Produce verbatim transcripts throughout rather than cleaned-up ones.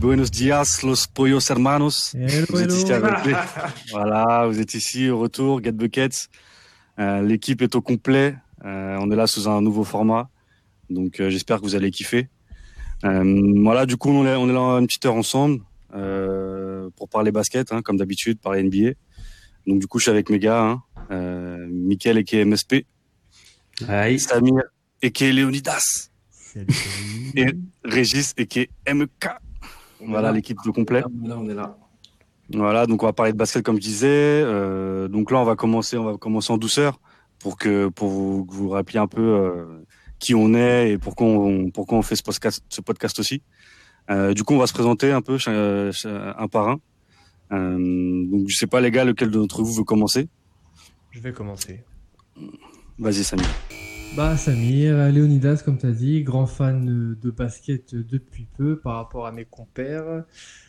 buenos días, los pollos hermanos. Hello, Vous êtes hello. ici avec les... Voilà, vous êtes ici au retour, Get Buckets. Euh, l'équipe est au complet. Euh, on est là sous un nouveau format. Donc, euh, j'espère que vous allez kiffer. Euh, voilà, du coup, on est, on est là une petite heure ensemble euh, pour parler basket, hein, comme d'habitude, parler N B A. Donc, du coup, je suis avec mes gars, hein, euh, Mickaël aka M S P, Aïe. Samir aka Leonidas Salut, salut. et Régis aka M K. Voilà, l'équipe au complet. Là, on est là. Voilà, donc on va parler de basket comme je disais. Euh, donc là, on va commencer, on va commencer en douceur pour que pour vous, que vous rappeliez un peu euh, qui on est et pourquoi on pourquoi on fait ce podcast, ce podcast aussi. Euh, du coup, on va se présenter un peu cha- cha- un par un. Euh, donc je sais pas les gars, lequel d'entre vous veut commencer? Je vais commencer. Vas-y, Samir. Bah, Samir, Léonidas, comme tu as dit, grand fan de basket depuis peu par rapport à mes compères.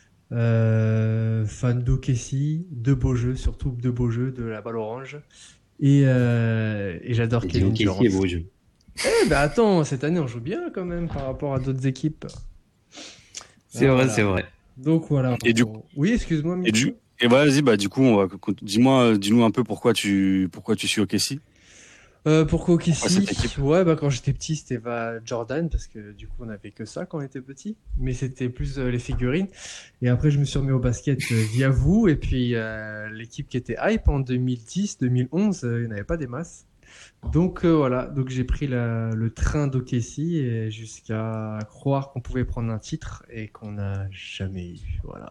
Euh, fan d'O K C, de beaux jeux, surtout de beaux jeux, de la balle orange. Et, euh, et j'adore Et Kevin ok, Durant. c'est beau jeu. Eh ben attends, cette année on joue bien quand même par rapport à d'autres équipes. C'est Ah, vrai, voilà. c'est vrai. Donc voilà. Et du Oui, excuse-moi. Et Michel. du et voilà, vas-y, bah du coup, on va dis-moi, dis-nous un peu pourquoi tu pourquoi tu suis O K C. Euh, pourquoi O K Pourquoi cette C? équipe? Ouais, bah quand j'étais petit, c'était bah, Jordan parce que du coup on avait que ça quand on était petit, mais c'était plus euh, les figurines. Et après je me suis remis au basket euh, via vous et puis euh, l'équipe qui était hype en deux mille dix, deux mille onze, euh, il n'y en avait pas des masses. Donc euh, voilà, donc j'ai pris la- le train d'O K C et jusqu'à croire qu'on pouvait prendre un titre et qu'on n'a jamais eu. Voilà.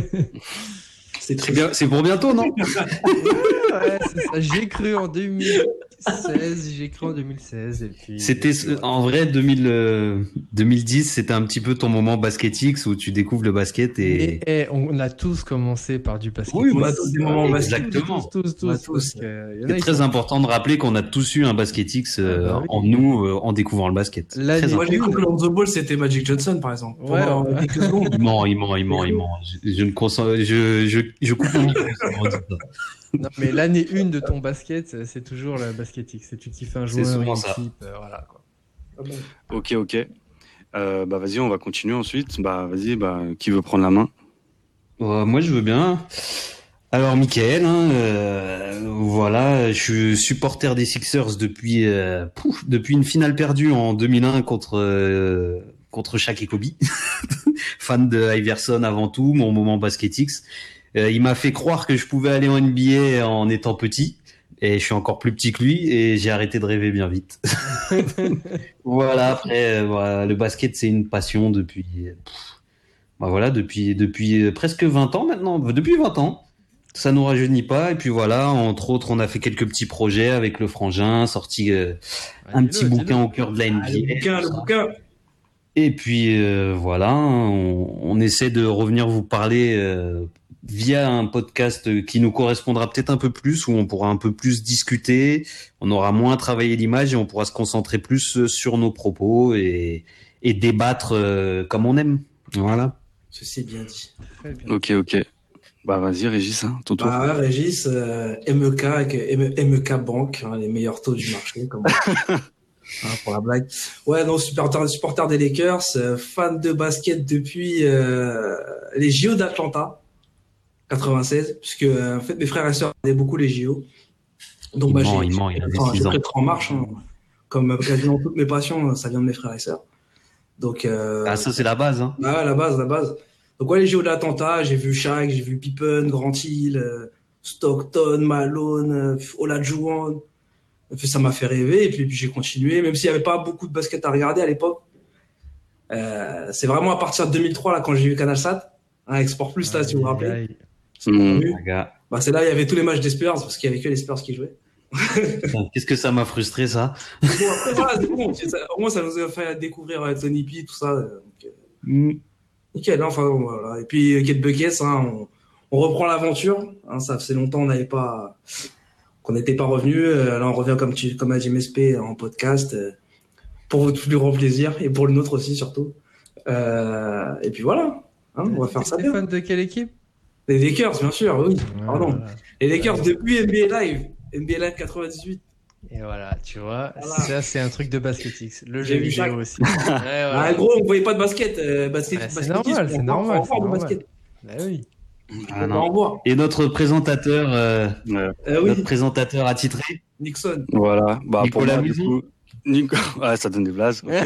C'est très C'est bien, c'est pour bientôt, non? Ouais, c'est ça. J'ai cru en deux mille seize, j'ai cru en deux mille seize et puis. C'était et puis, voilà. en vrai deux mille, euh, deux mille dix, c'était un petit peu ton moment basketix où tu découvres le basket et Et, et on a tous commencé par du basket. Oui, On bah, a tous des moments basket. exactement. Tous, tous, tous. On a tous. parce que y en a, C'est ils très sont- important de rappeler qu'on a tous eu un basketix euh, Ah bah oui. en nous euh, en découvrant le basket. L'année- Très Moi, important. j'ai cru que Lonzo Ball, c'était Magic Johnson, par exemple. Ouais, Pendant ouais. quelques secondes. Il ment, il ment, il ment, il ment. Je, je ne consens, je, je, je coupe mon micro. si on dit ça. Non, mais l'année une de ton basket, c'est toujours la basketique. C'est tu kiffes un C'est joueur, souvent une ça. équipe, euh, voilà quoi. Ah bon. Ok, ok. Euh, bah vas-y, on va continuer ensuite. Bah vas-y, bah qui veut prendre la main? Euh, moi, je veux bien. Alors, Mickaël, hein, euh, voilà, je suis supporter des Sixers depuis euh, pouf, depuis une finale perdue en deux mille un contre euh, contre Shaq et Kobe. Fan de Iverson avant tout, mon moment basketix. Euh, il m'a fait croire que je pouvais aller en N B A en étant petit, et je suis encore plus petit que lui, et j'ai arrêté de rêver bien vite. Voilà, après, euh, voilà, le basket, c'est une passion depuis, pff, bah voilà, depuis, depuis euh, presque vingt ans maintenant, depuis vingt ans. Ça nous rajeunit pas, et puis voilà, entre autres, on a fait quelques petits projets avec le frangin, sorti euh, un Dis-le, petit dis-le. bouquin au cœur de la N B A. Ah, le bouquin, tout le ça. bouquin. Et puis euh, voilà, hein, on, on essaie de revenir vous parler euh, via un podcast qui nous correspondra peut-être un peu plus, où on pourra un peu plus discuter, on aura moins travaillé l'image et on pourra se concentrer plus sur nos propos et, et débattre euh, comme on aime. Voilà. Ceci est bien dit. Très bien. Ok, ok. Bah vas-y, Régis, hein, ton tour. Bah, ouais, Régis, euh, M E K avec M- M&K Bank, hein, les meilleurs taux du marché, comme hein, pour la blague. Ouais, non, supporter, supporter des Lakers, euh, fan de basket depuis euh, les J O d'Atlanta, quatre-vingt-seize, puisque euh, en fait mes frères et sœurs regardaient beaucoup les J O. Donc Il bah, ment, j'ai il ment, il avait enfin, six j'ai ans. pris le train en marche, hein. Comme quasiment toutes mes passions, ça vient de mes frères et sœurs. Donc euh, Ah, ça c'est la base. Hein. bah ouais, la base, la base. Donc ouais, les J O d'Atlanta, j'ai vu Shaq, j'ai vu Pippen, Grant Hill, euh, Stockton, Malone, euh, Olajuwon. Ça m'a fait rêver et puis, puis j'ai continué, même s'il n'y avait pas beaucoup de basket à regarder à l'époque. Euh, c'est vraiment à partir de deux mille trois là quand j'ai vu CanalSat, hein, avec Sport Plus là, si vous vous rappelez. Aïe, aïe. Mmh. Vu. Ah, gars. Bah, c'est là il y avait tous les matchs des Spurs parce qu'il y avait que les Spurs qui jouaient. Putain, qu'est-ce que ça m'a frustré ça. Mais bon, après voilà, c'est bon. C'est ça- Au moins ça nous a fait découvrir euh, Tony P, tout ça. euh, Donc, euh, Mm. nickel, hein, enfin bon, voilà. Et puis euh, Get Buckets, hein, on, on reprend l'aventure. Hein, ça faisait longtemps on n'avait pas, qu'on n'était pas revenu. Euh, là on revient comme tu, comme a dit M S P en podcast euh, pour votre plus grand plaisir et pour le nôtre aussi surtout. Euh, et puis voilà, hein, on va faire ça T'es bien. fan de quelle équipe? Les Lakers, bien sûr, oui. Pardon. Voilà. Les Lakers depuis N B A Live, N B A Live quatre-vingt-dix-huit. Et voilà, tu vois, Voilà. ça c'est un truc de basketix. Le J'ai jeu vu vidéo ça. aussi. Ouais, voilà. Ah, gros, on voyait pas de basket. Euh, basket, Ouais, c'est basketisme, normal, on c'est va- normal, on va c'est voir du normal. basket. Bah oui. Ah, On va non. en voir. Et notre présentateur, euh, Ouais. Euh, oui, notre présentateur attitré, Nixon. Voilà. Bah, pour Nicolas moi, du Musi. coup, Nico... ouais, ça donne des blases. ok.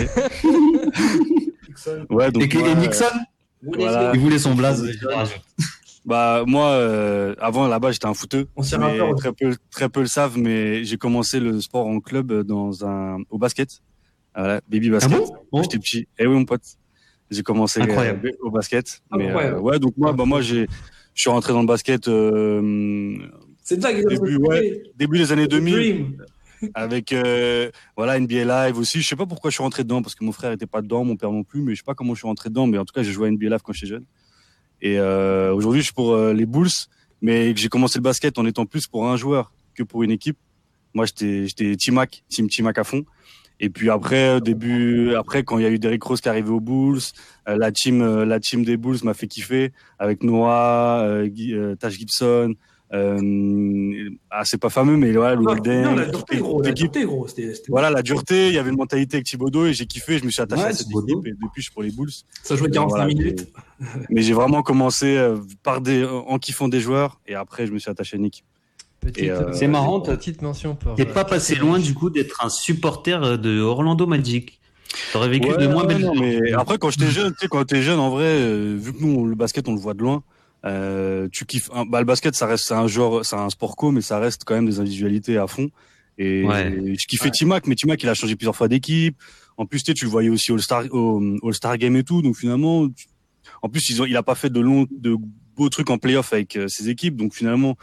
Nixon. Ouais, donc Et, que- moi, et euh, Nixon, voilà. il voulait son blaze. Nixon. je le rajoute. Bah moi, euh, avant là-bas, j'étais un footeux. On s'est mais rappelé. très peu, très peu le savent, mais j'ai commencé le sport en club dans un au basket. Voilà, baby Ah basket. bon Quand Bon. j'étais petit. Eh oui, mon pote. J'ai commencé Incroyable. euh, au basket. Mais Incroyable. euh, ouais, donc moi, bah moi, j'ai, je suis rentré dans le basket euh, C'est ça qui début, ouais, début des années deux mille. Dream. Avec euh, voilà N B A Live aussi. Je sais pas pourquoi je suis rentré dedans parce que mon frère était pas dedans, mon père non plus, mais je sais pas comment je suis rentré dedans. Mais en tout cas, j'ai joué à N B A Live quand j'étais jeune. Et euh, aujourd'hui, je suis pour euh, les Bulls, mais que j'ai commencé le basket en étant plus pour un joueur que pour une équipe. Moi, j'étais j'étais T-Mac, team T-Mac à fond. Et puis après, début, après quand il y a eu Derrick Rose qui est arrivé aux Bulls, euh, la team, euh, la team des Bulls m'a fait kiffer avec Noah, euh, Guy, euh, Taj Gibson. Euh, ah, c'est pas fameux, mais voilà, le Non, Golden. non, la dureté, gros. La l'équipe. dureté, gros. C'était, c'était- Voilà, la dureté, il y avait une mentalité avec Thibodeau et j'ai kiffé, je me suis attaché Ouais, à cette Thibodeau. équipe et depuis je suis pour les Bulls. Ça jouait quarante-cinq Voilà, minutes. Mais j'ai vraiment commencé euh, par des, en kiffant des joueurs et après je me suis attaché à une équipe. Petite, Et, euh, C'est marrant, t'as- petite mention pour. T'es euh, pas passé Christophe. loin du coup d'être un supporter de Orlando Magic. T'aurais vécu Ouais, de moins ouais, belles non, choses. mais après quand j'étais jeune, tu sais, quand t'es jeune, en vrai, euh, vu que nous on- le basket on le voit de loin, euh, tu kiffes. Hein, bah le basket ça reste c'est un genre, c'est un sport co, mais ça reste quand même des individualités à fond. Et Ouais. je kiffais Ouais. T-Mac, mais T-Mac il a changé plusieurs fois d'équipe. En plus tu sais, tu le voyais aussi All Star, au All Star Game et tout, donc finalement, tu- en plus ils ont, il a pas fait de longs, de beaux trucs en playoff avec euh, ses équipes, donc finalement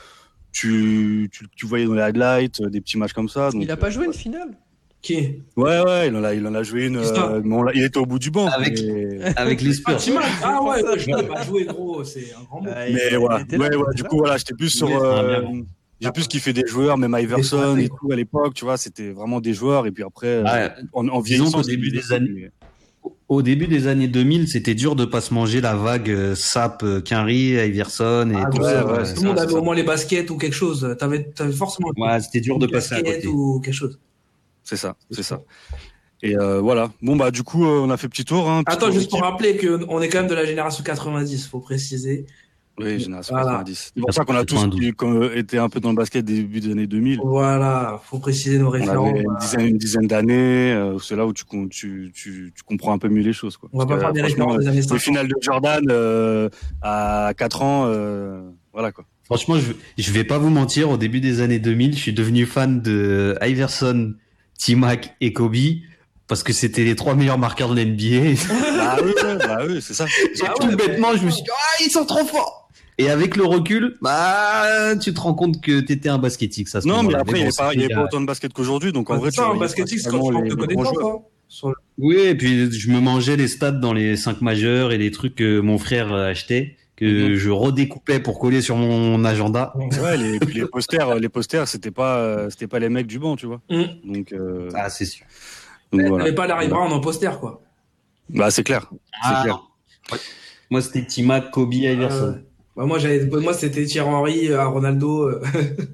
tu, tu, tu voyais dans les highlights euh, des petits matchs comme ça. Donc, Il a pas euh, joué une finale. Qui est Ouais, ouais, il en a, il en a joué une. Qui ça Euh, mais on l'a- il était au bout du banc. Avec- mais- Avec les Ah, Spurs. T-Mac. Ah ouais, C'est pour ouais, ça. je l'ai pas joué, gros. C'est un grand mot. Ah, il- Mais il voilà, était là, ouais, il ouais, était du là. coup, voilà, j'étais plus sur. Oui, c'est un euh, bien. j'ai plus kiffé des joueurs, même Iverson Des et tout à l'époque, tu vois, c'était vraiment des joueurs. Et puis après, euh, Ouais. en, en Disons vieillissant, qu'au c'était début plus des années- mais- Au début des années deux mille, c'était dur de pas se manger la vague euh, Sap, euh, Quinry, Iverson et Ah, tout ouais, ça. ouais, ouais. c'est Tout le monde ça, avait c'est au ça. moins les baskets ou quelque chose. T'avais, t'avais forcément Ouais, c'était dur de une passer à casquette côté. ou quelque chose. C'est ça, c'est ça. Et euh, voilà. Bon bah du coup, euh, on a fait petit tour. Hein, petit Attends, tour juste pour d'équipe. rappeler qu'on est quand même de la génération quatre-vingt-dix, faut préciser. Oui, génération Voilà. quatre-vingt-dix. C'est pour ça qu'on a tous quatre-vingt-douze. qui- qu'on, euh, été un peu dans le basket début des années deux mille. Voilà, faut préciser nos On références. avait une dizaine, une dizaine d'années. Euh, c'est là où tu, con- tu, tu, tu comprends un peu mieux les choses. Quoi. On va Parce pas que, faire des franchement, références des années les cinquante. finales de Jordan euh, à quatre ans, euh, voilà quoi. Franchement, je, je vais pas vous mentir, au début des années deux mille, je suis devenu fan de Iverson, T-Mac et Kobe parce que c'était les trois meilleurs marqueurs de l'N B A. Bah oui, ouais, bah oui, c'est ça. Et Ah tout ouais, bêtement, je me suis dit, ah, ils sont trop forts! Et avec le recul, bah, tu te rends compte que t'étais un baskettique, ça. à ce Non, mais moment-là. après, il n'y bon, avait, pas- il y avait c'était, pas euh, autant de basket qu'aujourd'hui, donc en Ouais, vrai, c'est tu ça, vois, en basketique, c'est quand principalement tu manques de les- les grands connaissances. joueurs. hein. Sur le- Oui, et puis je me mangeais les stats dans les cinq majeurs et les trucs que mon frère euh, achetait, que Mhm. je redécoupais pour coller sur mon agenda. Ouais, les, puis les posters, les posters, c'était pas, euh, c'était pas les mecs du banc, tu vois. Hum. Donc, euh, Ah, c'est sûr. donc T'avais voilà. pas Larry Brown en poster, quoi. Bah, c'est clair. Ah, clair. non. Ouais. Moi, c'était T-Mac, Kobe, Iverson. Euh, bah, moi, j'avais, moi, c'était Thierry Henry à Ronaldo. euh.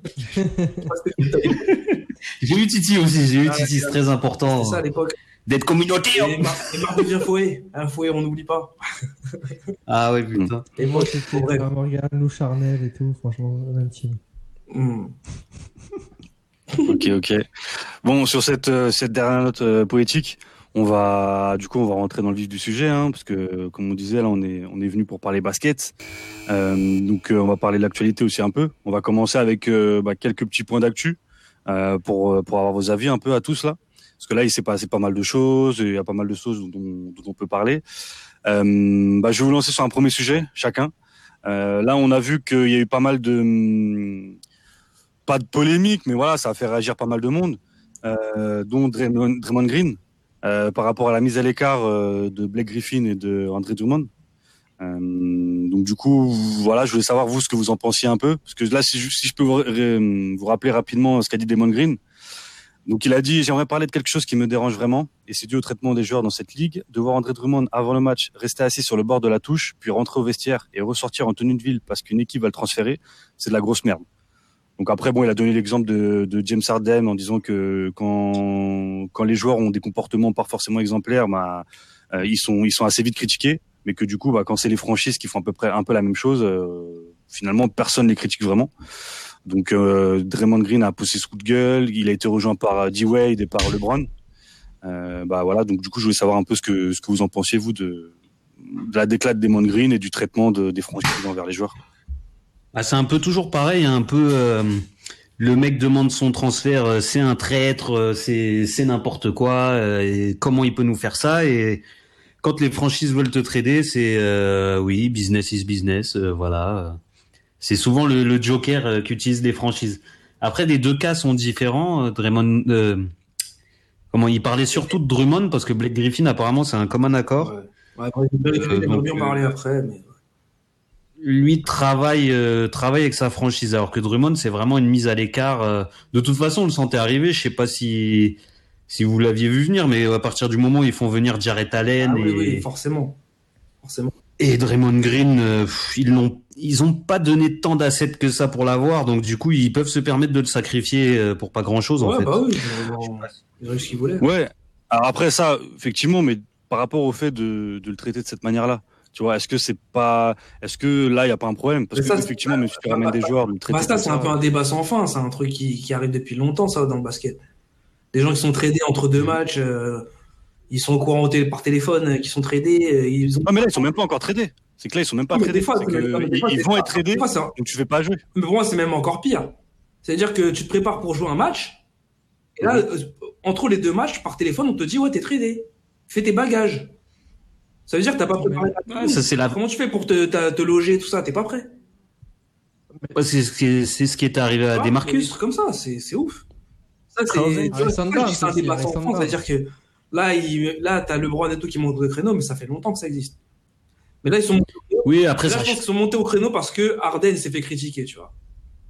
J'ai eu Titi aussi, j'ai eu Ah, Titi, c'est très important C'est ça à l'époque. d'être communautaire. Et Mar- et Marc devient Fouet. Un Fouet, on n'oublie pas. Ah ouais, putain. Et moi, C'était bref. Thomas Morgan, Lou Charnel et tout, franchement, même team. Hum. Ok, ok. Bon, sur cette, euh, cette dernière note euh, poétique, on va, du coup, on va rentrer dans le vif du sujet, hein, parce que, euh, comme on disait, là, on est, on est venu pour parler basket. Euh, donc, euh, on va parler de l'actualité aussi un peu. On va commencer avec euh, bah, quelques petits points d'actu euh, pour, euh, pour avoir vos avis un peu à tous là. Parce que là, il s'est passé pas mal de choses, et il y a pas mal de choses dont, dont on peut parler. Euh, bah, je vais vous lancer sur un premier sujet, chacun. Euh, là, on a vu qu'il y a eu pas mal de... hum, pas de polémique, mais voilà, ça a fait réagir pas mal de monde, euh, dont Draymond, Draymond Green, euh, par rapport à la mise à l'écart euh, de Blake Griffin et de André Drummond. Euh, donc du coup, voilà, je voulais savoir vous ce que vous en pensiez un peu, parce que là, si je, si je peux vous, vous rappeler rapidement ce qu'a dit Draymond Green. Donc il a dit, j'aimerais parler de quelque chose qui me dérange vraiment, et c'est dû au traitement des joueurs dans cette ligue. De voir André Drummond avant le match rester assis sur le bord de la touche, puis rentrer au vestiaire et ressortir en tenue de ville parce qu'une équipe va le transférer, c'est de la grosse merde. Donc après, bon, il a donné l'exemple de, de James Harden en disant que quand quand les joueurs ont des comportements pas forcément exemplaires, bah euh, ils sont ils sont assez vite critiqués, mais que du coup, bah quand c'est les franchises qui font à peu près un peu la même chose, euh, finalement personne les critique vraiment. Donc euh, Draymond Green a poussé ce coup de gueule, il a été rejoint par D Wade et par LeBron. Euh, bah voilà, donc du coup, je voulais savoir un peu ce que ce que vous en pensiez vous de, de la déclate de Draymond Green et du traitement de, des franchises envers les joueurs. Ah, c'est un peu toujours pareil, un peu euh, le mec demande son transfert, euh, c'est un traître, euh, c'est c'est n'importe quoi, euh, et comment il peut nous faire ça? Et quand les franchises veulent te trader, c'est euh, oui, business is business, euh, voilà. C'est souvent le, le joker euh, qu'utilisent les franchises. Après, les deux cas sont différents. Euh, Draymond, euh, comment il parlait surtout de Drummond parce que Blake Griffin apparemment c'est un commun accord. Ouais, ouais, après, euh, on va bien parler après, mais lui travaille euh, travaille avec sa franchise alors que Drummond c'est vraiment une mise à l'écart. Euh, de toute façon on le sentait arriver, je sais pas si si vous l'aviez vu venir, mais à partir du moment où ils font venir Jarrett Allen ah, et oui, oui, forcément forcément et Draymond Green euh, ils l'ont ils ont pas donné tant d'assets que ça pour l'avoir, donc du coup ils peuvent se permettre de le sacrifier euh, pour pas grand chose ouais, en fait. bah oui, ils ont eu ce qu'ils voulaient. Ouais, alors après ça effectivement, mais par rapport au fait de, de le traiter de cette manière-là, tu vois, est-ce que c'est pas, est-ce que là il y a pas un problème? Parce mais que ça, effectivement, même si tu ramènes des joueurs, le traiter. Bah ça, c'est un peu un débat sans fin. C'est un truc qui, qui arrive depuis longtemps, ça, dans le basket. Des gens qui sont tradés entre deux matchs, euh, ils sont au courant au télé- par téléphone, euh, qui sont tradés. Euh, ils ont... Non, mais là ils sont même pas encore tradés. C'est que là ils sont même pas Non, mais tradés. des fois, C'est mais- que non, mais des ils, fois, ils c'est vont pas- être tradés, des fois, c'est un- donc tu fais pas jouer. Mais pour moi, c'est même encore pire. C'est-à-dire que tu te prépares pour jouer un match, et là, euh, entre les deux matchs, par téléphone, on te dit, ouais, t'es tradé. Fais tes bagages. Ça veut dire que t'as pas préparé. Ouais, ça c'est la Comment tu fais pour te, te, te loger, tout ça? T'es pas prêt. ouais, c'est ce qui c'est ce qui est arrivé à Ah, Des Demarcus. trucs comme ça, c'est c'est ouf. Ça, c'est Krause, tu vois, Alexander, c'est pas juste un aussi, débat sans Alexander. fond. C'est-à-dire que là, il, là, t'as LeBron et tout qui montent au créneau, mais ça fait longtemps que ça existe. Mais là, ils sont montés au créneau. Oui, après Là, ça je pense qu'ils sont montés au créneau parce que Harden s'est fait critiquer, tu vois.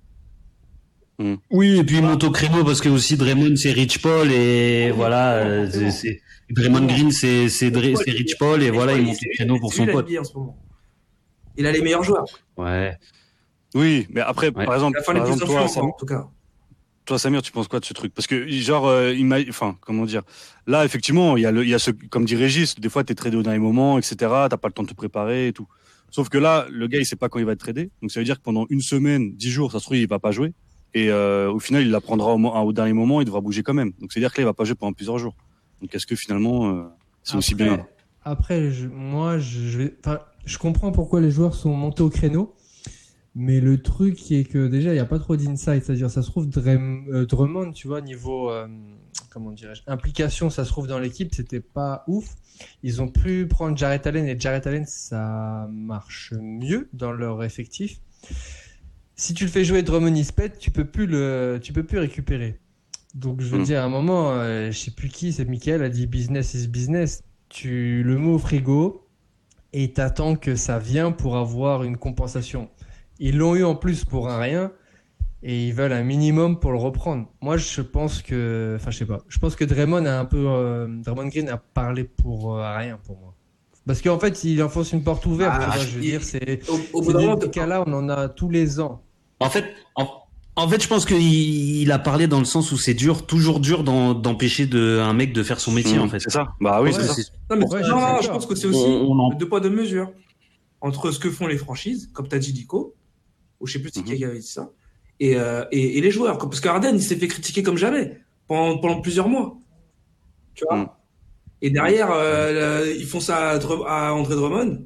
oui, et puis il monte au créneau parce que aussi Draymond c'est Rich Paul et voilà, euh, c'est, c'est Draymond Green c'est c'est Dre- c'est Rich Paul et voilà, il monte au créneau pour son pote. En ce moment. Il a les meilleurs joueurs. Ouais. Oui, mais après, Ouais. par exemple, Il a fait par les plus exemple toi, influents, Samir, en tout cas. toi, Samir, tu penses quoi de ce truc? Parce que genre, euh, il m'a, enfin, comment dire? Là, effectivement, il y a le, il y a ce, comme dit Régis, des fois t'es tradé au dernier moment, et cetera. T'as pas le temps de te préparer et tout. Sauf que là, le gars, il sait pas quand il va être tradé. Donc ça veut dire que pendant une semaine, dix jours, ça se trouve, il va pas jouer. Et euh, au final, il la prendra au, mo- au dernier moment, il devra bouger quand même. Donc c'est à dire que là, il va pas jouer pendant plusieurs jours. Donc est-ce que finalement, euh, c'est aussi Après- bien? Après, je- moi, je, je vais, enfin, je comprends pourquoi les joueurs sont montés au créneau, mais le truc est que déjà, il n'y a pas trop d'insight. C'est-à-dire, ça se trouve, Drem- euh, Drummond, tu vois, niveau, euh, comment dirais-je, implication, ça se trouve dans l'équipe, c'était pas ouf. Ils ont pu prendre Jarrett Allen, et Jarrett Allen, ça marche mieux dans leur effectif. Si tu le fais jouer Drummond Ispet, tu peux plus le, tu peux plus récupérer. Donc, je veux Mm. dire, à un moment, euh, je sais plus qui, c'est Michael, a dit business is business. Tu le mets au frigo et t'attends que ça vienne pour avoir une compensation. Ils l'ont eu en plus pour un rien et ils veulent un minimum pour le reprendre. Moi, je pense que, enfin, je sais pas. Je pense que Draymond a un peu, euh, Draymond Green a parlé pour euh, rien pour moi. Parce qu'en fait, il enfonce une porte ouverte. Ah, tu vois, je veux il- dire, c'est, Au, au bout c'est d'un des moment, petits cas-là, on en a tous les ans. En fait, en, en fait, je pense qu'il il a parlé dans le sens où c'est dur, toujours dur d'en- d'empêcher de, un mec de faire son métier, Mm. en fait. C'est ça. Bah oui, Ouais, c'est ça. C'est- Non, mais Ouais, non, je suis non, d'accord. je pense que c'est aussi On- on en- deux poids, deux mesures. Entre ce que font les franchises, comme tu as dit, Nico, ou je sais plus c'est qui Mhm. avait dit ça, et, euh, et, et les joueurs. Parce qu'Arden, il s'est fait critiquer comme jamais pendant, pendant plusieurs mois. Tu vois Mhm. Et derrière, euh, le- ils font ça à, Dr- à André Drummond,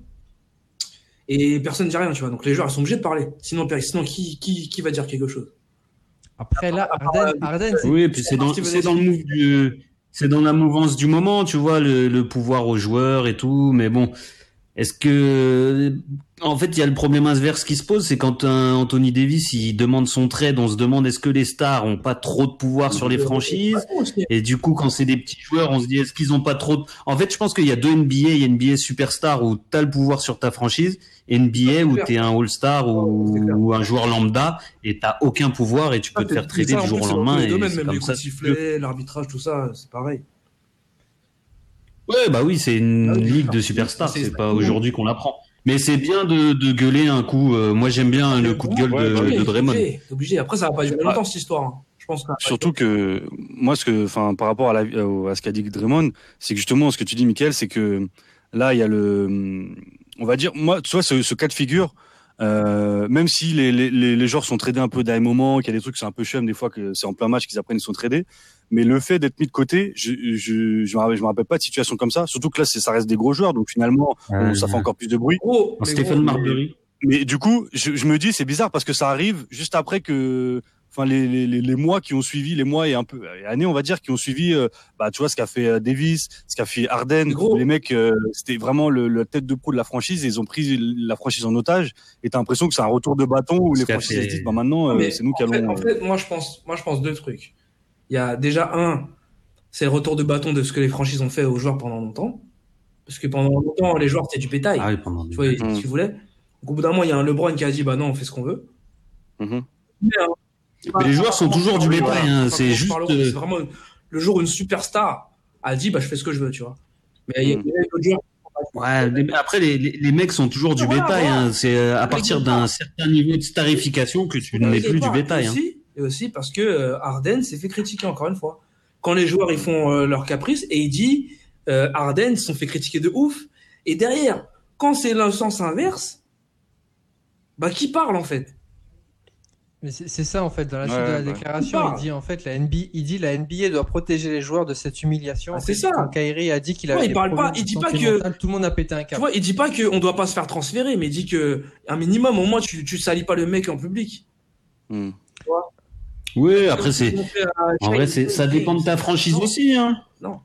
et personne ne dit rien, tu vois. Donc les joueurs, ils sont obligés de parler. Sinon, sinon qui, qui, qui va dire quelque chose? Après, là, Harden, Harden, c'est- Oui, et puis c'est dans, ce qu'il veut c'est dire. dans le move du, c'est dans la mouvance du moment, tu vois, le, le pouvoir aux joueurs et tout. Mais bon, est-ce que, en fait, il y a le problème inverse qui se pose, c'est quand un Anthony Davis, il demande son trade, on se demande est-ce que les stars ont pas trop de pouvoir sur les franchises? Et du coup, quand c'est des petits joueurs, on se dit est-ce qu'ils ont pas trop de... En fait, je pense qu'il y a deux N B A. Il y a N B A superstar où t'as le pouvoir sur ta franchise, et N B A où t'es un All-Star ou, ou un joueur lambda et t'as aucun pouvoir et tu peux te faire trader du jour au lendemain. Et Domaine, c'est même comme les ça. coups de sifflet, l'arbitrage, tout ça, c'est pareil. Ouais, bah oui, c'est une Ah oui, ligue c'est de ça. superstars. C'est- C'est pas aujourd'hui qu'on l'apprend. Mais c'est bien de, de gueuler un coup. Euh, moi, j'aime bien le coup de gueule ouais, de, bah oui, de Draymond. Obligé, obligé. Après, ça va pas durer Ah. longtemps cette histoire. Hein. Je pense que Surtout que moi, ce que, enfin, par rapport à, la, à ce qu'a dit Draymond, c'est que justement, ce que tu dis, Mickaël, c'est que là, il y a le, on va dire, moi, tu vois, ce, ce cas de figure, euh, même si les, les, les joueurs sont tradés un peu d'un moment, qu'il y a des trucs, c'est un peu chum des fois que c'est en plein match qu'ils apprennent ils sont tradés, mais le fait d'être mis de côté, je, je, je me rappelle, je me rappelle pas de situation comme ça. Surtout que là, c'est, ça reste des gros joueurs, donc finalement, Euh, bon, ça fait encore plus de bruit. gros, les Stephen gros, Marbury. Mais du coup, je, je me dis, c'est bizarre parce que ça arrive juste après que, enfin, les, les, les, les mois qui ont suivi, les mois et un peu, les années, on va dire, qui ont suivi, euh, bah, tu vois, ce qu'a fait euh, Davis, ce qu'a fait Harden. Gros. Les mecs, euh, c'était vraiment le, le tête de proue de la franchise et ils ont pris la franchise en otage. Et t'as l'impression que c'est un retour de bâton où Ce les qu'a franchises fait- se disent, bah, maintenant, euh, Mais c'est nous qui en fait, allons. en fait, moi je pense, moi je pense deux trucs. Il y a déjà un, c'est le retour de bâton de ce que les franchises ont fait aux joueurs pendant longtemps, parce que pendant longtemps les joueurs c'était du bétail. Ah oui, pendant Tu vois, ils faisaient ce qu'ils voulaient. Donc, au bout d'un moment, il y a un LeBron qui a dit, bah non, on fait ce qu'on veut. Mhm. Mais, euh, Mais les joueurs sont toujours du bétail, voilà, hein, pas c'est qu'on juste, parle, euh, c'est vraiment le jour où une superstar a dit, bah je fais ce que je veux, tu vois. Mais il y a Mm. d'autres joueurs. Ouais, les- après les, les, les mecs sont toujours du Voilà, bétail. voilà. Hein. C'est euh, à Mais partir les d'un gars, certain niveau de starification que tu Mais n'es les plus gars, du bétail. Et Hein. aussi, et aussi parce que euh, Harden s'est fait critiquer encore une fois. Quand les joueurs ils font euh, leur caprice et il dit euh, Harden se sont fait critiquer de ouf. Et derrière, quand c'est le sens inverse, bah qui parle en fait? Mais c'est c'est ça en fait, dans la suite Ouais, de la bah. déclaration, Il il parle. dit en fait la N B A, il dit la N B A doit protéger les joueurs de cette humiliation. Ah, En c'est fait, ça. Quand Kyrie a dit qu'il Ouais, avait il des parle pas- problèmes il de dit pas santé que- mentale, tout le monde a pété un Tu câble. vois, il dit pas qu'on doit pas se faire transférer, mais il dit que un minimum, au moins tu tu salis pas le mec en public. Mm. Oui, après c'est, Ils ont fait, euh, en vrai c'est, ça dépend de ta franchise Non. aussi. Hein. Non.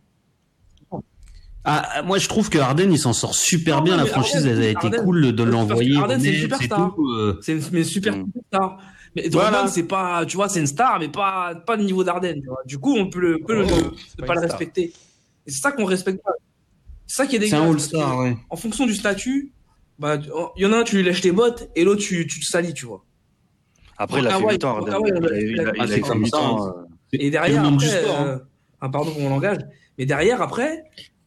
Ah, moi je trouve que Harden il s'en sort super Non, bien. mais La franchise Harden, elle a été Harden, cool de parce que l'envoyer. Harden, c'est une honnête, superstar. tout, euh. C'est une, mais une super Mm. star. Mais Drummond, Voilà. c'est pas, tu vois, c'est une star, mais pas, pas le niveau d'Arden. tu vois. Du coup, on peut le, peut le- Oh, ne c'est pas, pas le une star. respecter. Et c'est ça qu'on respecte pas. C'est ça qui est C'est dégueulasse. un parce all-star, que, ouais. En fonction du statut, bah, il y en a un, tu lui lèches tes bottes, et l'autre, tu, tu te salis, tu vois. Après, il a fait Kawhi, huit ans, Harden. Kawhi, Il a, il a, il a, Ah, il a c'est fait comme huit ça, ans. hein. euh, Et C'est derrière, le monde après, du sport. euh, Hein. ah, pardon pour mon langage, mais derrière, après,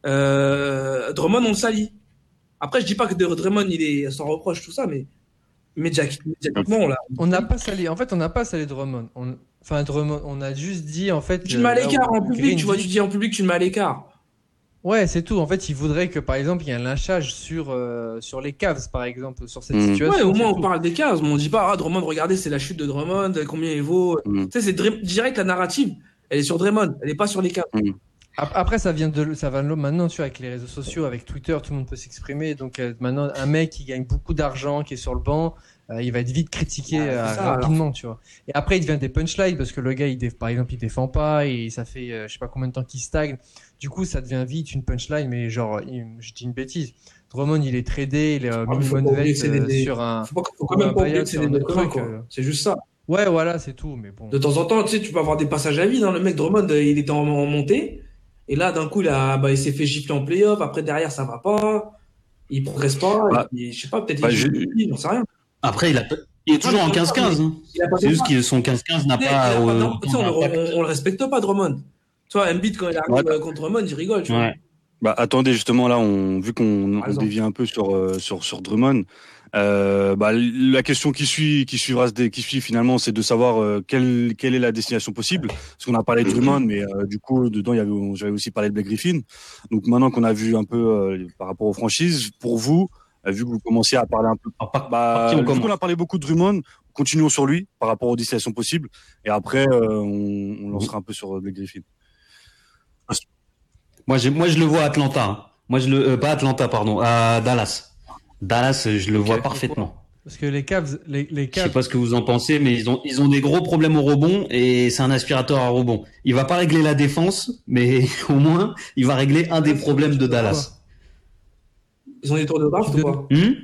euh, Drummond, on le salit. Après, je dis pas que Drummond, il est sans reproche, tout ça, mais médiac- médiatiquement, on l'a. On n'a pas salé. En fait, on n'a pas salé Drummond. On... Enfin, Drummond, on a juste dit en fait. Tu euh, te mets à là l'écart où en public, Green tu vois, dit- tu dis en public, tu te mets à l'écart. Ouais, c'est tout. En fait, il voudrait que, par exemple, il y ait un lynchage sur, euh, sur les Cavs, par exemple, sur cette Mm. situation. Ouais, au c'est moins on tout. parle des cases, mais on dit pas, ah, Drummond, regardez, c'est la chute de Drummond, combien il vaut. Mm. Tu sais, c'est Dray- direct la narrative, elle est sur Drummond, elle est pas sur les cases. Ap- Après, ça vient de, ça va de l'eau maintenant, tu vois, avec les réseaux sociaux, avec Twitter, tout le monde peut s'exprimer. Donc, euh, maintenant, un mec qui gagne beaucoup d'argent, qui est sur le banc, euh, il va être vite critiqué Ouais, c'est euh, ça, rapidement, tu vois. Et après, il devient des punchlines parce que le gars, il dé- par exemple, il défend pas et ça fait, euh, je sais pas combien de temps qu'il stagne. Du coup, ça devient vite une punchline, mais genre, il- je dis une bêtise. Drummond, il est tradé, il est euh, Ah, mais faut minimum pas oublier vet que c'est des- des- sur un. Faut, pas, faut quand Ouais, même pas bah, oublier que sur c'est des un mecs autre communs, truc, quoi. euh. C'est juste ça. Ouais, voilà, c'est tout, mais bon. De temps en temps, tu sais, tu peux avoir des passages à vide, hein. Le mec Drummond, euh, il était en, en montée, et là, d'un coup, il, a, bah, il s'est fait gifler en playoff, après, derrière, ça va pas, il progresse pas, Bah, et puis, je sais pas, peut-être bah, il je- joue, j'en sais rien. Après il a, il est toujours en quinze quinze. Hein. Il a pas C'est fait juste ça. que son quinze quinze n'a Il a- pas. il a pas euh, d'im- tu sais, on, autant d'impact. on- on le respecte pas, Drummond. Tu vois, Embiid, quand il arrive Ouais. euh, contre Drummond, il rigole, tu vois. Ouais. Bah attendez justement là, on vu qu'on Par on exemple. dévie un peu sur euh, sur sur Drummond. Euh, bah, la question qui suit, qui suivra, ce dé- qui suit finalement, c'est de savoir euh, quelle quelle est la destination possible. Parce qu'on a parlé de Drummond, mais euh, du coup dedans il y avait, j'avais aussi parlé de Blake Griffin. Donc maintenant qu'on a vu un peu euh, par rapport aux franchises, pour vous, euh, vu que vous commenciez à parler un peu, Alors, par- bah, par qui on vu commence qu'on a parlé beaucoup de Drummond, continuons sur lui par rapport aux destinations possibles, et après euh, on, on lancera un peu sur euh, Blake Griffin. Moi, j'ai- moi, je le vois à Atlanta. Hein. Moi, je le, euh, pas Atlanta, pardon, à Dallas. Dallas, je le vois parfaitement. Parce que les Cavs, les, les Je sais Cavs, pas ce que vous en pensez, mais ils ont, ils ont des gros problèmes au rebond et c'est un aspirateur à rebond. Il va pas régler la défense, mais au moins, il va régler un des problèmes de Dallas. Ils ont des tours de draft Tu ou pas? Hmm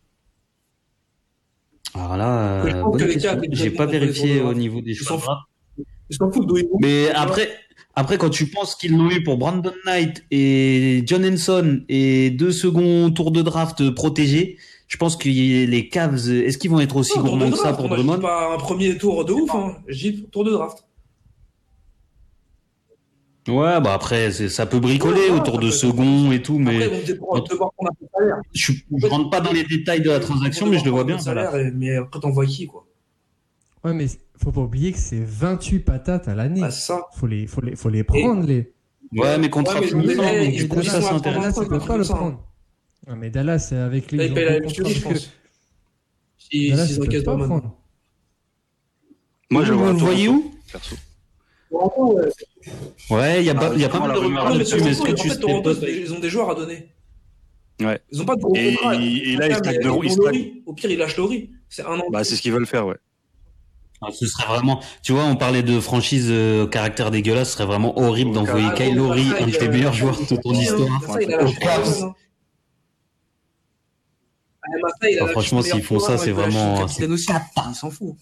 Alors là, Je euh, pense bonne que les question. Cavs, ils J'ai vont pas contre les vérifié tours de au draft. niveau des Ils choix s'en de draft. Ils s'en foutent d'où ils vont. Mais après, après, quand tu penses qu'ils l'ont eu pour Brandon Knight et John Henson et deux seconds tours de draft protégés, je pense que les Cavs, est-ce qu'ils vont être aussi Non, tour de gourmands que ça draft, pour moi, je dis Drummond? pas un premier tour de ouf, hein. Je dis tour de draft. Ouais, bah après, c'est, ça peut bricoler Ouais, autour ça de peut- second et tout, Après, mais ils vont peut-être prendre- devoir prendre un peu de salaire. je, je rentre pas dans les détails de la transaction, Ils vont mais je le vois devoir bien. prendre un peu de Voilà. salaire, et- mais après, t'envoies qui, quoi? Ouais, mais faut pas oublier que c'est vingt-huit patates à l'année. Bah, c'est ça. Faut les, faut les, faut les prendre, les. Ouais, mais contrat Ouais, mais fini, ils ont- donc ils du ont- coup, ils ça, sont c'est à intéressant. Dallas, ils trente-cinq, peuvent pas le ça. prendre. Ouais, mais Dallas, c'est avec les. Là, ils ils ont payent la deux même contrats, chose, je parce que pense. Si- Dallas, s'ils ils peuvent encaissent pas Drummond. prendre. Moi, je Vous vois le voyez où? perso. Toronto, ouais. Ouais, il y a Ah, pas, il y a pas justement, mal de la rumeur, rumeurs Non, mais là-dessus, mais est-ce Toronto, que en tu fait, sais Toronto, pas? ils ont des joueurs à donner. Ouais. Ils ont pas de gros Et- contrats. et là, ils mais stagneront, ils ils ont Laurie. Au pire, ils lâchent Laurie. C'est un an. Bah, c'est ce qu'ils veulent faire, ouais. Ah, ce serait vraiment, tu vois, on parlait de franchise euh, au caractère dégueulasse, ce serait vraiment horrible d'envoyer Ah, Kyle non, Lowry, ça, un il de tes a- meilleurs joueurs de ton Hein, histoire. ça, il a lâché Au Cavs. Drummond, hein. Ah, Massa, il a Enfin, lâché franchement, son meilleur s'ils font ça, joueur, c'est il peut lâcher vraiment- son capitaine aussi. Il s'en fout.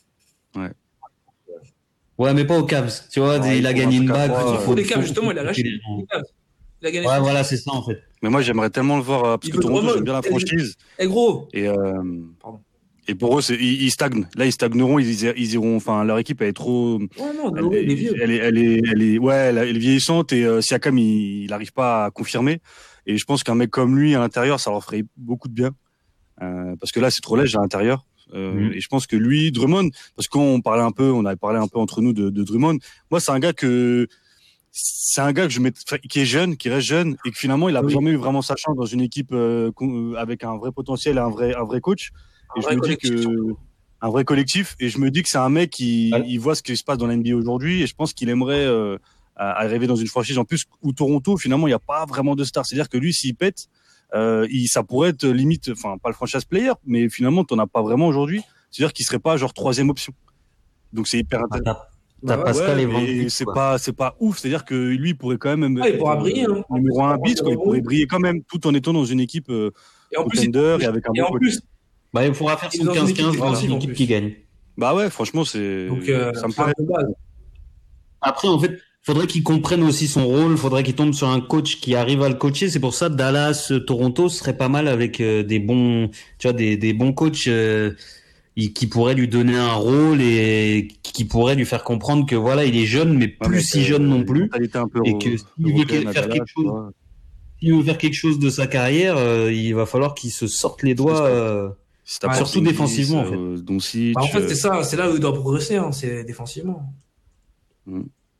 Ouais, mais pas aux Cavs. Tu vois, Ouais, il a il gagné faut une un bague. truc à il trois, faut- Les faut- Cavs, justement, il a faut lâché. que les gens- Il a gagné. Ouais, son- voilà, c'est ça, en fait. Mais moi, j'aimerais tellement le voir, euh, parce Il que veut Toronto, Drummond. j'aime bien la franchise. Eh gros, Et, euh, Pardon. et pour eux, c'est, ils, ils stagnent. Là, ils stagneront, ils, ils iront, enfin, leur équipe, elle est trop, ouais, non, elle, Laurie, il est vieux. elle est, elle est, elle est, ouais, elle, elle est vieillissante et euh, Siakam, il, il arrive pas à confirmer. Et je pense qu'un mec comme lui à l'intérieur, ça leur ferait beaucoup de bien. Euh, parce que là, c'est trop léger à l'intérieur. Euh, Mhm. Et je pense que lui, Drummond, parce qu'on parlait un peu, on avait parlé un peu entre nous de, de Drummond. Moi, c'est un gars que, c'est un gars que je mets, qui est jeune, qui reste jeune, et que finalement, il a Oui. jamais eu vraiment sa chance dans une équipe euh, con- avec un vrai potentiel, et un vrai, un vrai coach. Un Et je vrai me dis collectif, que surtout. un vrai collectif. Et je me dis que c'est un mec qui, Ouais. il voit ce qui se passe dans la N B A aujourd'hui, et je pense qu'il aimerait euh, arriver dans une franchise en plus où Toronto, finalement, il n'y a pas vraiment de star. C'est-à-dire que lui, s'il pète, euh, il, ça pourrait être limite, enfin pas le franchise player, mais finalement, t'en as pas vraiment aujourd'hui. C'est-à-dire qu'il serait pas genre troisième option. Donc c'est hyper Bah, intéressant. T'as t'as Ouais, Pascal Ouais, et mais Van c'est quoi. pas, c'est pas ouf. C'est-à-dire que lui, il pourrait quand même Ah, il être, pourra euh, briller, hein. numéro un bis, quoi. Il rebond. pourrait briller quand même, tout en étant dans une équipe euh, Et en plus, il- contender et avec un et bon en coach. plus, Bah, il faudra faire Il est son dans une quinze équipe quinze dans défensive, une en équipe plus. qui gagne. Bah ouais, franchement, c'est, donc, euh, ça me c'est un paraît. peu de base. Après, en fait, faudrait qu'il comprenne aussi son rôle. Faudrait qu'il tombe sur un coach qui arrive à le coacher. C'est pour ça Dallas, Toronto serait pas mal avec euh, des bons, tu vois, des, des bons coachs euh, il- qui pourraient lui donner un rôle et qui pourraient lui faire comprendre que voilà, il est jeune, mais plus Ouais, si mec, jeune euh, non une plus. mentalité un peu Et euro- que s'il veut européenne à faire Dallas, quelque chose, tu vois. s'il veut faire quelque chose de sa carrière, euh, il va falloir qu'il se sorte les doigts. euh, Si t'as Ouais, Porzingis, surtout défensivement, en fait. euh, Doncic, Bah, en fait, euh, c'est ça, c'est là où il doit progresser, hein, c'est défensivement. Mm.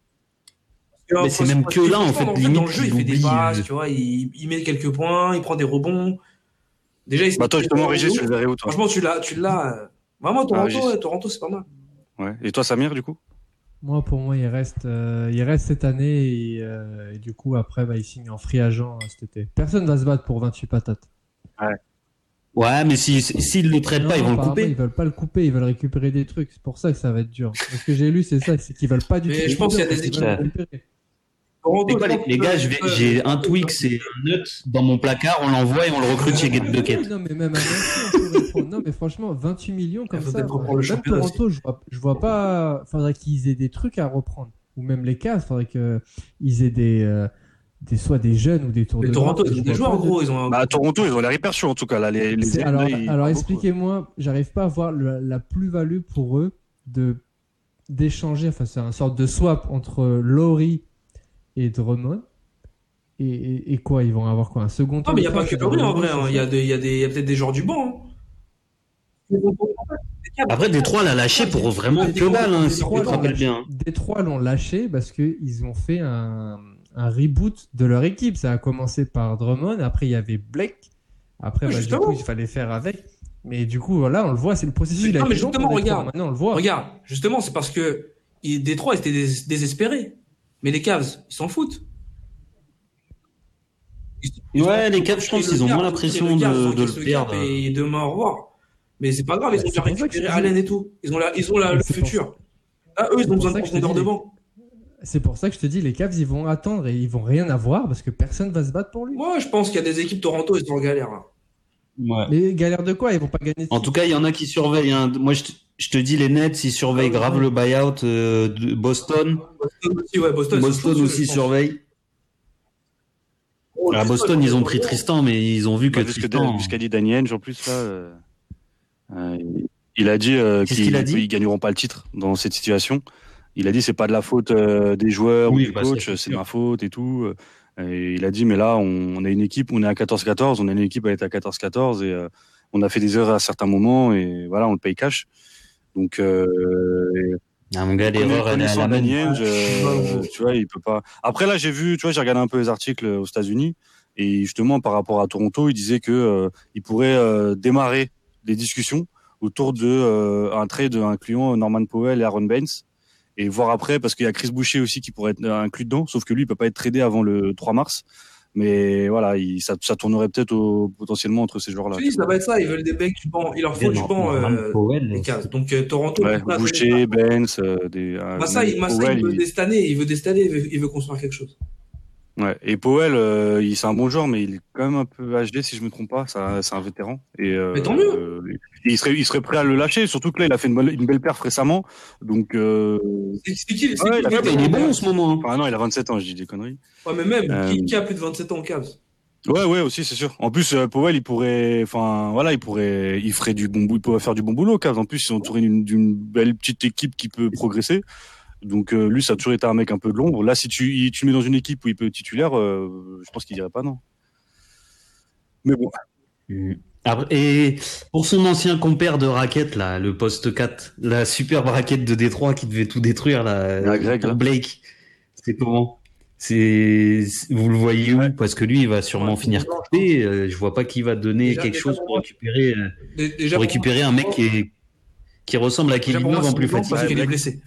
Parce Mais c'est même parce que là, en franchement, fait, dans limite, le jeu, il il fait des oublie, passes, euh, tu vois, il, il met quelques points, il prend des rebonds. Déjà, il Bah toi justement, Régis, tu le verrais où toi? Franchement, tu l'as, tu l'as. euh, Vraiment, Toronto, Régis. ouais, Toronto, c'est pas mal. Ouais. Et toi, Samir, du coup? Moi, pour moi, il reste, euh, il reste cette année et, euh, et du coup, après, bah, il signe en free agent euh, cet été. Personne va se battre pour vingt-huit patates. Ouais, mais si s'ils le traitent Non, pas, ils vont le apparemment, couper. Ils veulent pas le couper, ils veulent récupérer des trucs. C'est pour ça que ça va être dur. Ce que j'ai lu, c'est ça, c'est qu'ils veulent pas du Mais tout. je pense qu'il y a parce des qu'ils veulent équipes- le récupérer. Toronto, C'est quoi, je les, pense les que- gars, je vais, j'ai un Twix et un Nut dans mon placard, on l'envoie et on le recrute chez Get Bucket. Non, mais même un ancien, on pourrait prendre. Non, mais franchement, vingt-huit millions comme Il faut ça. peut-être reprendre le Même championnat Toronto, je vois, je vois pas. Faudrait qu'ils aient des trucs à reprendre. Ou même les Cavs, faudrait qu'ils aient des, euh, des, soit des jeunes ou des tours Mais de Toronto, draft. ils ont Je des vois joueurs, pas de- gros, ils ont un. Bah à Toronto, ils ont l'air hyper chauds en tout cas là. Les, les C'est- N B A, alors, ils alors parlent beaucoup. expliquez-moi, j'arrive pas à voir le- la plus-value pour eux de d'échanger, enfin c'est une sorte de swap entre Laurie et Drummond. Et, et, et quoi, ils vont avoir quoi, un second tour Non, mais il n'y a de pas draft que de Laurie en Drummond, vrai, hein. c'est il y a, ça des- il y a, des- il y a peut-être des joueurs du banc. hein. Après, Détroit l'a lâché pour vraiment que dalle, hein, si tu Détroit te l'ont rappelles lâché. bien. Détroit l'ont lâché parce qu'ils ont fait un, un reboot de leur équipe. Ça a commencé par Drummond, après il y avait Blake, après Ouais, bah, du justement. coup il fallait faire avec. Mais du coup voilà, on le voit, c'est le processus. Il a Non, mais été long justement, pour Détroit. regarde. Maintenant on le voit. Regarde, justement, c'est parce que ils- Détroit était dés- désespéré. Mais les Cavs, ils s'en foutent. Ils- ils Ouais, s'en les foutent. Cavs, je pense Ils qu'ils le ont moins gardent, la ils pression le gardent, de- ils de encaissent le le cap perdre. Et demain, au revoir. Mais c'est pas grave, ils Bah, ont c'est déjà pour ça que je récupéré te dis. Allen et tout. Ils ont, la, ils ont la, Mais le c'est pour futur. Là, eux, ils c'est ont pour besoin ça de que je te profondeur dis, de les- banc. C'est pour ça que je te dis, les Cavs ils vont attendre et ils vont rien avoir parce que personne va se battre pour lui. Moi, je pense qu'il y a des équipes Toronto, ils sont en galère. Là. Ouais. Mais galère de quoi? Ils vont pas gagner de En tout cas, il y en a qui surveillent. Hein. Moi, je te, je te dis, les Nets, ils surveillent Ah, grave ouais. le buyout euh, de Boston. Boston aussi, ouais, Boston, ils sont Boston chauds, aussi je pense. surveille. Oh, À Tristan, Boston, ils ont pris vraiment- Tristan, mais ils ont vu que Bah, vu ce que Tristan. vu ce qu'a dit Danny Ainge en plus là, euh, euh, il a dit euh, Qu'est-ce qu'ils qu'il a dit ils gagneront pas le titre dans cette situation Il a dit c'est pas de la faute euh, des joueurs Oui, ou du bah, coach, c'est c'est sûr. ma faute et tout. Et il a dit mais là on, on a une équipe, on est à quatorze quatorze, on a une équipe à être à quatorze quatorze et euh, on a fait des erreurs à certains moments et voilà on le paye cash. Donc euh, Ah, mon gars, connais- l'erreur, elle est à connaissant la Danny main. Ainge, euh, tu vois il peut pas. Après là j'ai vu, tu vois j'ai regardé un peu les articles aux États-Unis et justement par rapport à Toronto il disait que euh, il pourrait euh, démarrer des discussions autour de euh, un trade incluant Norman Powell et Aaron Baines. Et voir après, parce qu'il y a Chris Boucher aussi qui pourrait être inclus dedans, sauf que lui, il peut pas être tradé avant le trois mars. Mais voilà, il, ça, ça tournerait peut-être au, potentiellement entre ces joueurs-là. Je te dis, ça va être ça. Ils veulent des mecs du banc. Il leur faut du banc, euh, les cases. Donc, euh, Toronto, Ouais, peut pas Boucher, Baines, euh, des. Massa, il, Massa, Powell, il veut il... des cette année. Il veut des cette année. Il veut, il veut construire quelque chose. Ouais. Et Powell, euh, il c'est un bon joueur, mais il est quand même un peu âgé, si je me trompe pas. Ça, c'est un vétéran. Et euh, mais tant mieux. Euh, il serait, il serait prêt à le lâcher. Surtout que là, il a fait une, une belle perf récemment. Donc. Euh... C'est c'est qui, c'est ouais, qui il, a fait, il est bon en ce moment. Hein. Enfin non, il a vingt-sept ans. Je dis des conneries. Ouais, mais même euh... qui, qui a plus de vingt-sept ans au Cavs? Ouais, ouais, aussi, c'est sûr. En plus, euh, Powell, il pourrait, enfin, voilà, il pourrait, il ferait du bon, il pourrait faire du bon boulot, Cavs. En plus, ils sont entourés d'une, d'une belle petite équipe qui peut progresser. Donc, euh, lui, ça a toujours été un mec un peu de l'ombre. Là, si tu, tu le mets dans une équipe où il peut être titulaire, euh, je pense qu'il dirait pas non. Mais bon. Et pour son ancien compère de raquette, là, le poste quatre, la superbe raquette de Détroit qui devait tout détruire, là, La Greg, pour là. Blake, c'est comment? C'est, vous le voyez où? Ouais. Parce que lui, il va sûrement Ouais, finir coupé. Euh, je vois pas qui va donner Déjà- quelque déjà chose pour pour moi- récupérer, euh, Déjà, pour pour récupérer moi, un mec qui est, qui ressemble à déjà Kevin pour moi, Love en c'est plus blanc fatigué. parce qu'il est Blake. blessé.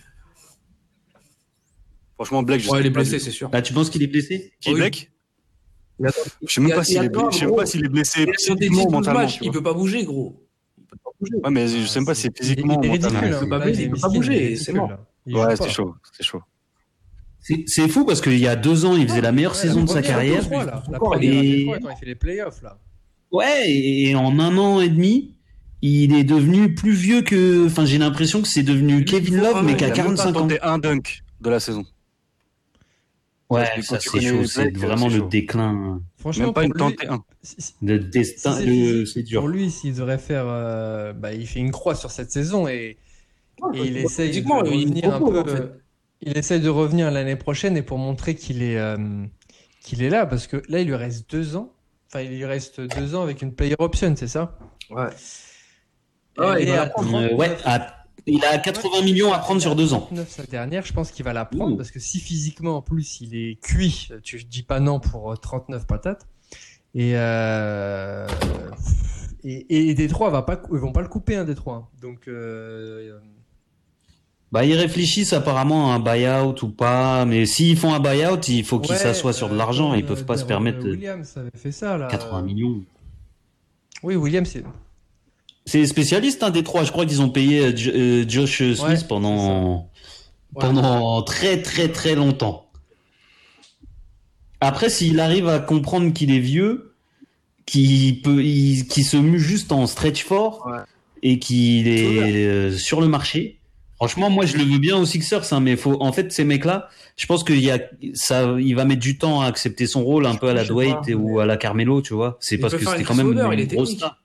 Franchement, Blake, je Ouais, sais il est pas blessé, du- c'est sûr. Ah, tu penses qu'il est blessé? Qui, Oui. Blake? Il a- Je sais même il a- pas s'il il a est blessé. pas, Je sais même gros. pas s'il est blessé Il a sur des physiquement ou dix douze mentalement, matchs, tu il vois. peut pas bouger, gros. Il peut pas bouger. Ouais, mais je sais même pas si c'est physiquement ou Il est mentalement. ridicule. Ouais, hein. c'est pas Là, blessé, il est il peut pas miskin, bouger, il est c'est ridicule, mort. là. Il Ouais, joue c'est pas. chaud, c'est chaud. C'est, c'est fou parce qu'il y a deux ans, il faisait la meilleure Ouais, saison la de sa première, carrière. Détroit, là. La Encore, première, et- Détroit, quand il fait les playoffs, là. Ouais, et en un an et demi, il est devenu plus vieux que. Enfin, j'ai l'impression que c'est devenu Lui, Kevin il faut Love, un mais an, qu'à Il a même pas quarante-cinq ans. tenté un dunk de la saison. Ouais, Parce que ça quand tu c'est connais chaud, c'est Blake, vraiment c'est le chaud. déclin, Franchement, Même pas une pour lui, tentée un. si- si- le si destin, c'est le- physique, c'est dur. pour lui, s'il devrait faire, euh, bah, il fait une croix sur cette saison et, et il essaye de Physiquement, il revenir un peu. propose, en fait. Il essaye de revenir l'année prochaine et pour montrer qu'il est, euh, qu'il est là, parce que là, il lui reste deux ans. Enfin, il lui reste deux ans avec une player option, c'est ça? Ouais. Elle Ouais, il est va à la prendre. Euh, ouais, à- il a quatre-vingts millions à prendre sur deux ans. trente-neuf sa dernière, je pense qu'il va la prendre Ouh. parce que si physiquement en plus il est cuit, tu dis pas non pour euh, trente-neuf patates. Et euh, et, et Détroit va pas, ils vont pas le couper un Détroit. Hein. Donc euh, Bah, ils réfléchissent apparemment à un buyout ou pas, mais s'ils font un buyout, il faut qu'ils ouais, s'assoient sur de euh, l'argent, comme, ils peuvent euh, pas se Deron permettre euh, Williams avait fait ça là. quatre-vingts millions. Oui, Williams, c'est C'est spécialiste, hein, Détroit. Je crois qu'ils ont payé euh, Jo- euh, Josh Smith Ouais, pendant, Ouais. pendant très très très longtemps. Après, s'il arrive à comprendre qu'il est vieux, qu'il peut, il, qu'il se mue juste en stretch fort Ouais. et qu'il est euh, sur le marché. Franchement, moi, je le veux bien aux Sixers, hein, mais faut, en fait, ces mecs-là, je pense qu'il y a, ça, il va mettre du temps à accepter son rôle un peu à la Je sais Dwight pas, et, ou mais- à la Carmelo, tu vois. C'est Il parce peut que faire c'était une quand même Chris Webber, il une est grosse technique. star.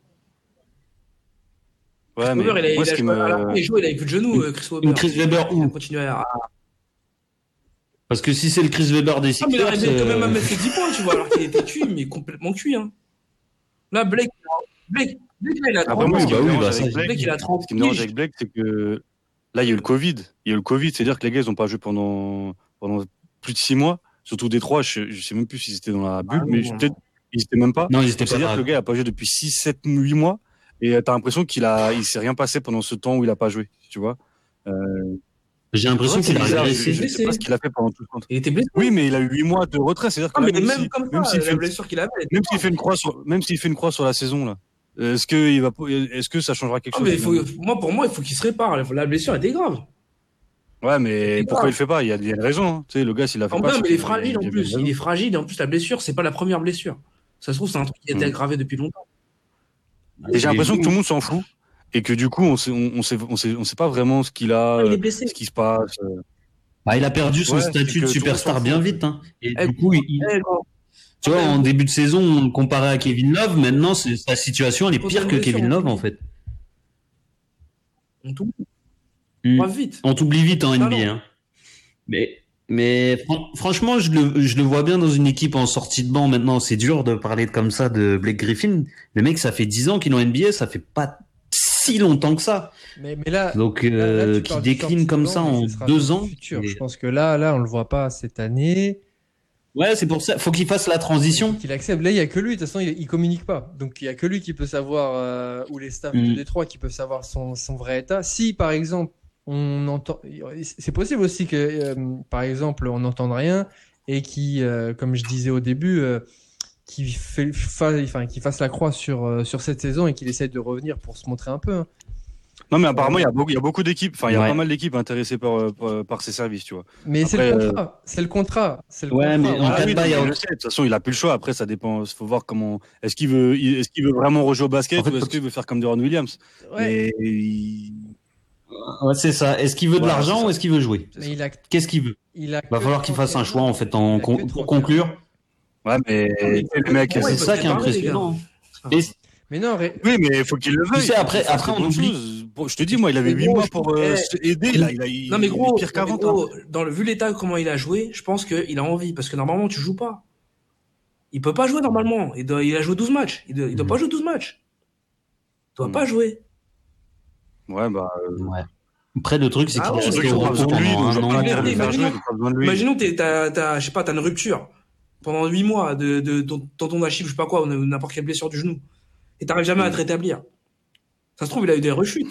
Ouais, mais Weber, il a, moi, il ce a qui joué à la fin, me. il jouait, il avait plus de genoux, euh, Chris Weber. Une Chris Webber Il a où? continué à. Parce que si c'est le Chris Webber des Ah, mais il Sixers, arrivait quand même à euh, mettre ses dix points, tu vois, alors qu'il était cuit, mais complètement cuit. Hein. Là, Blake, Blake, Blake, là, il a Après, trente moi, oui, ce qui bah me oui, dérange bah, avec ça, Blake, Blake, il a trente ce qui me dérange piges. avec Blake, c'est que là, il y a eu le Covid. Il y a eu le Covid, c'est-à-dire que les gars, ils n'ont pas joué pendant, pendant plus de six mois. Surtout Détroit, je, je sais même plus s'ils étaient dans la bulle, Ah, mais non. peut-être ils étaient même pas. non, ils étaient pas C'est-à-dire là. que le gars, il a pas joué depuis six, sept, huit mois. Et t'as l'impression qu'il a, il s'est rien passé pendant ce temps où il a pas joué, tu vois. Euh, J'ai l'impression c'est qu'il a bizarre, je, régressé. je sais pas ce qu'il a fait pendant tout le temps. Il était blessé. Oui, mais il a eu huit mois de retrait, c'est-à-dire que Ah, là, mais même, même si, comme même ça, s'il la fait, blessure qu'il avait. elle était même s'il pas- fait une croix sur, même s'il fait une croix sur la saison, là, est-ce que il va, est-ce que ça changera quelque Ah, chose? mais il faut, moi, pour moi, il faut qu'il se répare. La blessure était grave. Ouais, mais C'est pourquoi grave. il le fait pas? Il y a, il y a une raison, hein. Tu sais, le gars, s'il a fait En pas, vrai, c'est mais il est qu'il y a- fragile il y a en bien plus. une raison. Il est fragile et en plus, la blessure, c'est pas la première blessure. Ça se trouve, c'est un truc qui a été Mm. aggravé depuis longtemps. Et j'ai l'impression que tout le monde s'en fout. Et que du coup, on sait, on, on sait, on sait, on sait pas vraiment ce qu'il a, Ah, il est euh, blessé. ce qui se passe. euh. Bah, il a perdu son Ouais, statut c'est de que tout le superstar monde s'en bien fout. vite. Hein. Et Eh, du coup, il, il- Eh, gros, tu vois, en début de saison, comparé à Kevin Love, maintenant, c'est- sa situation, elle est Faut pire faire que une blessure, Kevin on Love, dit. en fait. on tout. On va vite. On t'oublie vite en N B A. non. Hein. Mais, mais fran- franchement, je le, je le vois bien dans une équipe en sortie de banc maintenant. C'est dur de parler comme ça de Blake Griffin. Le mec, ça fait dix ans qu'il est en N B A, ça fait pas si longtemps que ça. Mais, mais là, Donc, là, là, euh, tu qui parles du décline sorti comme de ça banc, mais en ce sera deux pour le ans. futur. et- Je pense que là, là, on le voit pas cette année. Ouais, c'est pour ça. Faut qu'il fasse la Il transition. faut qu'il accepte. Là, il y a que lui. De toute façon, il, il communique pas. Donc, il y a que lui qui peut savoir, euh, ou les staffs Mm. de Détroit qui peuvent savoir son, son vrai état. Si, par exemple, on entend, c'est possible aussi que, euh, par exemple, on n'entende rien et qui, euh, comme je disais au début, euh, qui fait, fa- enfin, qui fasse la croix sur euh, sur cette saison et qu'il essaie de revenir pour se montrer un peu. Hein. Non, mais apparemment, il y a beaucoup, il y a beaucoup d'équipes, enfin, il y a Ouais. pas mal d'équipes intéressées par, euh, par, par ses services, tu vois. Mais c'est Après, le contrat. C'est le contrat. C'est le Ouais, contrat. mais en Voilà. cas de oui, bail non, out. je le sais. De toute façon, il a plus le choix. Après, ça dépend. Il faut voir comment. Est-ce qu'il veut, il- est-ce qu'il veut vraiment rejouer au basket En fait, ou est-ce faut- qu'il veut faire comme Deron Williams? Ouais. Mais il- Ouais, c'est ça. Est-ce qu'il veut de Voilà, l'argent c'est ça. ou est-ce qu'il veut jouer? Mais il a, Qu'est-ce qu'il veut? il a. Va que falloir qu'il fasse un trente et un choix, ans. en fait, en Il a con- que pour trente et un conclure. ans. ouais, mais mais le mec, ouais, C'est il ça faut qui est parler, impressionnant. les Et, Mais non, ré- oui, mais il faut qu'il le veuille. sais, après- Il faut après, faire on autre oublie- chose. Bon, je te dis, moi, il avait Mais huit gros, mois je pour trouve- euh, eh, se aider. Là, il a, il, Non mais il gros, est pire qu'avant. non, mais gros, dans le, vu l'état comment il a joué, je pense qu'il a envie parce que normalement tu joues pas. Il peut pas jouer normalement. Il, doit, il a joué douze matchs. Il doit, il doit Mhm. pas jouer douze matchs. Il doit Mhm. pas jouer. Ouais, bah. euh, ouais. Après, le truc, c'est Ah qu'il ouais, est surtout resté qu'ils au ont pas repos besoin de lui, pendant donc je un vois pas an. l'intérêt de le faire Imaginons- jouer, ils ont pas besoin de lui. Imaginons t'es, t'as, t'as, je sais pas, t'as une rupture pendant huit mois de, de, de tendon d'Achille, je sais pas quoi, ou n'importe quelle blessure du genou, et t'arrives jamais à te rétablir. Ça se trouve, il a eu des rechutes.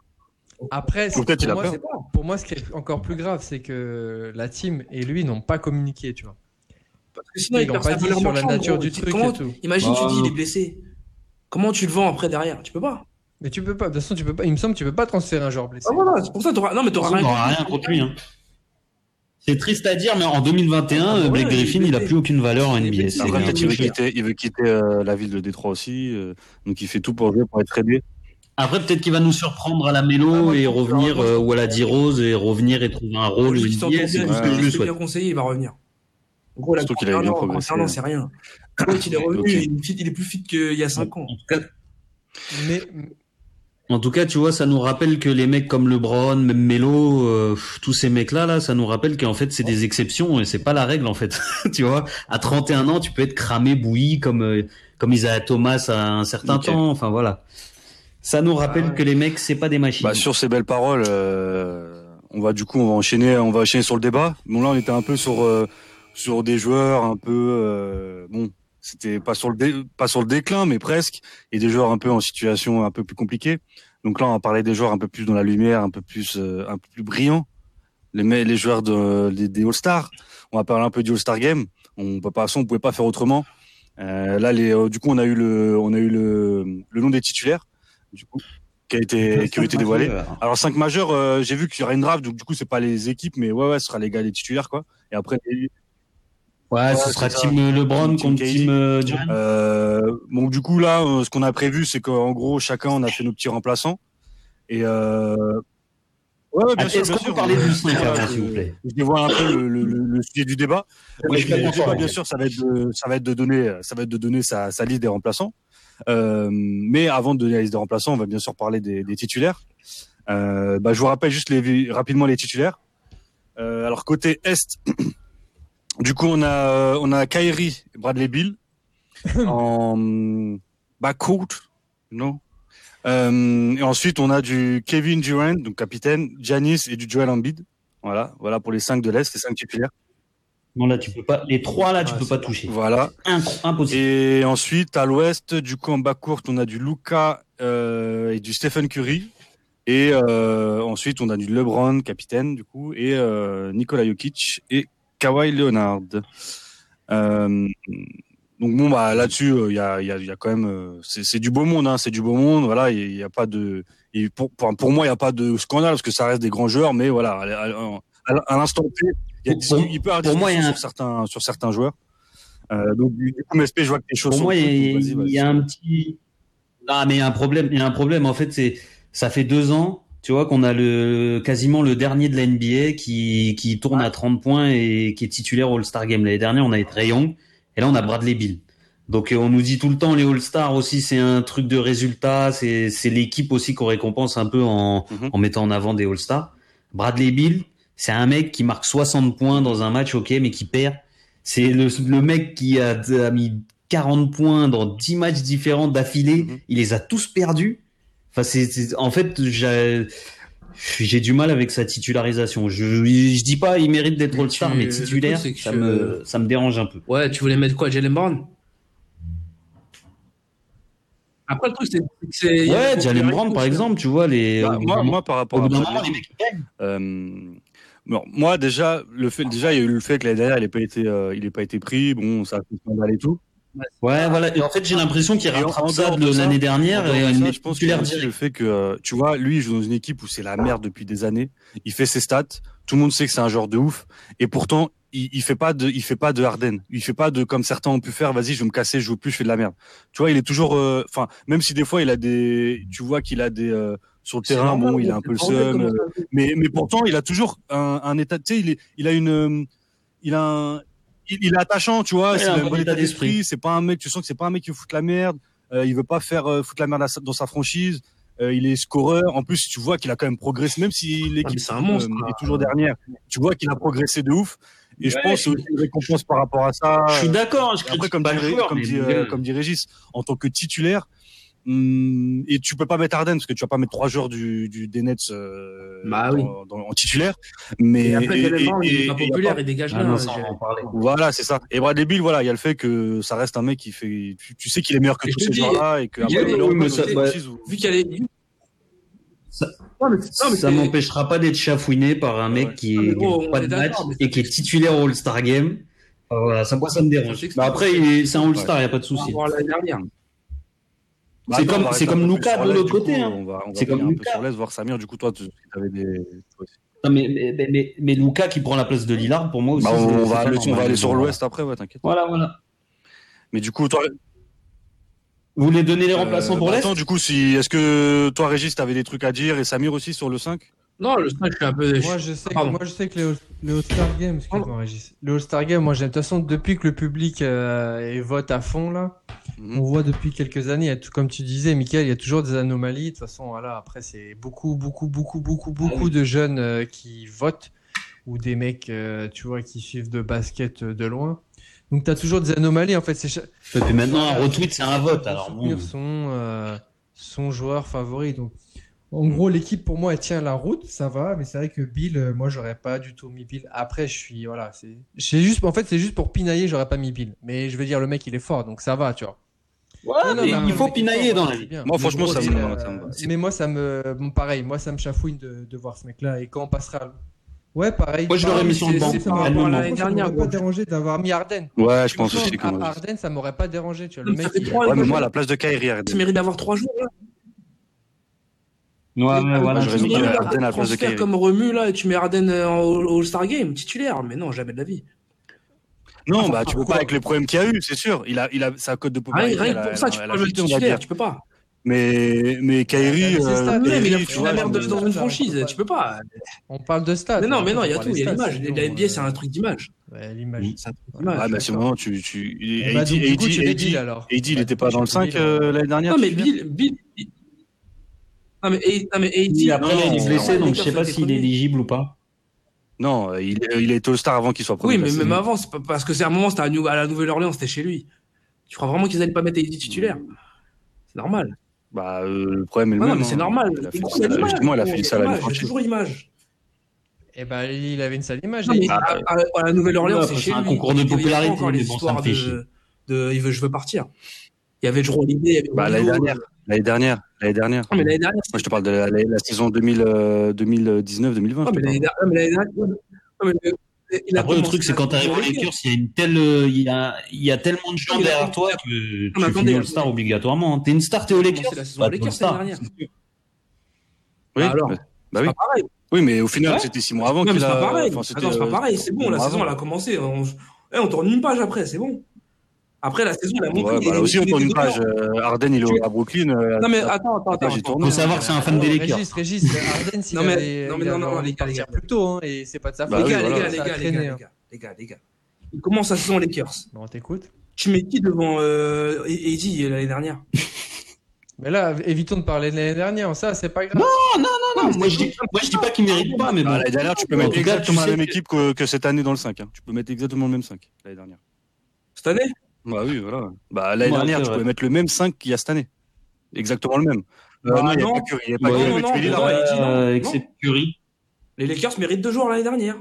après, Ou peut-être pour il a moi, peur. c'est- pour moi, ce qui est encore plus grave, c'est que la team et lui n'ont pas communiqué, tu vois. Parce que sinon, Ils il n'ont perd pas sa dit valeur sur la marchande, nature gros. du Tu- truc comment- et tout. Imagine, tu Ah, dis, il non. est blessé. Comment tu le vends après derrière? Tu peux pas. Mais tu peux pas, de toute façon, tu peux pas, il me semble que tu peux pas transférer un joueur blessé. Ah, voilà, c'est pour ça, t'auras, non, mais t'auras On rien. n'aura rien contre lui. Hein. C'est triste à dire, mais en deux mille vingt et un, Ah, ouais, Blake il est Griffin, il a blessé. plus aucune valeur en Il est N B A. blessé. C'est Après, un peut-être il veut truc. quitter, il veut quitter euh, la ville de Détroit aussi. euh, donc, il fait tout pour jouer, pour être aidé. Après, peut-être qu'il va nous surprendre à la mélo Ah, moi, et je pense que revenir, alors, moi, je euh, pense ou à la que- D-Rose et revenir et trouver un rôle au Juste qu'il N s'entend B A. bien, C'est tout juste ce que je lui qu'il est souhaite. bien conseillé, il va revenir. En gros, là, Surtout qu'il avait bien progressé. Non, c'est rien. L'autre, il est revenu, Ok. il, est fit- il est plus fit qu'il y a cinq ans. En tout cas, Mais, En tout cas, tu vois, ça nous rappelle que les mecs comme LeBron, même Melo, euh, tous ces mecs-là, là, ça nous rappelle qu'en fait, c'est des exceptions et c'est pas la règle, en fait. Tu vois, à trente et un ans, tu peux être cramé, bouilli, comme euh, comme Isaiah Thomas à un certain Ok. temps. Enfin, voilà. Ça nous rappelle Ah ouais. que les mecs, c'est pas des machines. Bah, sur ces belles paroles, euh, on va du coup, on va enchaîner, on va enchaîner sur le débat. Bon, là, on était un peu sur euh, sur des joueurs un peu, euh, bon, c'était pas sur le dé- pas sur le déclin, mais presque, et des joueurs un peu en situation un peu plus compliquée. Donc là, on va parler des joueurs un peu plus dans la lumière, un peu plus euh, un peu plus brillants, les me- les joueurs de des, des All-Stars. On va parler un peu du All-Star Game. On peut pas, on pouvait pas faire autrement. Euh, là, les, euh, du coup, on a eu le, on a eu le, le nom des titulaires, du coup, qui a été, qui ont été dévoilés. Alors cinq majeurs, euh, j'ai vu qu'il y aura une draft, donc du coup c'est pas les équipes, mais ouais ouais, ce sera les gars les titulaires quoi. Et après, Ouais, Ouais, ce sera c'est ça. Team LeBron Team contre K D. Team euh, Durant. euh, donc du coup là, euh, ce qu'on a prévu, c'est qu'en gros chacun on a fait nos petits remplaçants. Et euh... ouais, ouais, bien Ah, sûr, est-ce bien qu'on sûr. peut parler du cinq Voilà, avant, je- s'il vous plaît? Je dévoile un peu le, le, le, le sujet du débat. Oui, Le je suis sujet du d'accord, débat, bien ok. sûr, ça va être de, ça va être de donner, ça va être de donner sa, sa liste des remplaçants. Euh, mais avant de donner la liste des remplaçants, on va bien sûr parler des, des titulaires. Euh, bah, je vous rappelle juste les, rapidement les titulaires. Euh, alors côté Est, du coup on a on a Kyrie, Bradley Beal en backcourt, non. Euh, et ensuite on a du Kevin Durant, donc capitaine, Giannis et du Joel Embiid. Voilà, voilà pour les cinq de l'Est, les cinq titulaires. Non, là, tu peux pas. Les trois, là, tu Ah, peux c'est pas bon. toucher. Voilà. Inc- Impossible. Et ensuite, à l'ouest, du coup, en bas courte, on a du Luka euh, et du Stephen Curry. Et euh, ensuite, on a du LeBron, capitaine, du coup, et euh, Nikola Jokic et Kawhi Leonard. Euh, donc bon, bah là-dessus, il y a, y, a, y a quand même, euh, c'est, c'est du beau monde, hein, c'est du beau monde. Voilà, il y, a pas de, y, pour, pour, pour moi, il y a pas de scandale parce que ça reste des grands joueurs, mais voilà, à, à, à l'instant T, y a, Pour- il peut y avoir pour des moi, il y a discussions un- sur certains, sur certains joueurs. Euh, donc du coup, M S P, je vois que tes choses Pour sont moi, il y, a- Vas-y, vas-y. il y a un petit. Non, mais il y a un problème. Il y a un problème. En fait, c'est ça fait deux ans, tu vois, qu'on a le quasiment le dernier de la N B A qui qui tourne à trente points et qui est titulaire All-Star Game. L'année dernière, on a Trae Young, et là, on a Bradley Beal. Donc on nous dit tout le temps les All-Stars aussi, c'est un truc de résultat, c'est c'est l'équipe aussi qu'on récompense un peu en mm-hmm. en mettant en avant des All-Stars. Bradley Beal, c'est un mec qui marque soixante points dans un match, ok, mais qui perd. C'est le le mec qui a, a mis quarante points dans dix matchs différents d'affilée, mm-hmm. il les a tous perdus. Enfin c'est, c'est en fait j'ai j'ai du mal avec sa titularisation. Je je dis pas il mérite d'être All-Star, mais titulaire, ça je... me ça me dérange un peu. Ouais, tu voulais mettre quoi, Jaylen Brown? Après, le truc, c'est. c'est ouais, Jaylen Brown, par exemple, tu vois, les. Bah, moi, moi, par rapport à. Moment, les mecs gagnent. Euh, bon, moi, déjà, le fait, déjà, il y a eu le fait que l'année dernière, il n'ait pas été, euh, il n'ait pas été pris. Bon, ça a fait scandale et tout. Ouais, voilà. Et en fait, j'ai l'impression qu'il rattrape ça de l'année dernière. Et ça, je pense que le fait que, euh, tu vois, lui, il joue dans une équipe où c'est la merde depuis des années. Il fait ses stats. Tout le monde sait que c'est un joueur de ouf. Et pourtant, il, il fait pas de, il fait pas de Harden. Il fait pas de, comme certains ont pu faire, vas-y, je vais me casser, je joue plus, je fais de la merde. Tu vois, il est toujours, enfin, euh, même si des fois il a des, tu vois qu'il a des, euh, sur le terrain, bon, il a un peu le seum, euh, mais, mais pourtant, il a toujours un, un état, tu sais, il est, il a une, il a un, il, il est attachant, tu vois, ouais, c'est un bon état d'esprit. d'esprit. C'est pas un mec, tu sens que c'est pas un mec qui veut foutre la merde. Euh, il veut pas faire euh, foutre la merde dans sa franchise. Euh, il est scoreur. En plus, tu vois qu'il a quand même progressé, même si l'équipe ah, un monstre, euh, est toujours dernière. Tu vois qu'il a progressé de ouf. Et ouais, je pense qu'il y a une récompense par rapport à ça. Je suis d'accord. Je Après, comme, dit, joueur, comme, dit, euh, comme dit Régis, en tant que titulaire, hum, et tu peux pas mettre Harden parce que tu vas pas mettre trois joueurs du, du des Nets euh, bah, dans, oui. dans, en titulaire. Mais et après, et, et, et, il est pas populaire, il dégage là. Voilà, c'est ça. Et Bradley Beal, voilà, il y a le fait que ça reste un mec qui fait. Tu, tu sais qu'il est meilleur que et tous ces joueurs-là et que après, il oui, ça, bah, vu qu'il y a les Ça, non, mais, non, mais ça m'empêchera pas d'être chafouiné par un mec ouais. qui est gros, pas de match et qui est titulaire au All-Star Game. Euh, voilà, ça, moi, ça me dérange. Bah après, il est, c'est un All-Star, il ouais. n'y a pas de souci. Bah, c'est comme, c'est comme Luka de l'autre côté. Hein. On va, on va c'est comme un Luka. peu sur l'aise, voir Samir. Du coup, toi, tu avais des. Non, mais, mais, mais, mais Luka qui prend la place de Lillard, pour moi aussi. Bah, on, on, va aller, on va aller sur l'Ouest après, ouais, t'inquiète. Voilà, voilà. Mais du coup, toi. Vous voulez donner les remplaçants euh, pour bah, l'Est? Attends, du coup, si, est-ce que toi, Régis, t'avais des trucs à dire et Samir aussi sur le cinq? Non, le cinq, je suis un peu. Moi, je sais que, moi, je sais que les, les All-Star Games, excuse-moi, Régis. Les All-Star Games, moi, j'ai de toute façon, depuis que le public euh, vote à fond, là, mm-hmm. on voit depuis quelques années, il y a tout, comme tu disais, Mickaël, il y a toujours des anomalies. De toute façon, voilà, après, c'est beaucoup, beaucoup, beaucoup, beaucoup, beaucoup de jeunes euh, qui votent ou des mecs, euh, tu vois, qui suivent de basket de loin. Donc, tu as toujours des anomalies, en fait. C'est ch... Et puis maintenant, un retweet, c'est un vote. Alors, bon. son, euh, son joueur favori. Donc, en gros, l'équipe, pour moi, elle tient la route. Ça va. Mais c'est vrai que Bill, euh, moi, j'aurais pas du tout mis Bill. Après, je suis, voilà. C'est, c'est juste, en fait, c'est juste pour pinailler, j'aurais pas mis Bill. Mais je veux dire, le mec, il est fort. Donc, ça va, tu vois. Ouais, non, non, mais il faut pinailler dans la vie. Moi, franchement, ça me, euh, ça me. Mais moi, ça me. Bon, pareil, moi, ça me chafouine de, de voir ce mec-là. Et quand on passera. Ouais, pareil. Moi, je l'aurais mis sur le banc. Ça m'aurait pas dérangé d'avoir mis Harden. Ouais, je pense aussi. Harden, ça m'aurait pas dérangé. Tu vois, le mec. Ouais, mais moi, à la place de Kyrie, Harden. Tu mérites d'avoir trois jours, là. Ouais, mais voilà. J'aurais mis Harden à la place de Kyrie. Comme remue, là, et tu mets Harden au All-Star Game, titulaire. Mais non, jamais de la vie. Non, bah, tu peux pas avec les problèmes qu'il y a eu, c'est sûr. Il a, il a sa cote de popularité. Rien que pour ça, tu peux pas jouer titulaire, tu peux pas. Mais, mais Kyrie, euh, mais il a foutu la merde dans une franchise, tu peux pas. On parle de stats. Mais non, mais non, il y a tout, il y a l'image. La N B A, c'est un truc d'image. Ouais, l'image. C'est un truc d'image. Ah, bah, c'est moment, tu, tu, A D, il était pas dans le cinq, l'année dernière. Non, mais Bill, Bill, non, mais, non, mais A D. Après, il est blessé, donc je sais pas s'il est éligible ou pas. Non, il, il est All-Star avant qu'il soit premier. Oui, mais même avant, c'est pas, parce que c'est un moment, c'était à, à la Nouvelle-Orléans, c'était chez lui. Tu crois vraiment qu'ils allaient pas mettre A D titulaire? C'est normal. Bah, euh, le problème est le non, même. Non, mais c'est normal. Il a fait ça, justement, il a fait ça à la J'ai toujours l'image. Eh ben, il avait une sale image. Non, mais à, à, à la Nouvelle-Orléans, c'est chez lui. C'est un concours de popularité. Encore les histoires de, de, il veut, je veux partir. Il y avait Jrue Holiday. Bah, l'année dernière. L'année dernière. L'année dernière. Non, mais l'année dernière. Moi, je te parle de la, la, la saison deux mille dix-neuf deux mille vingt. Non, mais l'année dernière. Il Après, le truc, c'est quand tu arrives aux Lakers, il y a une telle, il y a, il y a tellement de gens derrière toi que tu non, finis All-Star obligatoirement. T'es une star, t'es aux Lakers. C'est la saison bah, Lakers l'année dernière. Oui, bah, alors, bah, bah oui. Pareil. Oui, mais au final, ouais. c'était six mois avant non, qu'il a. Pas pareil. Enfin, Attends, c'est pas pareil. C'est bon, la saison, elle a commencé. On, eh, on tourne une page après, c'est bon. Après, la saison, elle a montré. Ouais, bah, là aussi, on tourne une page. Harden, il est à Brooklyn. Non, mais attends, attends, attends. Il faut savoir que c'est un fan des Lakers. Régis, Régis, Harden, s'il avait. Non, mais non, non, les gars, les gars. Plus tôt, hein, et c'est pas de sa faute. Les gars, les gars, les gars, les gars, les gars, les gars. Il commence sa saison Lakers. Bon, t'écoutes. Tu mets qui devant euh, Eddie l'année dernière? Mais là, évitons de parler de l'année dernière. Ça, c'est pas grave. Non, non, non, non. Moi, je dis, moi, je dis pas qu'il mérite pas, mais bon. Ah, l'année dernière, tu peux En mettre tout cas, exactement tu la sais même que- équipe que, que cette année dans le cinq. Hein. Tu peux mettre exactement le même cinq l'année dernière. Cette année? Bah oui, voilà. Bah, l'année Ouais, dernière, c'est tu vrai. pouvais mettre le même cinq qu'il y a cette année. Exactement le même. Euh, Bah, non, il n'y non. avait pas Curry. Il n'y avait pas Ouais, Curry, non, mais non, tu mets non, Lillard. non, Ouais. il dit non. Euh, avec Non. ses Curry. Les Lakers méritent deux joueurs l'année dernière.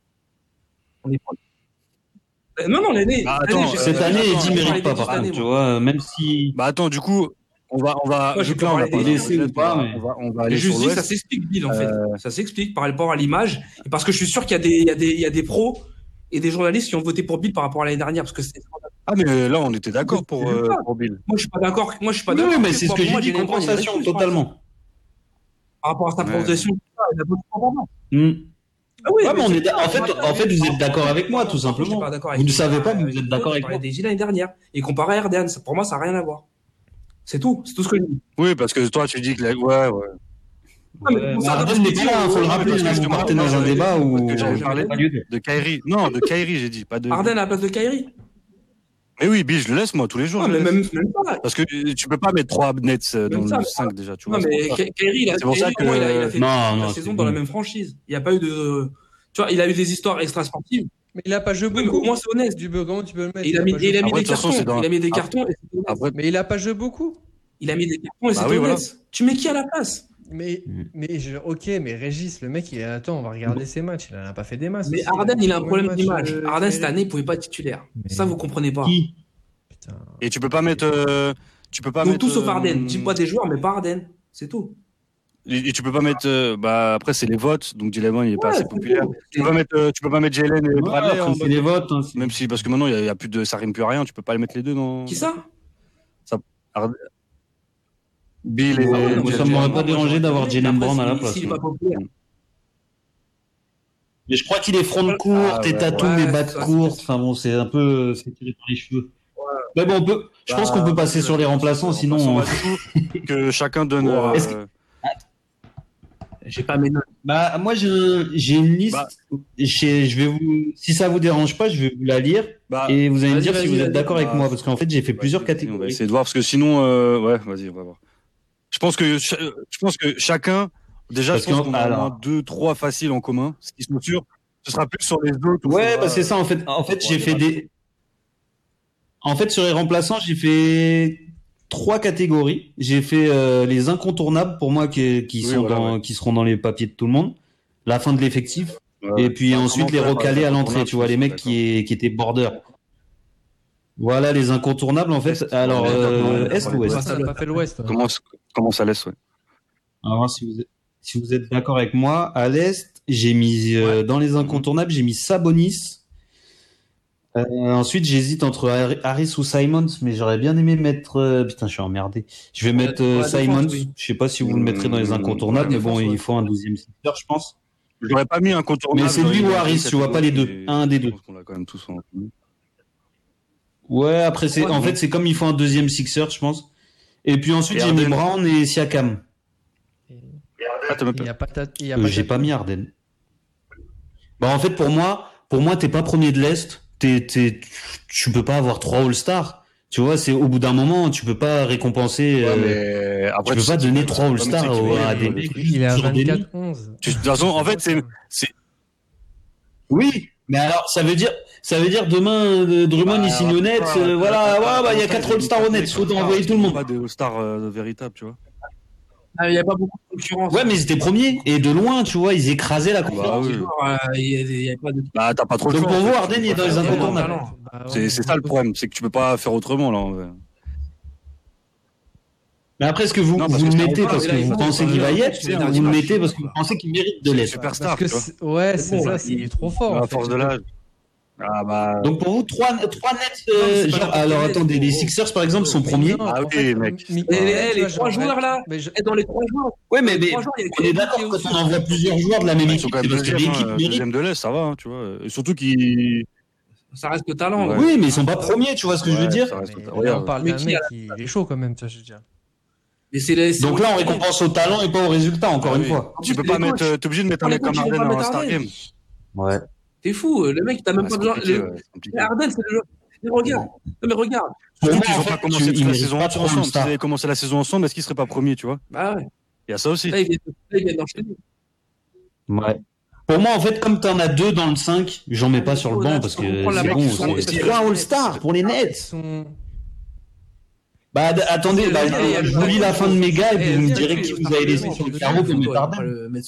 On est pas- Euh, Non, non, l'année. Bah, l'année, attends, j'ai- Cette Euh, année, attends, Eddie on va mérite parler pas, d'Eddie par cette année, contre, tu moi. vois, même si. Bah attends, du coup, on va, on va, Moi, vu j'ai que pas là, on a parlé parlé des de laissés ou l'Est, pas, on va- mais- on va, on va Et aller je sur dis, ça l'Ouest. s'explique, Bill, en fait. Euh, Ça s'explique par rapport à l'image. Et parce que je suis sûr qu'il y a des, il y a des, il y a des pros et des journalistes qui ont voté pour Bill par rapport à l'année dernière. Parce que c'est, Ah, mais là, on était d'accord pour, C'est euh, ça. pour Bill. moi, je suis pas d'accord. Moi, je suis pas Oui, d'accord. oui, mais c'est ce Pour que j'ai moi, dit, Jalen Brown, il compensation, mérite plus, totalement. Par rapport à sa Ouais. progression, il a d'autres points. Hmm. Ah oui, Ouais, mais on c'est est d'a- clair. en fait, en fait, vous êtes d'accord avec moi, tout Je suis simplement. pas d'accord Vous avec ne lui. savez pas, mais vous êtes Avec d'accord lui, avec je parlais moi. des Gilles l'année dernière. Et comparé à Arden, ça- pour moi, ça n'a rien à voir. C'est tout. C'est tout ce que je dis. Oui, parce que toi, tu dis que la... ouais, ouais. Ah, mais Ouais, pour mais ça, Harden parce que n'est je pas dis, là, faut le euh, rappeler, parce que là, vous justement, partez non, dans un j'avais- débat parce où que j'avais ça parlé n'a pas lieu d'être. de Kyrie. Non, de Kyrie, j'ai dit, pas de. Harden à la place de Kyrie. Mais oui, Bill, je le laisse, moi, tous les jours. Ah, je le mais laisse. même, même pas. Parce que euh, tu peux pas mettre trois nets euh, dans Même ça, le mais- cinq déjà, tu Non, vois. mais c'est pour ça. Ky- Kyrie, il a, C'est pour ça Kyrie, au moins, il a, il a que- fait Non, la non, saison c'est dans la bon. même franchise. Il n'y a pas eu de. Tu vois, il a eu des histoires extra-sportives. Mais il a pas joué Oui, mais beaucoup. au moins, c'est honnête. Du peu, comment tu peux le mettre Et il a mis, pas et joué il a mis Après, des de toute façon, cartons. c'est dans- Il a mis des Après- cartons et c'est honnête. Après, Mais il a pas joué beaucoup. Il a mis des cartons et Bah c'est oui, honnête. voilà. Tu mets qui à la place? Mais, Mm. mais je, ok, mais Régis, le mec, il est attends, on va regarder ses matchs. Il en a pas fait des masses. Mais aussi. Arden, il a un Combien de problème matchs, d'image. euh, Arden, qu'il cette mérite année, il pouvait pas être titulaire. Mais- Ça, vous comprenez pas. Qui Putain. Et tu peux pas mettre. euh, Tu peux pas Donc, mettre. tout sauf euh, Arden. Dis-moi des joueurs, mais pas Arden. C'est tout. Et et tu peux pas mettre. euh, Bah après, c'est les votes, donc Jalen Brown, il est pas Ouais, assez c'est populaire. tout. Tu peux pas mettre. euh, Tu peux pas mettre Jalen et Ouais, Bradley. après, en c'est mode- les votes. hein, c'est- Même si, parce que maintenant, il y a, il y a plus de. Ça rime plus à rien. Tu peux pas les mettre les deux dans. Qui ça? Arden- Bill et. Ouais, Ah ouais, non, moi, mais ça Jalen m'aurait Brown, pas moi, dérangé j'aurais d'avoir aimé. Jalen Après, Brown à la s'il- place. S'il est moi. pas populaire. Mais je crois qu'il est front de court, Ah, tête ouais, à tout, ouais, mais bas de ça, course. c'est- Enfin bon, c'est un peu, c'est tiré par les cheveux. Mais bon, on peut, je pense Bah, qu'on peut passer sur les remplaçants, En sinon. passant, bah, du coup, que chacun donne. Ouais. euh, Est-ce que- J'ai pas mes notes. Bah, moi, j'ai j'ai une liste. Bah. J'ai- je vais vous, si ça vous dérange pas, je vais vous la lire bah, et vous allez me vas-y, dire si vas-y, vous êtes vas-y. d'accord avec Bah, moi, parce qu'en fait, j'ai fait plusieurs vas-y, On va catégories. essayer de voir parce que sinon, euh, ouais, vas-y, on va voir. Je pense que cha- je pense que chacun, déjà, Parce je pense que- qu'on a au alors- moins deux, trois faciles en commun. Ce qui sont sûrs, ce sera plus sur les autres. où Ouais, faudra, bah c'est euh, ça en fait. En fait, Ouais, j'ai il y fait aura- des. En fait, sur les remplaçants, j'ai fait trois catégories. J'ai fait euh, les incontournables pour moi qui, qui Oui, sont voilà, dans, ouais. qui seront dans les papiers de tout le monde. La fin de l'effectif. Ouais, Et puis ouais. ensuite les Comment faire, recalés par à exemple, l'entrée, on a tu vois, plus, les mecs d'accord. qui, qui étaient border. Voilà les incontournables en fait. Est, Alors, ouais, euh, d'accord, est-ce que ouais, ouest ouais. Ça n'a pas fait l'Ouest. hein. Comment, comment ça laisse, ouais. Alors, si vous êtes, si vous êtes d'accord avec moi, à l'est, j'ai mis euh, dans les incontournables, j'ai mis Sabonis. Euh, ensuite, j'hésite entre Har- Harris ou Simons, mais j'aurais bien aimé mettre. euh, Putain, je suis emmerdé. Je vais mettre euh, la défense, Simons. oui. Je sais pas si vous le mettrez dans les Mmh, incontournables, la mais bon, défense, ouais. il faut un douzième secteur, je pense. Je l'aurais pas mis un contournable. Mais c'est lui ou Harris, tu vois, pas les deux. Un des deux. Je pense qu'on l'a quand même tous en commun. Ouais, après c'est, Ouais, en non. fait, c'est comme il faut un deuxième sixer, je pense. Et puis ensuite, Et j'ai mis Harden. Brown et Siakam. Ah, t'as même Il pas- n'y a pas ta- il y a Euh, pas j'ai ta- pas mis Harden. Bah en fait pour moi, pour moi t'es pas premier de l'est, t'es, t'es, tu peux pas avoir trois All-Stars. Tu vois, c'est au bout d'un moment, tu peux pas récompenser. Ouais, euh, mais après, tu peux pas sais- donner trois comme All-Stars tu sais qu'il au- est- à des il- mecs. Il est à sur des vingt-quatre onze. Tu- De toute façon, en fait, c'est Oui, mais alors ça veut dire, ça veut dire demain euh, Drummond Bah, il signe au Nets, pas- euh, voilà, pas- ouais, pas- bah il y a pas- quatre pas- All-Stars au Nets, faut envoyer tout le monde. Pas des All-Stars euh, véritables, tu vois. Ah, il n'y a pas beaucoup de concurrence. Ouais, mais ils étaient premiers et de loin, tu vois, ils écrasaient la Bah concurrence. oui. Euh, Il y a- il y a pas de. Bah, t'as pas trop de Donc choix, pour en vous, fait. Harden, il est dans les Ouais, incontournables. talent. Bah C'est c'est ça le problème, c'est que tu peux pas faire autrement là. en vrai. Mais après, est-ce que vous, Non, parce vous que le c'est mettez pas- parce mais que là, il vous faut- pensez qu'il va y être, c'est le ou dernier vous le match. mettez parce que vous pensez qu'il mérite de C'est l'être? super Parce star, que tu vois. c'est- ouais, c'est bon, ça, là, c'est- il- il est trop fort. À en fait. force de l'âge. Ah bah. Donc pour vous, trois, trois nets, euh, Non, c'est pas genre, la alors première, attendez, c'est les gros. Sixers par exemple sont Mais premiers. non, Ah en oui, fait, mec. Mi- Et les- Ouais, les tu vois, trois j'aurais- joueurs, là. mais je- Et dans les trois joueurs. Ouais, mais, Dans les mais trois joueurs, il y a on est Kevin d'accord qui est quand au-dessus. on envoie plusieurs joueurs de la même Ils équipe, sont quand c'est même parce que deuxième, l'équipe hein, mérite. deuxième de l'Est, ça va, hein, tu vois. Et surtout qu'ils. Ça reste le talent. Ouais. gros. Oui, mais ils sont pas premiers, tu vois ce que je veux Ouais, dire? ça reste mais le- là, regarde. on parle Mais d'un qui mec a- qui il est chaud quand même, tu vois, je veux dire. Mais c'est les- c'est Donc là, on les- récompense au talent et pas au résultat, encore Ah une oui. fois. Tu peux Les pas coachs. mettre. euh, T'es obligé de mettre un Les mec comme coachs, ils vont Harden pas en mettre Star Harden. Game. Ouais. T'es fou. Le mec, t'as même Ah, pas c'est besoin. compliqué, le- ouais, c'est compliqué. Harden, c'est le joueur. Mais regarde, non, mais regarde. Surtout moi, qu'ils en n'ont fait, pas commencé tu- toute ils la méritent saison pas ensemble. trop S'ils All-Star. avaient commencé la saison ensemble, est-ce qu'ils seraient pas premiers, tu vois? Bah ouais. Il y a ça aussi. Là, il vient, là, il vient d'enchaîner. Ouais. Pour moi, en fait, comme t'en as deux dans le cinq, j'en mets pas sur le Oh, banc là, parce tu que comprends la c'est marque, bon. ils sont- c'est- c'est C'est pas pas All-Star pour les Ils Nets. sont... Bah, d- attendez, bah, Il y a le- je vous lis la fin de mes gars et puis Eh, vous me viens, direz tu- qui tu- vous avez tu- laissé tu- sur le tu- carreau tu- pour tu- mettre Harden. le mettre-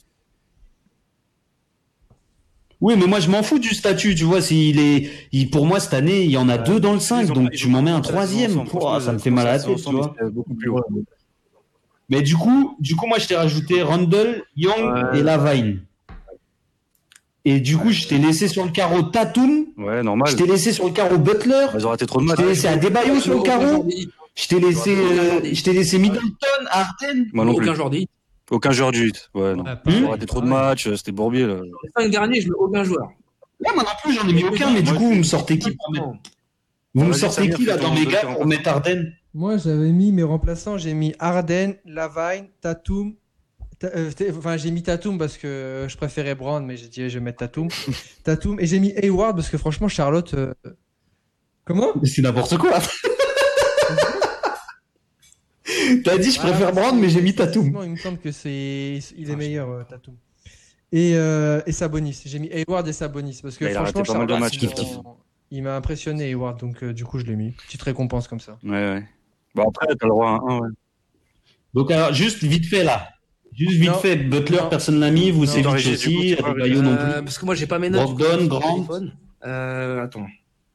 Oui, mais moi, je m'en fous du statut, tu vois. S'il est, il, pour moi, cette année, il y en a deux dans le cinq, Ils ont donc pas- tu ils ont m'en pas mets un commencé la saison troisième. ensemble. Pouah, Franchement, ça me ils fait ont mal à la commencé tête, tu ensemble, vois. c'était beaucoup plus haut. Mais du coup, du coup, moi, je t'ai rajouté Randle, Young et Lavine. Et du coup, je t'ai laissé sur le carreau Tatum. Ouais, normal. Je t'ai laissé sur le carreau Butler. Ils ont raté trop de Je matchs. t'ai laissé Adebayo sur le carreau. Je t'ai laissé, euh, je t'ai laissé Middleton, Harden. Moi non plus. Aucun joueur des Heat. Aucun joueur du huit. Ouais, non. Ah, Ils ont pareil, raté trop de pareil. matchs, c'était Bourbier, là. Les cinq derniers, je mets aucun joueur. Ouais, moi non plus, j'en ai mis aucun, mais du coup, vous me sortez qui pour mettre, vous me Vas-y, sortez Samir, qui là fais dans ton mes deux gars quarante. pour mettre Harden? Moi, j'avais mis mes remplaçants, j'ai mis Harden, Lavine, Tatum. Ta- euh, t- Enfin, j'ai mis Tatum parce que je préférais Brown, mais j'ai dit je vais mettre Tatum. Tatum. Et j'ai mis Hayward parce que franchement, Charlotte. euh, Comment? C'est n'importe quoi. T'as dit je préfère Brown, mais j'ai mis Tatum. Effectivement, il me semble que c'est il est meilleur, euh, Tatum. Et, euh, et Sabonis. J'ai mis Hayward et Sabonis parce que Là, il a franchement, raté pas mal de Charlotte, matchs, il, kiff, kiff. il m'a impressionné, Hayward. Donc, euh, du coup, je l'ai mis. Petite récompense comme ça. Ouais, ouais. Bon, après, t'as le droit à un un, ouais. Donc alors, juste vite fait là. Juste vite Non. fait, Butler, Non. personne l'a mis, vous Non. c'est Dans vite les G, du coup, aussi, tu vois, Adebayo non Euh, plus. parce que moi, j'ai pas mes notes. Brogdon, sur mon Grant. téléphone. Euh, attends.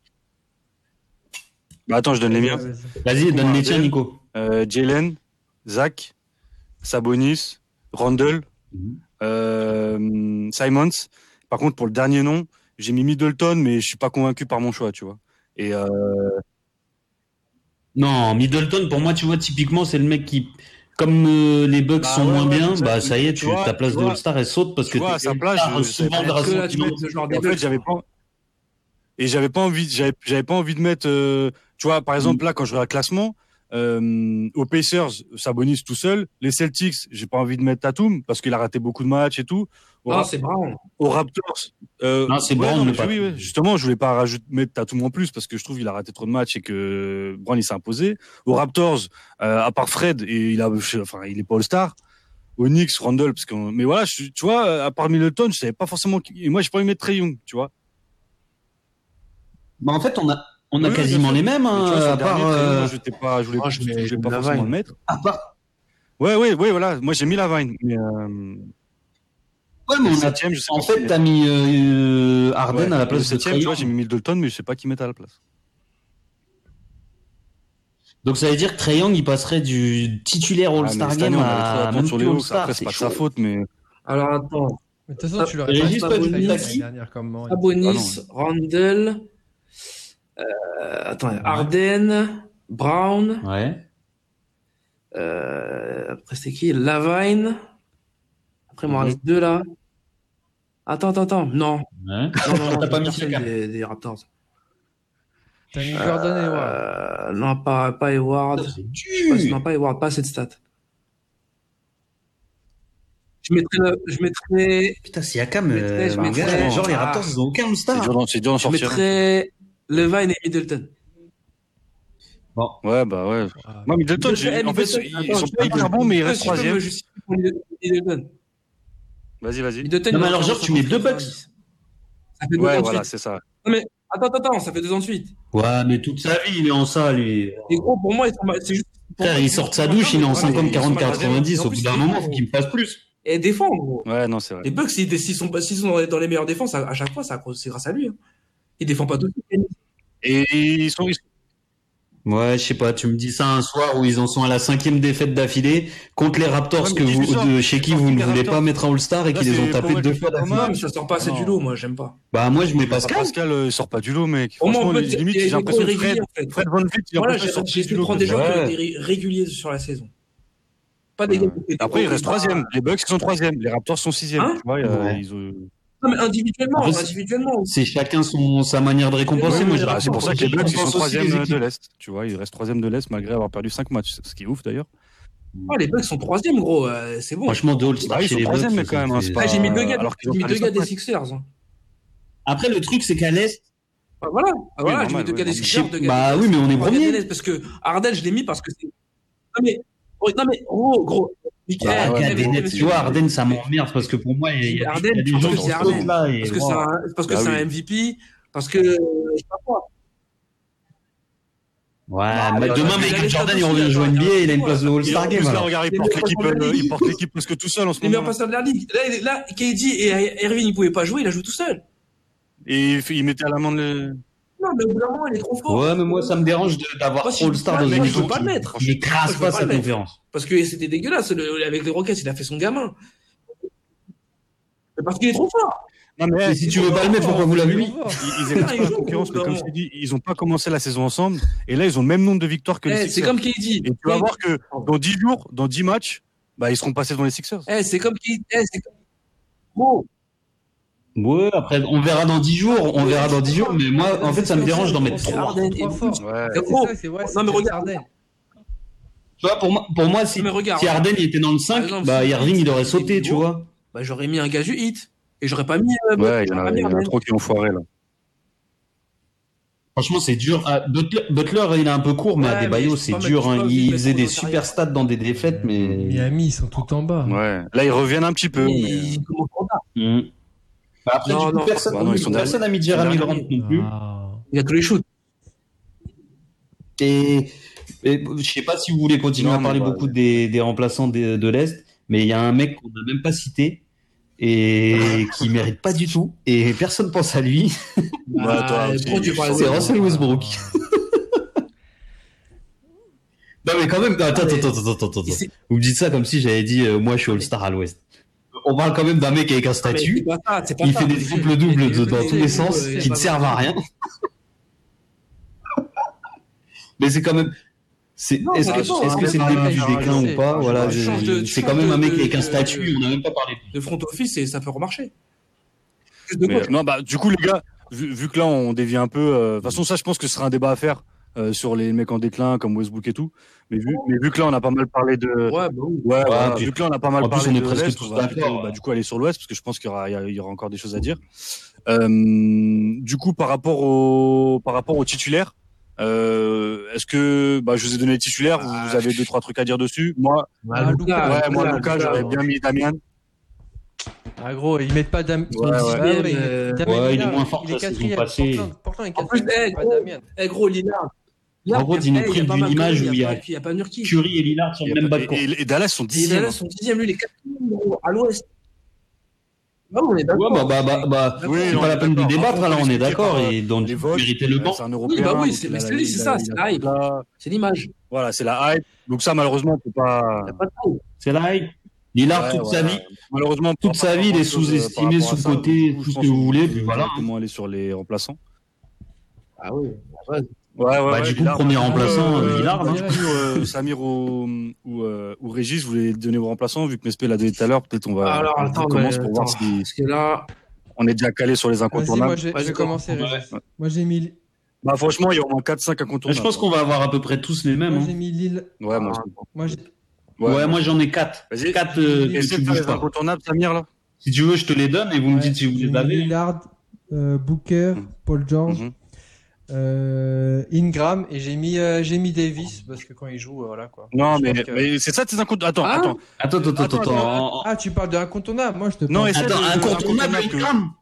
Bah, attends, je donne les miens. Ouais, vas-y. Vas-y, donne les tiens, Harden. Nico. Euh, Jalen, Zach, Sabonis, Randle, Mhm. euh, Simons. Par contre, pour le dernier nom, j'ai mis Middleton, mais je suis pas convaincu par mon choix, tu vois. Et euh, Non, Middleton, pour moi, tu vois, typiquement, c'est le mec qui, comme euh, les Bucks Bah sont ouais, moins ouais, bien, ça, bah tu- ça y est, tu tu, vois, ta place tu de vois, All-Star, elle saute parce tu que vois, à t'es sa place, All-Star je- je savais souvent pas- de Parce que là, raison tu qui mets monte. le joueur Et des en fait, Bucks. j'avais pas, et j'avais pas envie, j'avais, j'avais pas envie de mettre, euh, tu vois, par exemple, là, quand je regarde le classement, euh, aux Pacers, Sabonis tout seul, les Celtics, j'ai pas envie de mettre Tatum parce qu'il a raté beaucoup de matchs et tout. Au, Non, Ra- c'est Brown. aux Raptors, euh, Non, c'est ouais, Brown, non, le mais Tatum. oui, oui, justement, je voulais pas rajouter, mettre Tatum en plus parce que je trouve qu'il a raté trop de matchs et que Brown, il s'est imposé. Aux Raptors, euh, à part Fred, et il a, enfin, il est pas All-Star. Aux Knicks, Randle, parce que, mais voilà, je, tu vois, à part Middleton, je savais pas forcément qui, et moi, j'ai pas envie de mettre Trae Young, tu vois. Bah en fait, on a, on a Oui, quasiment bien sûr. les mêmes, Mais hein, tu vois, sur à le part, dernier, Trae Young, euh, moi, j'étais pas, je voulais, Moi, je je mets voulais pas Lavine. forcément le mettre. à part, Ouais, ouais, ouais, voilà. Moi, j'ai mis Lavine. Mais, euh, ouais, mais le on a, septième, je sais en pas qui fait, met. t'as mis euh, Harden Ouais, à la le place de septième, Trae tu vois, j'ai Young. mis Middleton, mais je sais pas qui mettre à la place. Donc ça veut dire que Trae Young, il passerait du titulaire Ah, mais All-Star cette année, Game on avait trop à d'attentes même sur plus les Hawks. All-Star, Après, c'est c'est pas de sa chaud. faute, mais Alors, attends. Mais de toute façon, tu l'aurais Régis, pas dit toi, tu l'année l'as qui dernière comme moi. Sabonis, Ah Randle, euh, attends, Harden, Brown, Ouais. euh, après c'était qui? Lavine. Après, il m'en Mhm. reste deux là. Attends, attends, attends. Non, Ouais. non, non, non, T'as j'ai pas mis personne Siakam. des, des Raptors. T'as mis Gordon et Hayward. Euh, non, pas, pas Hayward. C'est Pas- dur. non, pas Hayward, pas cette stat. Je mettrais, je mettrais, Putain, Siakam, Je mettrais- euh, je mon mettrais- gars, genre les ah. Raptors, ils ont aucun c'est All-Star. dur d'en, c'est dur d'en je sortir. mettrais Levine et Middleton. Ouais, bah ouais. Ah, Moi, Middleton, j'ai, Eh, en fait, Middleton, ils attends, sont je pas peux hyper pas- bons, mais ils je peux- restent je peux me troisième. justifier pour Middleton. Vas-y, vas-y. Middleton, Non, il mais a alors, fait genre, tu mets deux soixante-dix. Bucks. Ça fait deux Ouais, ans de voilà, suite. c'est ça. Non, mais attends, attends, attends, ça fait deux ans de suite. Ouais, mais toute sa vie, il est en ça, lui. Et gros, pour moi, ils sont mal- c'est juste. pour Frère, moi, il c'est sort de juste sa pour douche, il est en moi, cinquante, ils quarante, sont mal quatre-vingt-dix. basés. Au bout d'un moment, faut qu'il me fasse plus. Et défendre, gros. Ouais, non, c'est vrai. Les Bucks, s'ils s'ils sont, s'ils sont dans les, dans les meilleures défenses, à, à chaque fois, ça- c'est grâce à lui. Hein. Il défend pas tout de suite. Et ils sont, ils sont- Ouais, je sais pas, tu me dis ça un soir où ils en sont à la cinquième défaite d'affilée contre les Raptors Ouais, mais que qui vous, lui sort de chez qui Qui vous sort ne les voulez Raptors pas mettre en All-Star et Là, qui les c'est ont tapés Powell deux qui fois fait d'affilée. pas Non, mais ça sort pas assez Non. du lot, moi, j'aime pas. Bah, moi, je mets Pascal, Pascal. Pascal, euh, il sort pas du lot, mec. Au moins, Franchement, en fait, les- limite, il j'ai est trop l'impression que irrégulier, Fred, en fait. Fred Van Vliet, il a Voilà, l'impression j'ai de sortir j'ai du essayé de lot. prendre des gens Ouais. qui ont été ré- réguliers sur la saison. Pas des Ouais. gars qui étaient Après, ils restent trop- troisième. Les Bucks, ils sont troisième. Les Raptors sont sixième. Hein Tu vois, euh, Ouais. ils ont- Non, mais individuellement, Après, c'est- individuellement. C'est chacun son, sa manière de récompenser. Ouais, Moi, ouais, je bah, Bah, c'est pour ça que les je Bucks, ils sont récompense aussi troisième les de équipes. l'Est. Tu vois, ils restent troisième de l'Est malgré avoir perdu cinq matchs. Ce qui est ouf, d'ailleurs. Oh, les Bucks sont troisième, gros. euh, c'est bon. Franchement, de All-Star Bah, ils chez sont les troisième, Bucks, mais quand même, hein, c'est- c'est Ah, pas- j'ai mis deux gars, alors qu'ils ont j'ai mis perdu deux gars cinq des matchs. Sixers. hein. Après, le truc, c'est qu'à l'Est, Ah, voilà, ah, voilà, Oui, je mets normal, deux oui, gars des normal. Sixers, deux gars Bah des oui, mais on est trois gars premier. des Nets, parce que Harden, je l'ai mis parce que c'est. Non mais, oh, non mais, gros, gros. Michael, Bah, ouais, gars mais des bon, Nets, c'est- tu vois, Harden, ça mais- m'emmerde parce que pour moi, il y a, il y a des- Harden, il y a des parce gens que qui c'est se Harden. posent là et Parce que c'est wow. un, parce que Bah c'est oui. un M V P, parce que, je sais pas quoi. Ouais, Bah, mais bah, demain, bah, Michael les Jordan, stats il aussi, revient jouer attends, N B A, il a une attends, place de Et en All-Star plus, Game, là, alors. regarde, il Les porte meilleurs l'équipe, passeurs de la euh, il ligue. porte l'équipe presque tout seul en ce Les meilleurs moment. passeurs de la ligue. Là, là, K D et Irving, ils pouvaient pas jouer, il a joué tout seul. Et il fait- il mettait à l'amende le. Non, mais au bout d'un moment, il est trop fort. Ouais, mais moi, ça me dérange de- d'avoir Moi, si trop je All-Star peux dans pas, une moi, je peux équipe pas le qui mettre. qui n'écrase Moi, je peux pas pas cette le mettre. conférence. Parce que c'était dégueulasse. Le- avec les Rockets, il a fait son gamin. Mais parce qu'il est trop fort. Non, mais Et si tu veux pas le mettre, pourquoi vous l'avez mis? ils, ils Ah, écrasent ils pas la jouent, concurrence, mais gros, comme je non. t'ai dit, ils ont pas commencé la saison ensemble. Et là, ils ont le même nombre de victoires que les Eh, c'est Sixers. comme K D. Et tu vas voir que dans dix jours, dans dix matchs, bah, ils seront passés devant les Sixers. Eh, c'est comme K D. Eh, c'est comme. Gros. Ouais, après, on verra dans dix jours, on verra dans dix jours, mais moi, en fait, ça me dérange d'en mettre C'est trois. Harden et Trop fort. Ouais. C'est C'est gros. ça, c'est ouais, Non, c'est mais James regarde. Harden. Tu vois, pour moi, pour moi, si, Mais regarde. si Harden il était dans le Par cinq, exemple, bah, si Irving, il aurait était sauté, tu niveau, vois. Bah, j'aurais mis un gars du hit. Et j'aurais pas mis. euh, Ouais, il y en j'aurais a, pas mis il y en a Harden. trop qui ont foiré, là. Franchement, c'est dur. Ah, Butler, Butler, il est un peu court, mais Ouais, à des mais baillots, je c'est peux pas dur, mettre- je hein. peux pas aussi Il mettre faisait des Rondo super derrière. stats dans des défaites, mais. Miami, ils sont tout en bas. Ouais. Là, ils reviennent un petit peu. Mais mais- il commence trop tard. Mhm. Bah, après, Non, du coup, non, personne, bah non, ils sont personne n'a mis Ils Jeremy sont Grant derniers. non plus. Ah. Il a tous les shoots. Et, et je sais pas si vous voulez continuer Non, à parler mais bah, beaucoup des, des remplaçants de, de l'Est, mais il y a un mec qu'on n'a même pas cité et qui mérite pas du tout et personne pense à lui. Ouais, toi aussi, pourquoi tu parles de C'est ça Russell Westbrook. Non mais quand même, attends, mais- attends, attends, attends, attends. Il s'est- Vous me dites ça comme si j'avais dit euh, moi je suis All-Star à l'Ouest. On parle quand même d'un mec avec un Mais statut, c'est pas ça, c'est pas il ça. fait des triples doubles Mais- dans mais- tous les mais- sens mais- qui ne mais- servent à rien. Mais c'est quand même. C'est, Non, est-ce ça que, dépend, est-ce que hein, c'est le mais début du pareil, déclin change ou pas? de- Voilà, je- change de- c'est change quand même un de- mec avec un de- statut, on n'a même pas parlé. Le front office, et ça peut remarcher. Plus de Mais, coach. non, bah, du coup, les gars, vu, vu que là, on dévie un peu, euh, de toute façon, ça, je pense que ce sera un débat à faire, euh, sur les mecs en déclin, comme Westbrook et tout. Mais vu, mais vu que là, on a pas mal parlé de, ouais, Ouais, bah oui. voilà, puis- vu que là, on a pas mal en plus, parlé on est de presque l'Est, tous on va d'accord, plutôt, ouais. bah, du coup, aller sur l'Ouest, parce que je pense qu'il y aura, il y a- il y aura encore des choses à dire. Euh, du coup, par rapport au, par rapport aux titulaires, euh, est-ce que, bah, je vous ai donné les titulaires, vous, Ah, vous avez deux, trois trucs à dire dessus? Moi, Ah, Luka, ouais, moi, Luka, Luka, Luka, j'aurais ouais. bien mis Damian. Ah gros, ils mettent pas Dam. Ouais, ouais. Ah ouais, ils Euh, mettent Damian ouais, il est Lillard, moins fort il que est la saison quatrième. passée. Portland, Portland est En plus, quatrième, eh, pas gros, Damian. Eh, gros, Lillard. En gros, ils nous Eh, il y a prennent pas d'une Malcolm, image il y où il y a pas- puis il y a pas Nurkic. Curry et Lillard sur Et, le même bas de court. et, et Dallas sont Et dixième. Dallas sont dixième, lui, les quatrième, gros, à l'ouest. Non, on est Ouais, d'accord. bah, bah, bah, bah, Oui, c'est on pas est la peine de d'accord. débattre, Par là, contre, on est expliqué d'accord, par, et donc, les il votes, méritait le euh, banc. c'est un Européen. Oui, bah oui, donc c'est- il mais a c'est la- lui, il c'est a- ça, il c'est a la hype. là. C'est l'image. Voilà, c'est la hype. Donc ça, malheureusement, on peut pas. Il n'y a pas de hype. C'est là, Lillard, Ouais, toute sa voilà. vie, Malheureusement, on toute peut sa pas vie, faire il est grand-chose, euh, sous-estimé, par rapport à ça. sous-coté, Du coup, tout je ce pense que vous qu'on voulez, peut puis voilà. directement aller sur les remplaçants. Ah oui, ouais. Ouais, ouais, Bah, ouais, du coup, Lillard, premier bah, remplaçant, euh, euh, Lillard, bah, hein. du coup, euh, Samir ou, ou, euh, ou Régis, vous voulez donner vos remplaçants, vu que Mespé l'a donné tout à l'heure, peut-être on va, Alors, on attends, commence mais pour voir attends, si parce que là, on est déjà calé sur les Vas-y, incontournables. moi je vais, Vas-y, je vais toi. commencer. Ouais. Régis. Moi j'ai mis, Bah, franchement, il y a au moins quatre cinq incontournables. Je pense qu'on va avoir à peu près tous les mêmes. moi hein. j'ai mis Lille. Ouais, moi aussi. Moi j'ai, Ouais, moi j'en ai quatre. Vas-y. Quatre euh, que Essaie tu de faire bouges les pas. incontournables, Samir, là. Si tu veux, je te les donne et vous me ouais, dites si vous j'ai les mis avez. Lillard, euh, Booker, Mhm. Paul George, Mhm. euh, Ingram et j'ai mis, euh, j'ai mis Davis parce que quand il joue, euh, voilà quoi. Non, Je mais, pense que- mais c'est ça tes incontournables. Attends, Ah, attends. Attends, attends, attends, Attends, attends. en- Ah, tu parles de incontournable. Moi je te Non, parle. essaie Attends, de- incontournable, incontournable que- Ingram.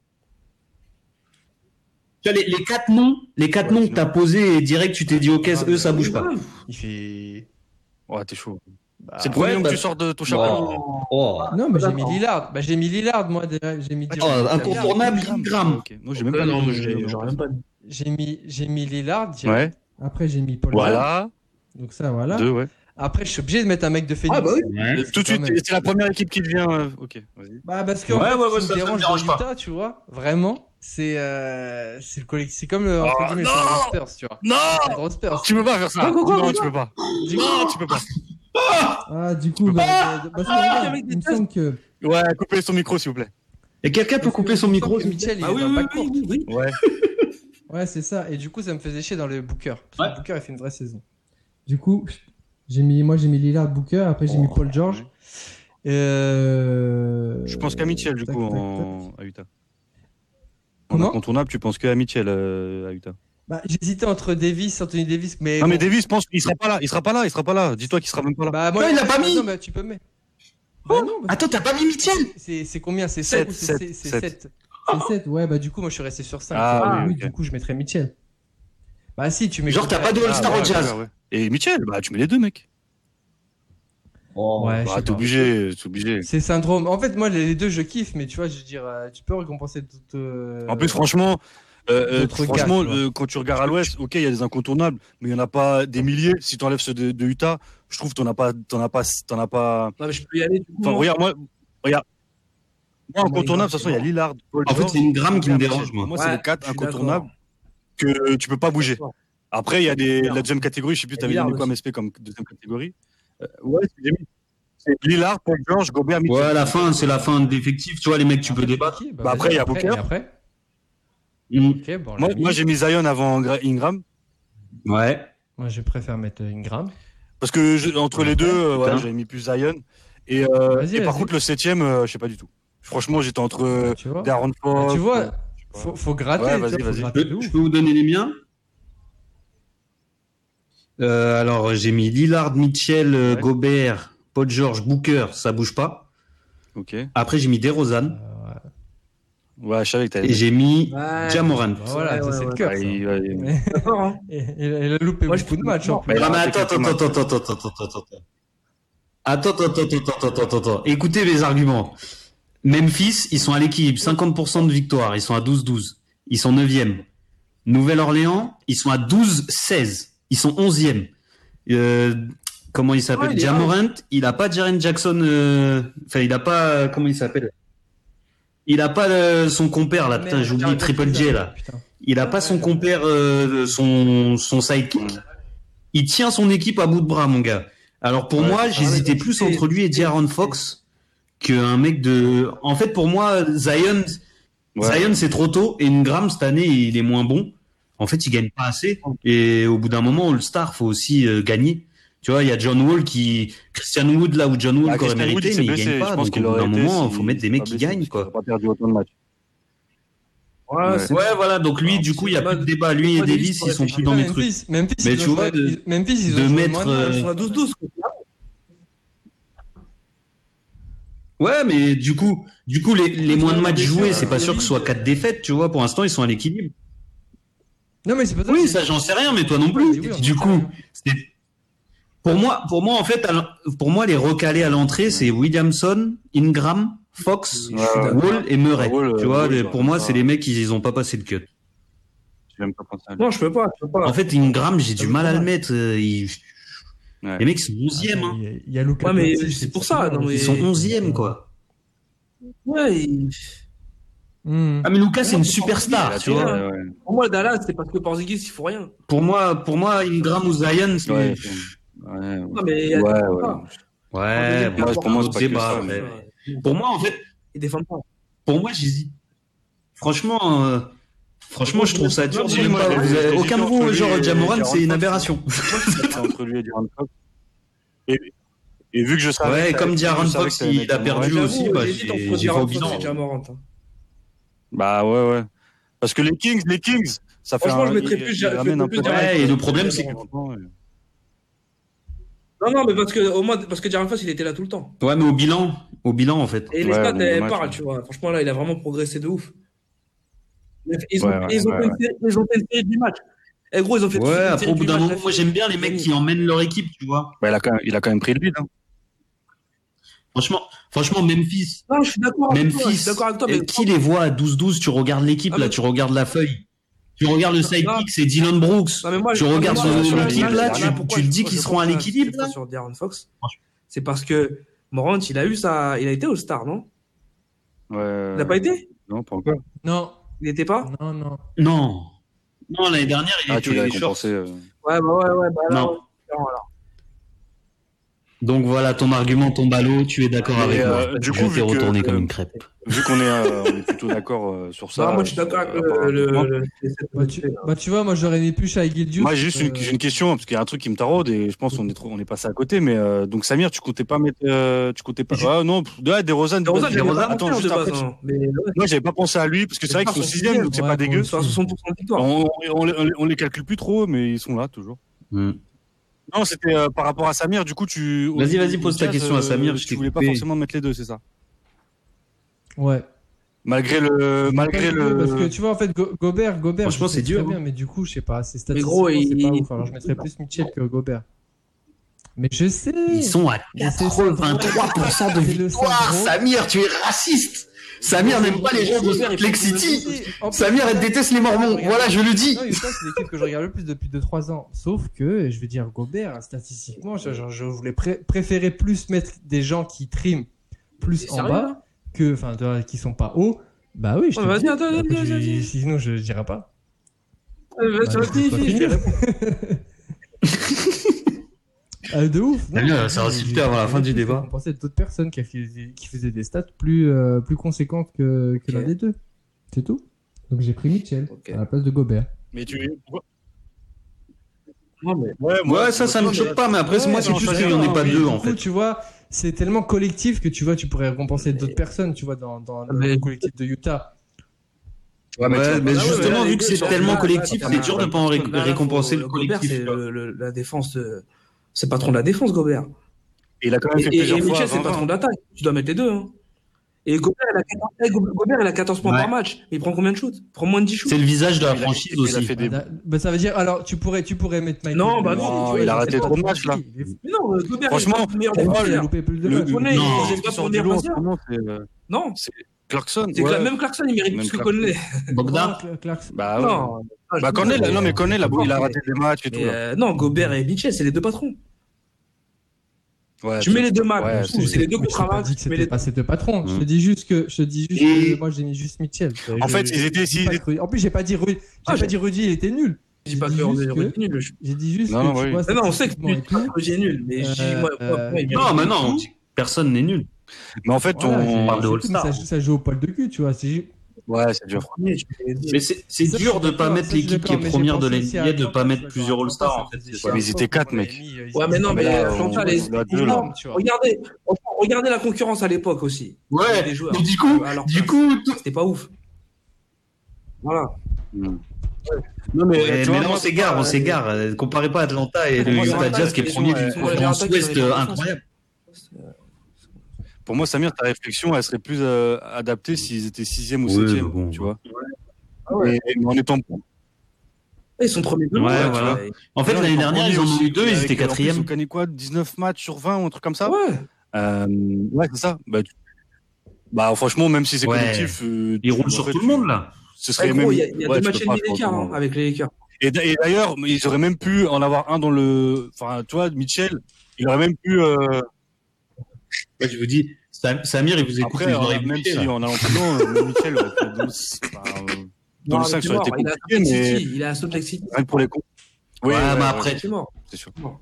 Tu vois, les, les quatre noms, les quatre Ouais, noms que sinon- t'as posés et direct tu t'es dit ok, Ah, eux ça mais- bouge pas. Il fait. Ouais, t'es chaud. Bah, C'est le premier ouais, nom bah- que tu sors de ton chapeau. Oh, oh. Non, mais j'ai mis D'accord. Lillard. Bah, j'ai mis Lillard, moi, déjà. J'ai mis Oh, incontournable, Ingram. Ok. Moi, j'ai même euh, pas non, mis- j'ai- j'aurais même pas dit. J'ai mis, j'ai mis Lillard. direct. Ouais. Après, j'ai mis Paul George. Voilà. Donc, ça, voilà. Deux, ouais. Après, je suis obligé de mettre un mec de Phoenix. Ah, bah oui. Ouais. Tout de quand suite, même. c'est la première équipe qui vient. euh, Ok, vas-y. Bah, parce que, Ouais, en fait, ouais, ouais, ce ça, qui ça me me dérange dérange dans pas. Utah, tu vois, vraiment, c'est, euh, c'est le collectif. C'est comme le, entre Oh, guillemets, le non San Spurs, tu vois. Non Le Spurs. Tu peux pas faire ça. Quoi, quoi, quoi, Non, quoi tu peux pas. Du Non, coup- tu peux pas. Ah, du coup, bah, bah, bah, c'est normal. avec des il me tests. semble que. Ouais, coupez son micro, s'il vous plaît. Et quelqu'un peut parce que couper son il me micro semble que Mitchell, il Ah est oui, dans le oui, backcourt. oui, oui, oui. Ouais. Ouais, c'est ça. Et du coup, ça me faisait chier dans le Booker. Parce Ouais. que Booker a fait une vraie saison. Du coup, j'ai mis, moi, j'ai mis Lillard, Booker. Après, j'ai mis Paul George. Euh... Je pense qu'à Mitchell, du tac, coup, tac, en... à Utah. tac. Comment incontournable, tu penses que à Mitchell, euh, à Utah. Bah, j'hésitais entre Davis, Anthony Davis, mais. Non, bon. mais Davis, pense qu'il sera pas là. Il sera pas là. Il sera pas là. Dis-toi qu'il sera même pas là. Bah, moi, Non, il l'a pas mis. Non, bah, tu peux mettre. Bah, non, bah, Attends, t'as pas mis Mitchell? c'est c'est combien? C'est Sept, sept ou c'est sept, c'est sept. sept? C'est sept, ouais, bah, du coup, moi, je suis resté sur cinq. Ah, oui, oui, ok. du coup, je mettrais Mitchell. Bah, si, tu mets. Genre, t'as pas de Ah, All-Star ouais, au Jazz. ouais, ouais. Et Mitchell, bah, tu mets les deux, mec. Ouais, je Bah, sais t'es pas. obligé. T'es obligé. C'est syndrome. En fait, moi, les deux, je kiffe, mais tu vois, je veux dire, euh, tu peux récompenser toute. euh, En plus, franchement, euh, euh, d'autres gars, franchement, tu vois. euh, quand tu regardes à l'Ouest, ok, il y a des incontournables, mais il y en a pas des milliers. Si tu enlèves ceux de, de Utah, je trouve que t'en as pas, t'en as pas, t'en as pas. Non, mais je peux y aller du coup. Enfin, moi. regarde, moi, regarde. Moi, Moi, incontournable, de toute Ingram, façon, il y a c'est Lillard, Paul En fait, George, c'est une gramme qui me Mitchell. dérange, moi. Pour moi, c'est Ouais, les quatre je suis incontournables d'accord. que tu peux pas bouger. D'accord. Après, il y a des, Lillard. la deuxième catégorie, je sais plus, Et t'avais Lillard donné quoi, aussi. M S P comme deuxième catégorie. Euh, ouais, c'est j'ai mis. C'est Lillard, Paul George, Gobert, Mitchell. Ouais, à la fin, c'est la fin d'effectif. Tu vois, les mecs, tu peux débattre. Ok, bah, Bah, après, vas-y, il y a Booker. et Après, Mm. ok, bon, on Moi, l'a mis. moi, j'ai mis Zion avant Gra- Ingram. Ouais. Moi, je préfère mettre Ingram. Parce que je- entre les Après, deux, euh, voilà, putain. j'avais mis plus Zion. Et, euh, Vas-y, et par vas-y. contre, le septième, euh, je sais pas du tout. Franchement, j'étais entre Bah, tu vois. Darren Bah, Fox. tu vois, euh, je sais pas. faut, faut gratter, Ouais, tu vas-y, vois, faut vas-y. Je gratter de peux, ouf. je peux vous donner les miens? Euh, alors, j'ai mis Lillard, Mitchell, euh, Ouais. Gobert, Paul George, Booker, ça bouge pas. Ok. Après, j'ai mis DeRozan Euh, Ouais, je savais que t'allais. et j'ai mis Ouais. Jamorant. bah, voilà, Ouais, ça, ouais, c'est le ouais. cœur. Ah, ça. il- ouais, il- Mais- D'accord, hein. Et- et- Elle a loupé Moi, je beaucoup de peux- matchs en non, plus. mais Ah, mais raté attends, quelques attends, matchs. attends, attends, attends, attends, attends, attends. Attends, attends, attends, attends, attends, attends, attends. Écoutez mes arguments. Memphis, ils sont à l'équilibre, cinquante pour cent de victoire, ils sont à douze douze. Ils sont neuvième. Nouvelle-Orléans, ils sont à douze seize. Ils sont onzième. Euh, comment il s'appelle? Ouais, il est Jamorant, il a pas Jaren Jackson, euh, enfin, il a pas, euh, comment il s'appelle? Il a pas euh, son compère, là, putain, Merde, j'ai oublié, Jared Triple J, Jackson, là. putain. Il a pas son compère, euh, son, son sidekick. Il tient son équipe à bout de bras, mon gars. Alors pour Ouais, moi, c'est j'hésitais mais plus c'est- entre lui et D'Aaron Fox qu'un mec de. En fait, pour moi, Zion, Ouais. Zion c'est trop tôt et Ingram cette année il est moins bon. En fait, il gagne pas assez. Et au bout d'un moment, All Star faut aussi euh, gagner. Tu vois, il y a John Wall qui, Christian Wood là où John Wall Ah, qui aurait Christian Wood, mérité, il s'est mais il blessé. gagne Je pas. pense Donc qu'il au bout d'un aurait été moment, s'il- faut mettre des s'il mecs pas qui blessé, gagnent parce qu'il quoi. aurait pas perdu autant de matchs. Ouais, Ouais. c'est Ouais, voilà. Donc lui, Ah, du coup, il y a c'est plus de débat. Lui et Ouais, Davis, Davis, ils sont ouais, plus dans mes trucs. Memphis, Memphis, Mais ils tu ont vois, joué- de- Memphis, ils de ont joué mettre, moins de matchs. euh, Ils sont à douze douze. Ouais, mais du coup, du coup, les, les moins de matchs joués, c'est pas sûr que ce soit Covid. quatre défaites, tu vois. Pour l'instant, ils sont à l'équilibre. Non, mais c'est pas ça. Oui, c'est- ça, j'en sais rien, mais toi non Ouais, plus. oui, on Du en sait coup, rien. c'est pour moi, pour moi, en fait, à l'en- pour moi, les recalés à l'entrée, c'est Williamson, Ingram, Fox, Oui, je suis Ouais, d'accord. Wall et Murray. Ah, Wall, tu vois, Wall, les- j'aurais pour moi, pas- c'est les mecs, ils, ils ont pas passé le cut. J'ai même pas pensé à lui. Non, je peux pas, je peux pas. En fait, Ingram, j'ai du Ah, mal à le ouais. mettre. euh, ils- Ouais. Les mecs sont onzième, Attends, hein. Il y a- il y a Luka Ouais, mais Doncic, c'est pour ça, titulaire non, mais- Ils aussi. sont onzième, quoi. Ouais, il- Hmm. Ah, mais Lucas, c'est une Il superstar, a tu fait, vois. ouais, ouais. pour moi, Dallas, c'est parce que Porzingis, il faut rien. Pour moi, pour moi, Ingram ou Zion, c'est. Ouais, ouais, ouais. Non, mais il y a Ouais, des ouais. pas. Ouais, Moi, pour moi, c'est pas que débat, ça, mais- mais- Pour moi, en fait, Ils défendent pas. pour moi, j'hésite. Franchement, euh, franchement, je trouve ça dur. Moi, J'aime moi, pas- j'ai- vous avez- j'ai Aucun de hésité entre vous, lui genre et Jamorant, D'Aaron c'est une Fox. aberration. C'est entre lui et D'Aaron Fox. Et, et vu que je savais. Ouais, que- comme vu que D'Aaron je savais Fox, que t'allais il mettre a Jamorant, perdu j'avoue, aussi, J'avoue, bah, j'hésite j'ai- entre j'ai fait D'Aaron au Fox bilan. et Jamorant, hein. Bah ouais, ouais. Parce que les Kings, les Kings, ça fait Franchement, un, je mettrais ils- plus- ils je ramènent mettrais un plus peu de- D'Aaron Ouais, et le problème, c'est que. Non, non, mais parce que, au moins, parce que D'Aaron Fox, il était là tout le temps. Ouais, mais au bilan, au bilan, en fait. Et les Ouais, stats, bon, elles dommage, parlent, ouais. tu vois. Franchement, là, il a vraiment progressé de ouf. Ils ont, Ouais, ouais, ils ont ouais, fait une série- ils ont fait une série de dix matchs. Eh, gros, ils ont fait Ouais, une après, série au de bout huit d'un matchs moment, d'affilée. moi, j'aime bien les mecs qui emmènent leur équipe, tu vois. Bah, il a quand même, il a quand même pris le lead. Hein. Franchement, franchement, Memphis, Non, je suis d'accord avec toi. Je Memphis, suis d'accord avec toi, euh, mais qui les voit à douze douze, tu regardes l'équipe, Ah, là, mais- tu regardes la feuille. Tu regardes le Non. sidekick, c'est Dylan Brooks. Non, mais moi, Tu non, mais regardes moi, son- sur la- l'équipe, là, là, là, tu- pourquoi tu te je- dis pourquoi qu'ils je seront à comprends l'équilibre, cette fois là sur D'Aaron Fox, c'est parce que Morant, il a eu sa, il a été All-Star, non? Ouais. Il n'a pas été? Non, pas encore. Non, Il n'était pas? non, non. Non. Non, l'année dernière, il Ah, était tu l'as les shorts. compensé. euh. Ouais, bah ouais, ouais, bah là, Non. ouais, c'est différent, alors. Donc voilà, ton argument tombe à l'eau, tu es d'accord Et, avec euh, moi. du Je coup, t'ai vu que, retourné comme euh, une crêpe. Vu qu'on est, euh, on est plutôt d'accord euh, sur ça. Non, moi, je suis d'accord avec le, le, le, le- Bah tu, bah, tu vois, moi j'aurais mis plus avec Gildius. Moi, j'ai juste une, euh, j'ai une question parce qu'il y a un truc qui me taraude et je pense qu'on est trop, on est passé à côté. Mais euh, donc Samir, tu comptais pas mettre, euh, tu comptais pas. Ah non, ouais, des Rosanne. De Rosanne, des j'avais Rosanne. pas Attends, pensé, juste de après. base, tu- hein. Mais ouais, Moi, j'avais pas pensé à lui parce que c'est vrai qu'ils sont sixième, donc c'est ouais, pas moi dégueu. aussi. c'est à soixante pour cent de victoire. On, on, les- on les- on les calcule plus trop, mais ils sont là toujours. Hmm. Non, c'était euh, par rapport à Samir. Du coup, tu. Vas-y, au- vas-y, au pose ta Jazz, question à euh, Samir, je Tu t'ai voulais pas coupé. forcément mettre les deux, c'est ça. Ouais. Malgré le, malgré le. Parce que tu vois, en fait, Go- Gobert, Gobert, Franchement, je sais c'est dur, très bien, hein. mais du coup, je sais pas, c'est Mais statistiquement, gros, c'est il- pas ouf. Alors, je mettrais plus Mitchell que Gobert. Mais je sais. Ils sont à Mais c'est ça, quatre-vingt-trois pour cent de c'est le victoire. syndrome. Samir, tu es raciste. Samir n'aime pas les gens de Salt Lake City. En plus, Samir, elle déteste les Mormons. Voilà, je le dis. Non, Utah, c'est l'équipe que je regarde le plus depuis deux trois ans. Sauf que, je veux dire, Gobert, statistiquement, je, je- je voulais pré- préférer plus mettre des gens qui triment plus C'est en sérieux, bas là que, enfin, tu vois, qui sont pas hauts. Bah oui, je te Ouais, vas-y, dis. attends, Après, vas-y, tu- vas-y, vas-y. Sinon, je dirais pas. Euh, Bah, vas-y, je peux pas vas-y, je vais finir. Ah, de ouf. T'as vu, ça va j'ai- super avant la j'ai fin du plus débat. récompensé d'autres personnes qui faisaient, qui faisaient des stats plus, euh, plus conséquentes que, que Ok. l'un des deux. C'est tout. Donc j'ai pris Mitchell Ok. à la place de Gobert. Mais tu. Non, mais Ouais, Ouais, ça, ça me choque pas, mais après, Ouais, moi, c'est non, juste je qu'il suis n'y en ait d'accord, pas mais deux, du en coup, fait. Tu vois, c'est tellement collectif que tu vois, tu pourrais récompenser d'autres personnes, tu vois, dans, dans le Mais- collectif de Utah. Ouais, mais, Ah ouais, justement, mais vu que c'est là, tellement là, collectif, là, c'est là, dur là, de pas en ré- là, là, récompenser faut- le Gobert, collectif. c'est le- le- la défense. euh, C'est le patron de la défense, Gobert. Il a quand même Et, fait et, plusieurs et fois. Mitchell, c'est le vingt vingt. patron d'attaque. Tu dois mettre les deux. Hein. Et Gobert, il a quatorze, eh, Go- Gobert, il a quatorze points Ouais. par match. Mais il prend combien de shoots? Il prend moins de dix shoots. C'est le visage de la Il a- franchise il a aussi. fait des- Bah, bah, ça veut dire, alors, tu pourrais, tu pourrais mettre Michael. Non, bah Jordan, non, tu vois, il a c'est raté pas trop de trop matchs, là. il est- Mais non, euh, Gobert, Franchement, il est pas le meilleur Pour moi, il a défenseur. loupé plus de Le- matchs. Je connais, Non. il Le est qui pas sort pour du le lot en meilleur ce passeur. moment, c'est euh, Non, c'est Clarkson. c'est ouais. que même Clarkson, il mérite Même plus que Clarkson. Conley. Bogdan. Cla- Clarkson. Bah ouais. Non, Bah Conley, là, non mais Conley, là, il a raté des matchs et tout. Mais, Là. euh, non, Gobert et Mitchell, c'est les deux patrons. Ouais, Tu mets les deux matchs, Ouais, je trouve, c'est- c'est les deux Mais je contre t'ai pas un dit que match. Mais c'était les pas ces deux patrons. Je Mm. te dis juste que, je te dis juste Et- que moi j'ai mis juste Mitchell. En Je- fait, je- ils étaient- je dis s'ils pas étaient- que Rudy- En plus, j'ai pas dit Rudy, j'ai Ah, pas j'ai- dit Rudy, il était nul. Je dis pas J'ai que dit Rudy juste que- est nul. je- J'ai dit juste Non, que oui. tu vois, Non, non, on sait que statistiquement et tu tout. Rudy est nul. Mais je dis, moi, Euh, moi, moi, il Non, mérite mais tout. non, personne n'est nul. Mais en fait, Voilà, on. j'ai- parle de c'est tout, All-Star. mais Ça, ça joue au poil de cul, tu vois. C'est Ouais, c'est dur. Premier, tu fais les deux. Mais c'est c'est Ça, je dur suis de pas d'accord, mettre ça, je suis l'équipe qui est d'accord, mais première j'ai de pensé aussi à l'N B A, de Atlanta, pas je mettre suis plusieurs d'accord, All-Stars, Atlanta, en fait. ça faisait c'est chier ça. Mais ils étaient quatre, on avait mec. mis, euh, ils Ouais, mais étaient- non, mais Mais là, Atlanta, on- les- on a deux, là. non, Tu vois. regardez, franchement, regardez la concurrence à l'époque aussi. Il y avait Ouais, des joueurs, mais du coup, à leur du place. coup, tout- C'était pas ouf. Voilà. Non, mais, Ouais, tu mais vois, là, on moi, s'égare, on euh, s'égare. Euh, Comparez pas Atlanta et Pour le moi, Utah Atlanta, Jazz qui est ils premier sont, d'une euh, conférence Atlanta qui Ouest sont les euh, conférences. incroyable. Pour moi, Samir, ta réflexion, elle serait plus euh, adaptée s'ils étaient sixième ou Oui, septième, mais bon. tu vois. Ah ouais. Et, mais en étant. Ils sont premiers de Ouais, l'Ouest, voilà. tu vois. En fait, Non, l'année ils dernière, sont ils en ont premiers eu deux, ils avec- étaient en plus, quatrième. Ils ont gagné quoi, dix-neuf matchs sur vingt ou un truc comme ça. Ouais. Euh, ouais, c'est ça. Bah, tu- bah, franchement, même si c'est Ouais. collectif, euh, Ils tu- roulent sur en fait, tout le tu- monde, là. Ce serait Ouais, gros, même. il y a, il y a ouais, deux tu matchs peux et pas, demi d'écart franchement. hein, avec les Lakers. Et, d'a- et d'ailleurs, ils auraient même pu en avoir un dans le. Enfin, tu vois, Mitchell, il aurait même pu. Euh... Ouais, je vous dis, Sam- Samir, il vous écoute, Après, il vous euh, aurait même bouché, si là. en allant plus loin, euh, Mitchell aurait fait dans, enfin, euh, dans Non, le cinq, c'est ça aurait été mort. Il a compliqué, Salt Lake mais City. Il a Salt Lake City. rien que pour les comptes. Ouais, mais après- C'est mort. c'est sûr. C'est mort.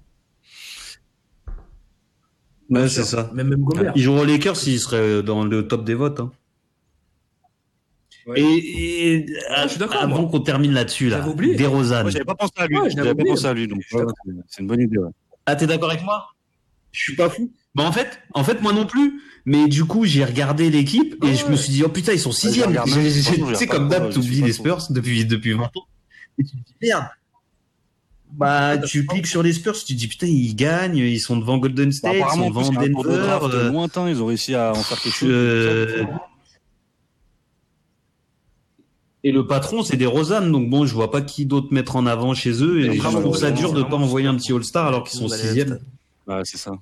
Ouais, c'est ça. Même, même Gobert. Il jouerait aux Lakers s'il serait dans le top des votes. Hein. Ouais. Et, et Ah, je suis d'accord, avant moi. qu'on termine là-dessus, là, J'avais oublié. DeRozan. Moi, j'avais pas pensé à lui. Ouais, je l'avais j'avais pas oublié. pensé à lui, donc Je suis ouais, c'est c'est une bonne idée. Ouais. Ah, t'es d'accord avec moi? Je suis pas fou. Bah, en fait, en fait, moi non plus. Mais du coup, j'ai regardé l'équipe et Ah je ouais. me suis dit, oh putain, ils sont sixième. regarde J'ai- même, j'ai- franchement, je Tu sais, regarde comme pas d'hab, trop, je t'oublies suis les pas trop. Spurs depuis, depuis vingt ans. Et tu te dis, merde. Bah, tu cliques sur les Spurs, tu te dis, putain, ils gagnent, ils sont devant Golden Bah, State, ils sont apparemment, en plus, devant il y a un tour de Denver. draft euh, lointain, ils ont réussi à en faire quelque chose. euh, Et le patron, c'est des Rosanne, donc bon, je vois pas qui d'autre mettre en avant chez eux, et Et je bravo, trouve ça vraiment, dur de vraiment, pas envoyer c'est un petit All-Star alors qu'ils sont Tout le monde sixième. allait Ouais, c'est ça.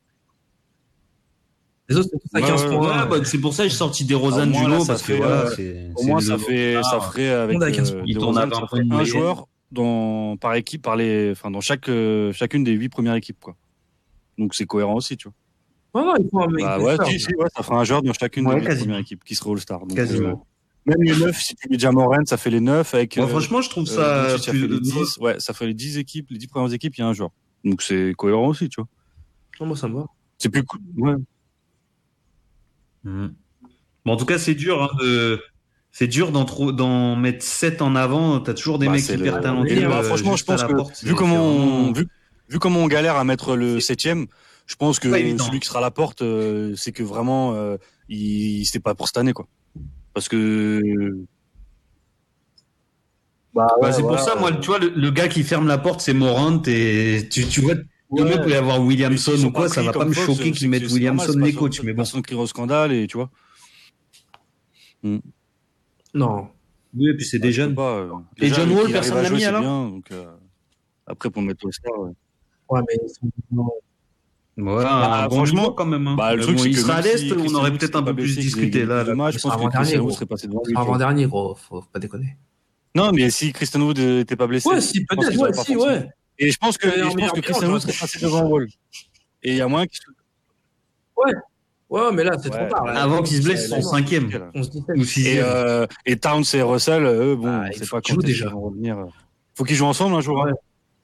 Les autres, c'est tous à Ouais, quinze ouais, points. Ouais, bah, c'est pour ça que j'ai sorti des Rosanne Au moins, du là, lot, ça parce que fait, voilà, euh, c'est. Au c'est moins, le ça lot. fait, ça ferait avec On a quinze euh, Il des t'en Rosanne, a ça un ferait peu de un moyenne. joueur dans, par équipe, par les, enfin, dans chaque, euh, chacune des huit premières équipes, quoi. Donc, c'est cohérent aussi, tu vois. Non, non, il faut un mec. Bah des ouais, Spurs. si, si, ouais, ça fera un joueur dans chacune Ouais, des huit quasiment. premières équipes qui serait All-Star. Donc, Quasiment. euh, même les neuf, si tu mets Jamoran, ça fait les neuf avec. Moi, euh, franchement, je trouve euh, ça Doncic, ça plus. fait les dix. Ouais, ça fait les dix équipes, les dix premières équipes, il y a un joueur. Donc, c'est cohérent aussi, tu vois. Non, moi, ça me va. C'est plus cool. Ouais. Mmh. Bon, en tout cas, c'est dur hein, de. C'est dur d'en, trop... d'en mettre sept en avant. T'as toujours des Bah, mecs c'est hyper le- talentueux. Et, bah, euh, franchement, je juste à pense la que porte, c'est- vu comment, c'est vraiment- on, vu, vu comment on galère à mettre le septième, je pense que Pas évident. celui qui sera à la porte, euh, c'est que vraiment, euh, il, c'était pas pour cette année, quoi. Parce que. Bah, Bah, ouais, c'est voilà, pour ça, moi, euh, tu vois, le, le gars qui ferme la porte, c'est Morant. Et tu, tu vois, Ouais. demain, il peut y avoir mais Williamson s'ils sont ou quoi, pas ça pris va pas comme me Fox, choquer c'est qu'ils que mettent c'est normal, Williamson c'est pas les sur- coachs. Mais bon. Personne crie au scandale et tu vois. Non. Oui, et puis c'est des Ouais, je peux jeunes. pas, euh, Et déjà, John qu'il Wall, arrive personne à l'a jouer, mis, c'est alors bien, donc, euh, après, pour mettre au star, ouais. Ouais, mais ils sont- non. Ouais, Bah, un bon franchement, niveau quand même. Hein. Bah, le Mais truc, bon, c'est il que sera à même l'Est, si on Christian aurait Wood peut-être s'était un pas peu plus blessé, qu'ils avaient discuté gagné là. plus de là. matchs, je Ils sont pense que avant-dernier, Christian gros. Wood serait passé devant Ils lui. sont tu vois. avant-dernier, gros. Faut faut pas déconner. Non, mais si Christian Wood n'était pas blessé, Ouais, si, je pense peut-être, qu'il ouais, aurait pas si, forcément. ouais. Et je pense que, Et et en je pense meilleur que bilan, Christian Wood j'aurais- serait passé devant Wall. Et il y a moyen qu'il se. Ouais, mais là, c'est Ouais, trop tard. mais là. Avant qu'il se blesse, là, son là, cinquième. là. On se dit Ou Et, sixième. euh, et Towns et Russell, eux, bon, Ah, on il sait faut pas qu'ils quand jouent est-ce qu'ils déjà. vont revenir. Faut qu'ils jouent ensemble un jour. Ouais. Hein.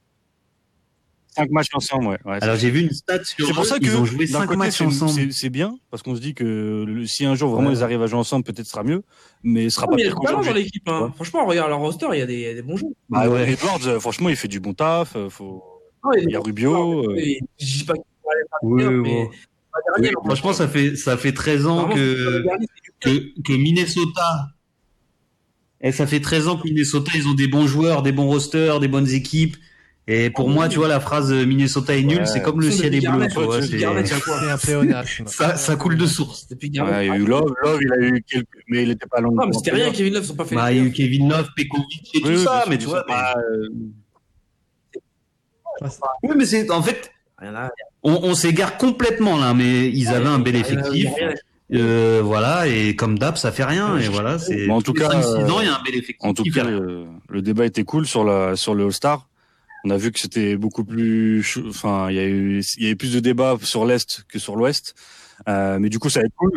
Cinq matchs ensemble, ouais. ouais Alors c'est j'ai vu une stat sur c'est pour eux, ça que ils ont joué d'un cinq côté, matchs c'est, ensemble. c'est, c'est bien, parce qu'on se dit que le- si un jour vraiment Ouais. ils arrivent à jouer ensemble, peut-être ce sera mieux, mais ce sera Non, pas mais il y a pire du talent dans qu'aujourd'hui. l'équipe. Hein. Ouais. Franchement, regarde leur roster, il y a des, il y a des bons joueurs. Bah, Ouais. Edwards, euh, franchement, il fait du bon taf. euh, Faut... Non, Il y a des Rubio. bons joueurs, euh, mais Je dis pas qu'il faut aller pas Oui, bien, oui. mais pas dernier. Oui, non. Franchement, ça fait ça fait treize ans Normalement, c'est pas que le dernier, c'est du- que, que Minnesota. Et ça fait treize ans que Minnesota, ils ont des bons joueurs, des bons rosters, des bonnes équipes. Et pour Ah, moi, oui. tu vois, la phrase euh, Minnesota est nul, Ouais. c'est comme le Ils sont ciel est depuis bleu. Garnett, Tu vois, depuis c'est- Garnett, il y a quoi C'est un pléonasme. ça, ça coule de source. Depuis ouais, Garnett. il y a eu Love, Love, il a eu quelques, mais il était pas long. Non, mais c'était rien, Kevin Love, ils sont pas fait Bah, les il y a eu playoffs. Kevin Love, Pekovic et Oui, tout oui, ça, bien mais sûr, tu vois. bien sûr. bah, euh, Ouais, c'est- Oui, mais c'est en fait, Rien à- on, on s'égare complètement là, mais ils avaient un bel rien à- effectif. rien à- Euh, voilà, et comme d'hab, ça fait rien. Et voilà, c'est. Mais en tout tous les cas, cinq six euh, ans, il y a un bel effectif. En tout qui cas, fait rien. le, le débat était cool sur la sur le All-Star. On a vu que c'était beaucoup plus, chou- enfin, il y a eu, il y avait plus de débats sur l'est que sur l'ouest. Euh, mais du coup, ça va être cool.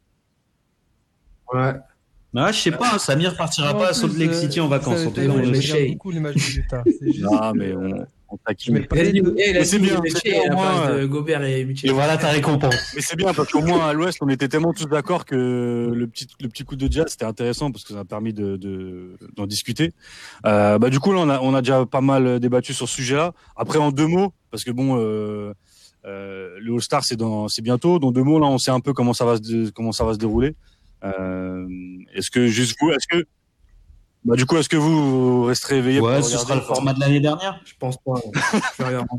Ouais. Ah, je sais pas, Samir partira En pas à plus, Salt Lake euh, City en vacances. ça en tout fait- cas, non, je mais regarde Shea. beaucoup les matchs du Utah. C'est juste, Non, mais euh, on, on je taquine. mets Il a pas les dit, deux. eh, il a Mais c'est dit, bien, il c'est Shea bien, à la au moins, place de euh, Gobert et Et Mitchell. voilà ta récompense. Mais c'est bien parce qu'au moins à l'Ouest, on était tellement tous d'accord que le petit le petit coup de jazz c'était intéressant parce que ça a permis de, de d'en discuter. Euh, bah du coup là on a on a déjà pas mal débattu sur ce sujet-là. Après en deux mots parce que bon euh, euh, le All-Star c'est dans c'est bientôt. Dans deux mots là on sait un peu comment ça va se comment ça va se dérouler. Euh, est-ce que juste vous est-ce que bah du coup est-ce que vous, vous resterez éveillé Ouais, pour ce regarder sera le ou pas format de l'année dernière. Je pense pas. Je vais regarder.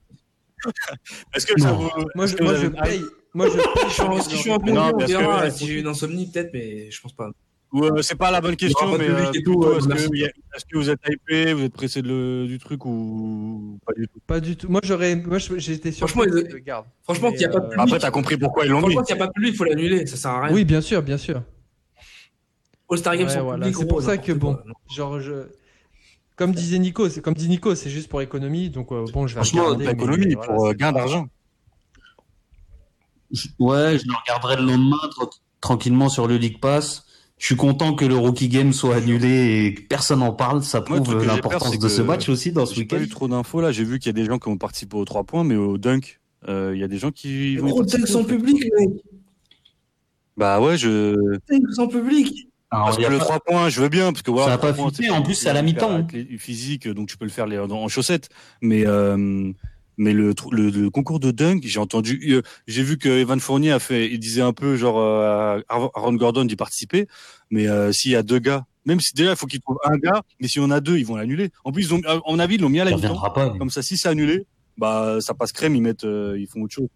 Est-ce que ça Non. vous Moi, je, est-ce que moi, vous je avez- paye. Moi, je paye. Si je suis en- si je suis en plein Non, milieu, on parce que- verra. Si j'ai une insomnie, peut-être, mais je pense pas. Ouais, c'est pas la bonne question, Il y aura pas mais de public euh, et tout, plutôt, ouais, est-ce, merci. que, y a- est-ce que vous êtes hypé, vous êtes pressé de le, du truc ou pas du tout? Pas du tout. Moi, j'aurais. Moi, je- j'étais sûr Franchement, que il- le garde. Franchement, Mais, s'il n'y a pas de euh, public. Après, t'as compris pourquoi ils l'ont mis. Franchement, s'il n'y a pas de public, il faut l'annuler. Ça sert à rien. Oui, bien sûr, bien sûr. All-Star Game Ouais, sans voilà. public, C'est gros, pour ça n'importe que bon, quoi. Non. genre je. Comme disait Nico, c'est comme dit Nico, c'est juste pour l'économie, donc euh, bon, je vais Franchement, regarder. mais l'économie, voilà, pour euh, c'est gain pas- d'argent. Je- Ouais, je le regarderai le lendemain tra- tranquillement sur le League Pass. Je suis content que le Rookie Game soit annulé et que personne n'en parle. Ça Moi, le prouve truc que j'ai peur, l'importance c'est de ce que match aussi dans ce J'ai pas week-end. eu trop d'infos là. J'ai vu qu'il y a des gens qui ont participé aux trois points, mais au dunk, euh, il y a des gens qui vont y Gros dunk participer, sans en fait. public, mec. Bah ouais, je. Dunk sans public. Alors, Parce il y que a le pas- trois points, je veux bien, parce que voilà. Ça a trois pas points, fuité, c'est en pas plus, c'est à la hyper mi-temps. athlétique, physique, donc tu peux le faire les- en, en chaussettes. Mais euh, mais le, tr- le le concours de dunk, j'ai entendu, euh, j'ai vu que Evan Fournier a fait, il disait un peu genre euh, à Aaron Gordon d'y participer. Mais euh, s'il y a deux gars, même si déjà il faut qu'ils trouvent un gars, mais si on a deux, ils vont l'annuler. En plus, ils ont, à mon avis, ils l'ont mis à la Il mi-temps. reviendra pas. lui. Comme ça, si c'est annulé, bah ça passe crème, ils mettent, euh, ils font autre chose.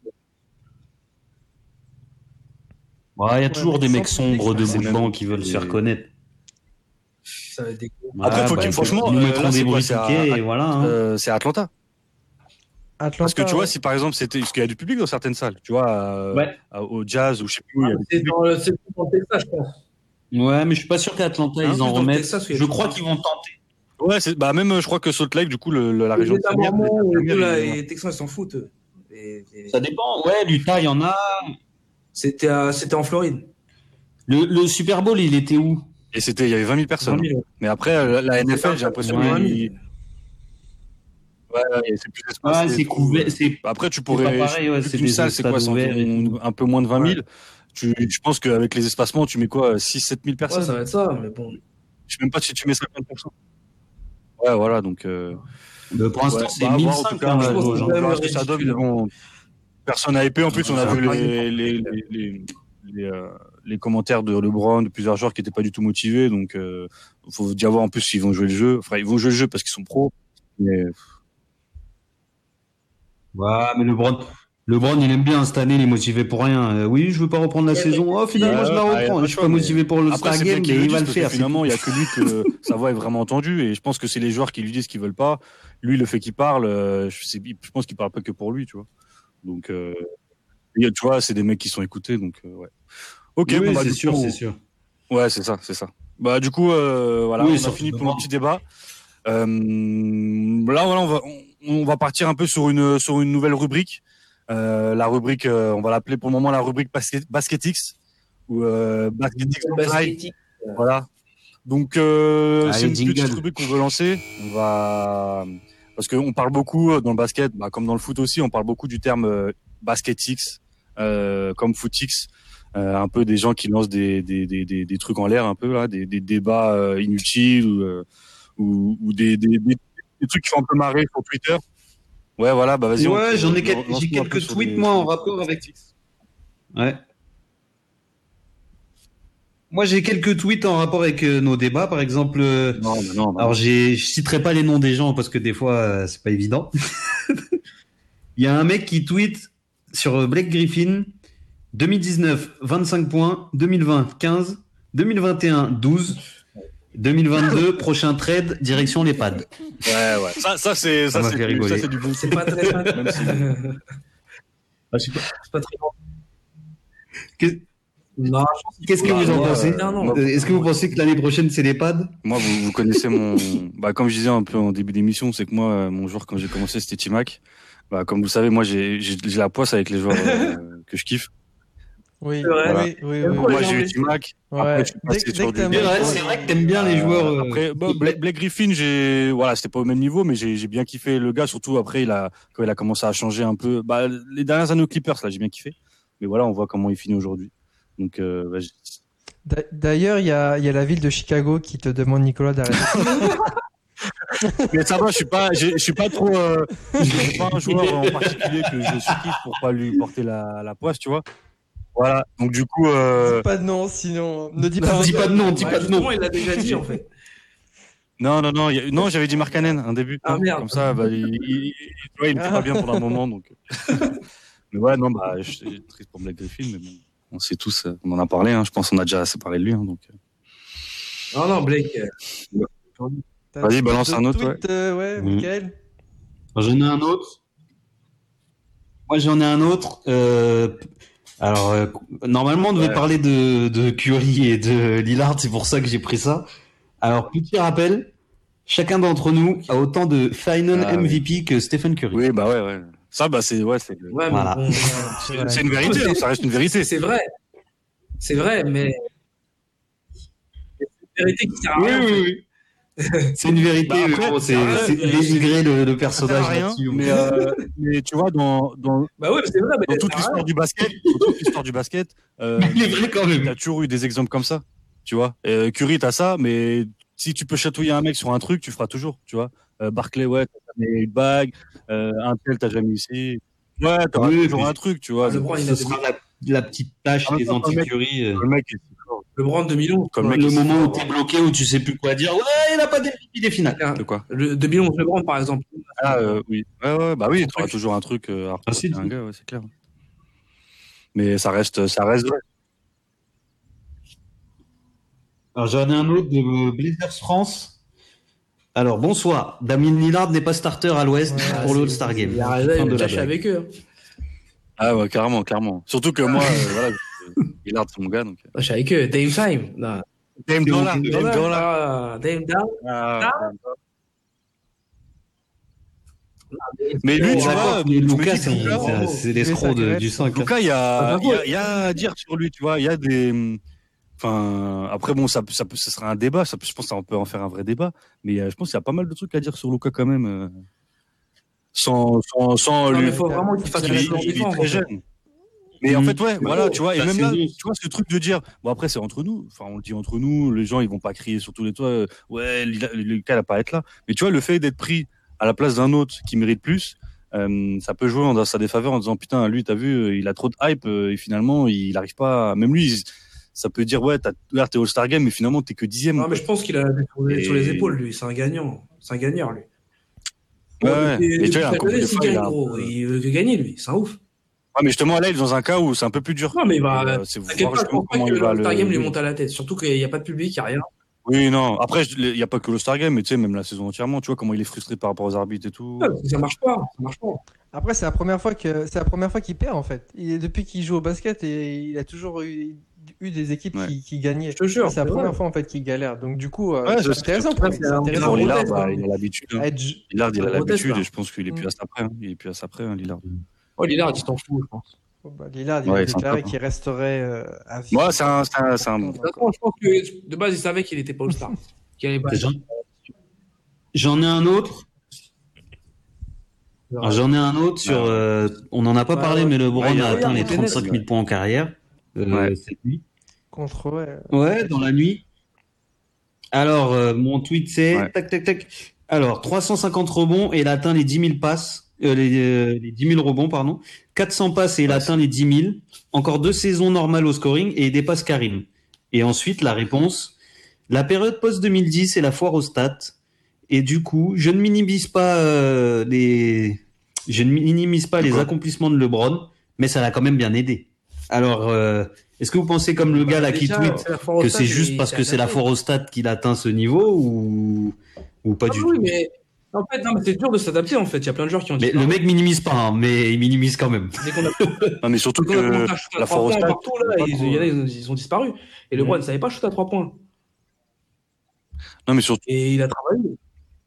Ouais, il y a Ouais, toujours mais des mecs sans public, sombres de ça bout de va. banc qui veulent se faire connaître. Ça va être des- Après, Ouais, faut bah, qu'ils- franchement, nous euh, mettrons là, des c'est quoi, bruits c'est à- et voilà. hein. Euh, c'est à Atlanta. Atlanta, Parce que tu vois, ouais. si par exemple c'était, parce qu'il y a du public dans certaines salles, tu vois, euh, Ouais. à- au jazz ou je sais plus où, il y a du C'est public. dans le c'est dans le Texas, je pense. Ouais, mais je suis pas sûr qu'Atlanta Hein, ils en plus dans le remettent. Texas, où il y a Je du crois public. qu'ils vont tenter. Ouais, c'est, bah même, euh, je crois que Salt Lake, du coup, le, le- la Les région de États Samir, mormons, les et Samir, tout, là, ils- et les Texans, ils s'en foutent. eux. Et- et- Ça dépend. Ouais, l'Utah, il y en a. C'était à- c'était en Floride. Le, le Super Bowl, il était où? Et c'était, il y avait vingt mille personnes. vingt mille. Mais après, la, la N F L, j'ai l'impression Ouais. qu'ils, Ouais, c'est plus espace. Ah, c'est couvert. C'est... Après, tu c'est pourrais. pas pareil, ouais, Vu c'est qu'une des salle, c'est quoi? C'est stades ouverts et environ tout. un peu moins de vingt mille. Ouais. Tu, je pense qu'avec les espacements, tu mets quoi? six sept mille Ouais, personnes? ça va être ça, mais bon. Je sais même pas si tu mets cinquante pour cent. Ouais, voilà, donc. Euh... Mais pour l'instant, ouais, c'est bah, à mille voir, en cinq tout cas, hein, je la pense jauge. que on Hein. c'est verra ce que ça donne, mais ridicule. bon. Personne n'a épée. En plus, on a C'est vu un les, les, les, les, les, euh, les commentaires de LeBron, de plusieurs joueurs qui n'étaient pas du tout motivés. Donc, il euh, faut déjà voir en plus s'ils vont jouer le jeu. Enfin, ils vont jouer le jeu parce qu'ils sont pros. Mais Ouais, mais LeBron, LeBron, il aime bien cette année, il est motivé pour rien. Euh, oui, je veux pas reprendre la Ouais, saison. Oh, finalement, ouais, je la bah, y a reprends. pas Je de suis choix, pas mais motivé pour le après, Star c'est bien Game, qu'il mais le il dise va le parce que faire. finalement, il y a que lui que sa voix est vraiment entendue. Et je pense que c'est les joueurs qui lui disent qu'ils veulent pas. Lui, le fait qu'il parle, euh, je, sais, je pense qu'il parle pas que pour lui, tu vois. Donc, euh, tu vois, c'est des mecs qui sont écoutés, donc euh, ouais. Ok, Oui, bon bah c'est du sûr, coup, c'est sûr. ouais, c'est ça, c'est ça. Bah du coup, euh, voilà, Oui, on a surtout fini pour demain. le petit débat. Euh, là, voilà, on va, on, on va partir un peu sur une sur une nouvelle rubrique. Euh, la rubrique, euh, on va l'appeler pour le moment la rubrique basket, Basketix ou euh, Basketix Live. Basketique. Voilà. Donc euh, c'est Allez, une petite jingle. rubrique qu'on veut lancer. On va parce qu'on parle beaucoup dans le basket, bah, comme dans le foot aussi, on parle beaucoup du terme euh, Basketix, euh, comme Footix. Euh, un peu des gens qui lancent des des des des, des trucs en l'air un peu là, des des débats euh, inutiles ou, euh, ou ou des, des des des trucs qui font un peu marrer sur Twitter. Ouais, voilà, bah vas-y. Ouais, on, j'en ai, on, quel... lance-nous j'ai un peu quelques sur tweets, des, moi, sur en des rapport avec. Basketix. Ouais. Moi, j'ai quelques tweets en rapport avec euh, nos débats. Par exemple, euh, Non, mais non, bah alors non. j'ai, je citerai pas les noms des gens parce que des fois, euh, c'est pas évident. Il y a un mec qui tweet sur euh, Blake Griffin deux mille dix-neuf, vingt-cinq points, deux mille vingt, quinze, deux mille vingt et un, douze, deux mille vingt-deux, prochain trade, direction les pads. Ouais, ouais. Ça, ça c'est, Ça ça, m'a c'est, fait rigoler. ça, c'est du bon. C'est pas très fan. Même si- Ah, je sais pas. C'est pas très bon. Qu'est- Non, Qu'est-ce que Bah, vous en moi, pensez euh, non, non. moi, Euh, Est-ce que vous pensez que l'année prochaine, c'est les pads? moi, vous, vous connaissez mon, bah, comme je disais un peu en début d'émission, c'est que moi, euh, mon joueur quand j'ai commencé, c'était T-Mac. Bah, comme vous le savez, moi, j'ai, j'ai, j'ai la poisse avec les joueurs euh, que je kiffe. Oui, C'est vrai. Voilà. oui, oui, Même oui. pour oui. Moi, les j'ai eu gens, T-Mac. Ouais. Après, je suis Dès, passé dès sur que du t'as C'est vrai, un c'est vrai que t'aimes bien les joueurs. Euh, euh, après, bah, Blake, Blake Griffin, j'ai, voilà, c'était pas au même niveau, mais j'ai, j'ai bien kiffé le gars. Surtout après, il a, quand il a commencé à changer un peu. Bah, les dernières années aux Clippers, là, j'ai bien kiffé. Mais voilà, on voit comment il finit aujourd'hui. Donc, euh, bah, j'ai- D'a- D'ailleurs, il y a, il y a la ville de Chicago qui te demande, Nicolas, d'arrêter. mais ça va, je suis pas, j'ai- je suis pas trop, euh, je suis pas un joueur en particulier que je surkiffe pour pas lui porter la, la poisse, tu vois. Voilà. Donc du coup, euh, Dis pas de nom, sinon. Ne dis Non, pas dis pas de nom, dis Ouais, pas de nom. justement, il l'a déjà dit en fait. non, non, non, il y a- non, j'avais dit Markkanen, un début. Ah, merde. Comme ça, bah, il, il, il, tu vois, il me fait pas bien pendant un moment, donc. Mais ouais, non, bah, je suis triste pour Blake Griffin, mais bon, on sait tous, euh, on en a parlé, hein, je pense qu'on a déjà assez parlé de lui, hein, donc. euh. Non, non, Blake. euh, T'as Vas-y, balance d'autres un autre, tweets, euh, ouais, Mhm. Mickaël. J'en ai un autre. Moi, j'en ai un autre. Euh, alors, euh, normalement, on devait Ouais. parler de, de Curry et de Lillard, c'est pour ça que j'ai pris ça. Alors, petit rappel, chacun d'entre nous a autant de Final Ah, M V P que Stephen Curry. Oui, bah ouais, ouais. Ça, bah, c'est, ouais, c'est, Ouais, mais Voilà. bon, c'est, c'est une vérité, hein, ça reste une vérité. c'est c'est vrai. C'est vrai, mais. C'est une vérité qui sert à Oui, rien. en fait. oui, oui. C'est une vérité, Bah, après, mais bon, c'est après, c'est euh, dénigrer le, le Ça sert personnage à rien, là-dessus. mais, euh, mais tu vois, dans, dans, Bah ouais, mais c'est vrai. Mais dans toute ça sert à l'histoire du basket, dans toute l'histoire du basket, euh, Mais il est vrai quand même. t'as toujours eu des exemples comme ça, tu vois. Euh, Curry, t'as ça, mais si tu peux chatouiller un mec sur un truc, tu feras toujours, tu vois. Euh, Barclay, ouais, t'as jamais une bague. Euh, un tel, t'as jamais essayé. Ouais, t'auras Oui, toujours mais- un truc, tu vois. Ah, le Bron, il Ce a sera des- la, la petite tâche En même des temps, le mec- anti-Curry. euh, Le mec, est si fort. Le Brand deux mille onze. Comme le quoi. mec, Le il- moment où t'es bloqué, où tu sais plus quoi dire. Ouais, il a pas d'M V P des finales. Ah, De quoi? Le deux mille onze, le Brand, par exemple. Ah, euh, oui. Ouais, ouais, bah oui, Son t'auras truc. toujours un truc euh, à Ah, si, reprocher à un si. gars, ouais, c'est clair. Mais ça reste, ça reste vrai. Alors j'en ai un autre de Blazers France. Alors bonsoir. Damien Lillard n'est pas starter à l'Ouest Ouais, pour le c'est- All-Star Game. Il a arrêté Fin de de la chercher blague. avec eux. Ah ouais, carrément, clairement. Surtout que moi, euh, voilà, je- il a c'est mon gars, donc. Je suis avec eux. Dame Time. Non. Dame Dollar, Dame Dame Dollar. Ah, Dame Down. Ah, mais lui, Oh, tu D'accord, vois, mais je me Lucas, dis c'est que Lucas, c'est- c'est l'escroc de- du cinq. hein. Lucas, il y a, Ah, il y a, il y a à dire sur lui, tu vois. Il y a des, enfin, après bon, ça, peut- ça, peut- ça sera un débat. Ça, peut- je pense qu'on peut en faire un vrai débat. Mais euh, je pense qu'il y a pas mal de trucs à dire sur Lucas quand même. euh. sans, sans, sans Non, lui. mais faut vraiment qu'il fasse Il, la il- saison il est défense, très en fait. jeune. Mais en fait, ouais, voilà, tu vois, et la même là, saison- tu vois, ce truc de dire, bon, après, c'est entre nous, enfin, on le dit entre nous, les gens, ils vont pas crier sur tous les toits, euh, ouais, Lila- Lucas, il va pas être là. Mais tu vois, le fait d'être pris à la place d'un autre qui mérite plus, euh, ça peut jouer en sa défaveur en disant, putain, lui, t'as vu, euh, il a trop de hype, euh, et finalement, il arrive pas, à- même lui, il- ça peut dire, ouais, t'as, regarde, t'es All-Star Game, mais finalement, t'es que dixième. Non, mais je pense qu'il a la tête sur les- Et- sur les épaules, lui. C'est un gagnant. C'est un gagneur, lui. Ouais, Bon, ouais. depuis- Mais tu vois, il y a depuis un cette couple année, de s'il fois, il gagne, a un gros, peu- il veut que gagner, lui. C'est un ouf. Ouais, mais justement, là, il est dans un cas où c'est un peu plus dur. Non, mais il Et, va. euh, c'est T'inquiète voir pas, je justement pense pas comment que il va le Star le. Game lui monte à la tête. Surtout qu'il n'y a pas de public, il n'y a rien. Oui, non. Après, il n'y a pas que le Star Game, mais tu sais, même la saison entièrement, tu vois comment il est frustré par rapport aux arbitres et tout. Ouais, parce que ça marche pas. Ça marche pas. Après, c'est la première fois que c'est la première fois qu'il perd en fait. Il est depuis qu'il joue au basket et il a toujours eu, eu des équipes Ouais. qui, qui gagnaient. Je te jure. C'est la c'est première vrai. fois en fait qu'il galère. Donc du coup, euh, Ouais, c'est c'est- intéressant pour lui. c'est C'est un- intéressant Pour pour lui. Lillard, Lillard, bah, hein. il a l'habitude. hein. Edge. Lillard, il a C'est un l'habitude grotesque, et je pense qu'il est plus Mm. à ça après. hein. Il est plus à ça après, hein, Lillard. Oh, Lillard, il s'en fout, je pense. Oh, bah, Lillard, il Ouais, a il s'en déclaré tape, qu'il resterait euh, à vie. Moi, c'est un, c'est un, c'est un- De toute façon, je pense que de base, il savait qu'il était pas All-Star. Qu'il allait pas. J'en- J'en ai un autre. Alors, J'en ai un autre sur. euh, on n'en a pas Ouais, parlé, ouais. mais LeBron Ouais, il y a a- atteint ouais, les ouais, trente-cinq ouais. mille points en carrière euh, Ouais. cette nuit. Contre ouais. Ouais, dans la nuit. Alors, euh, mon tweet c'est Ouais. tac tac tac. Alors, trois cent cinquante rebonds et il a atteint les dix mille passes, euh, les, euh, les dix mille rebonds pardon. quatre cents passes et il a Ouais, atteint les dix mille. Encore deux saisons normales au scoring et il dépasse Karim. Et ensuite la réponse, la période post deux mille dix et la foire aux stats. Et du coup, je ne minimise pas euh, les, je ne minimise pas les Quoi accomplissements de LeBron, mais ça l'a quand même bien aidé. Alors, euh, est-ce que vous pensez comme le gars là qui Déjà, tweet c'est la foire au que stade, c'est juste il parce s'est que c'est la adapté. foire au stade qu'il atteint ce niveau ou, ou pas Ah du oui, tout? mais en fait, non, mais c'est dur de s'adapter. En fait, il y a plein de joueurs qui ont. Mais le mec minimise pas, hein, mais il minimise quand même. Dès qu'on a, Non, mais surtout dès qu'on a commencé que à shooter à la trois foire au points stade. partout là, pas ils, trop- il y en a, ils, ont- ils ont disparu. Et LeBron ne savait pas shooter à trois points. Non, mais surtout. Et il a travaillé.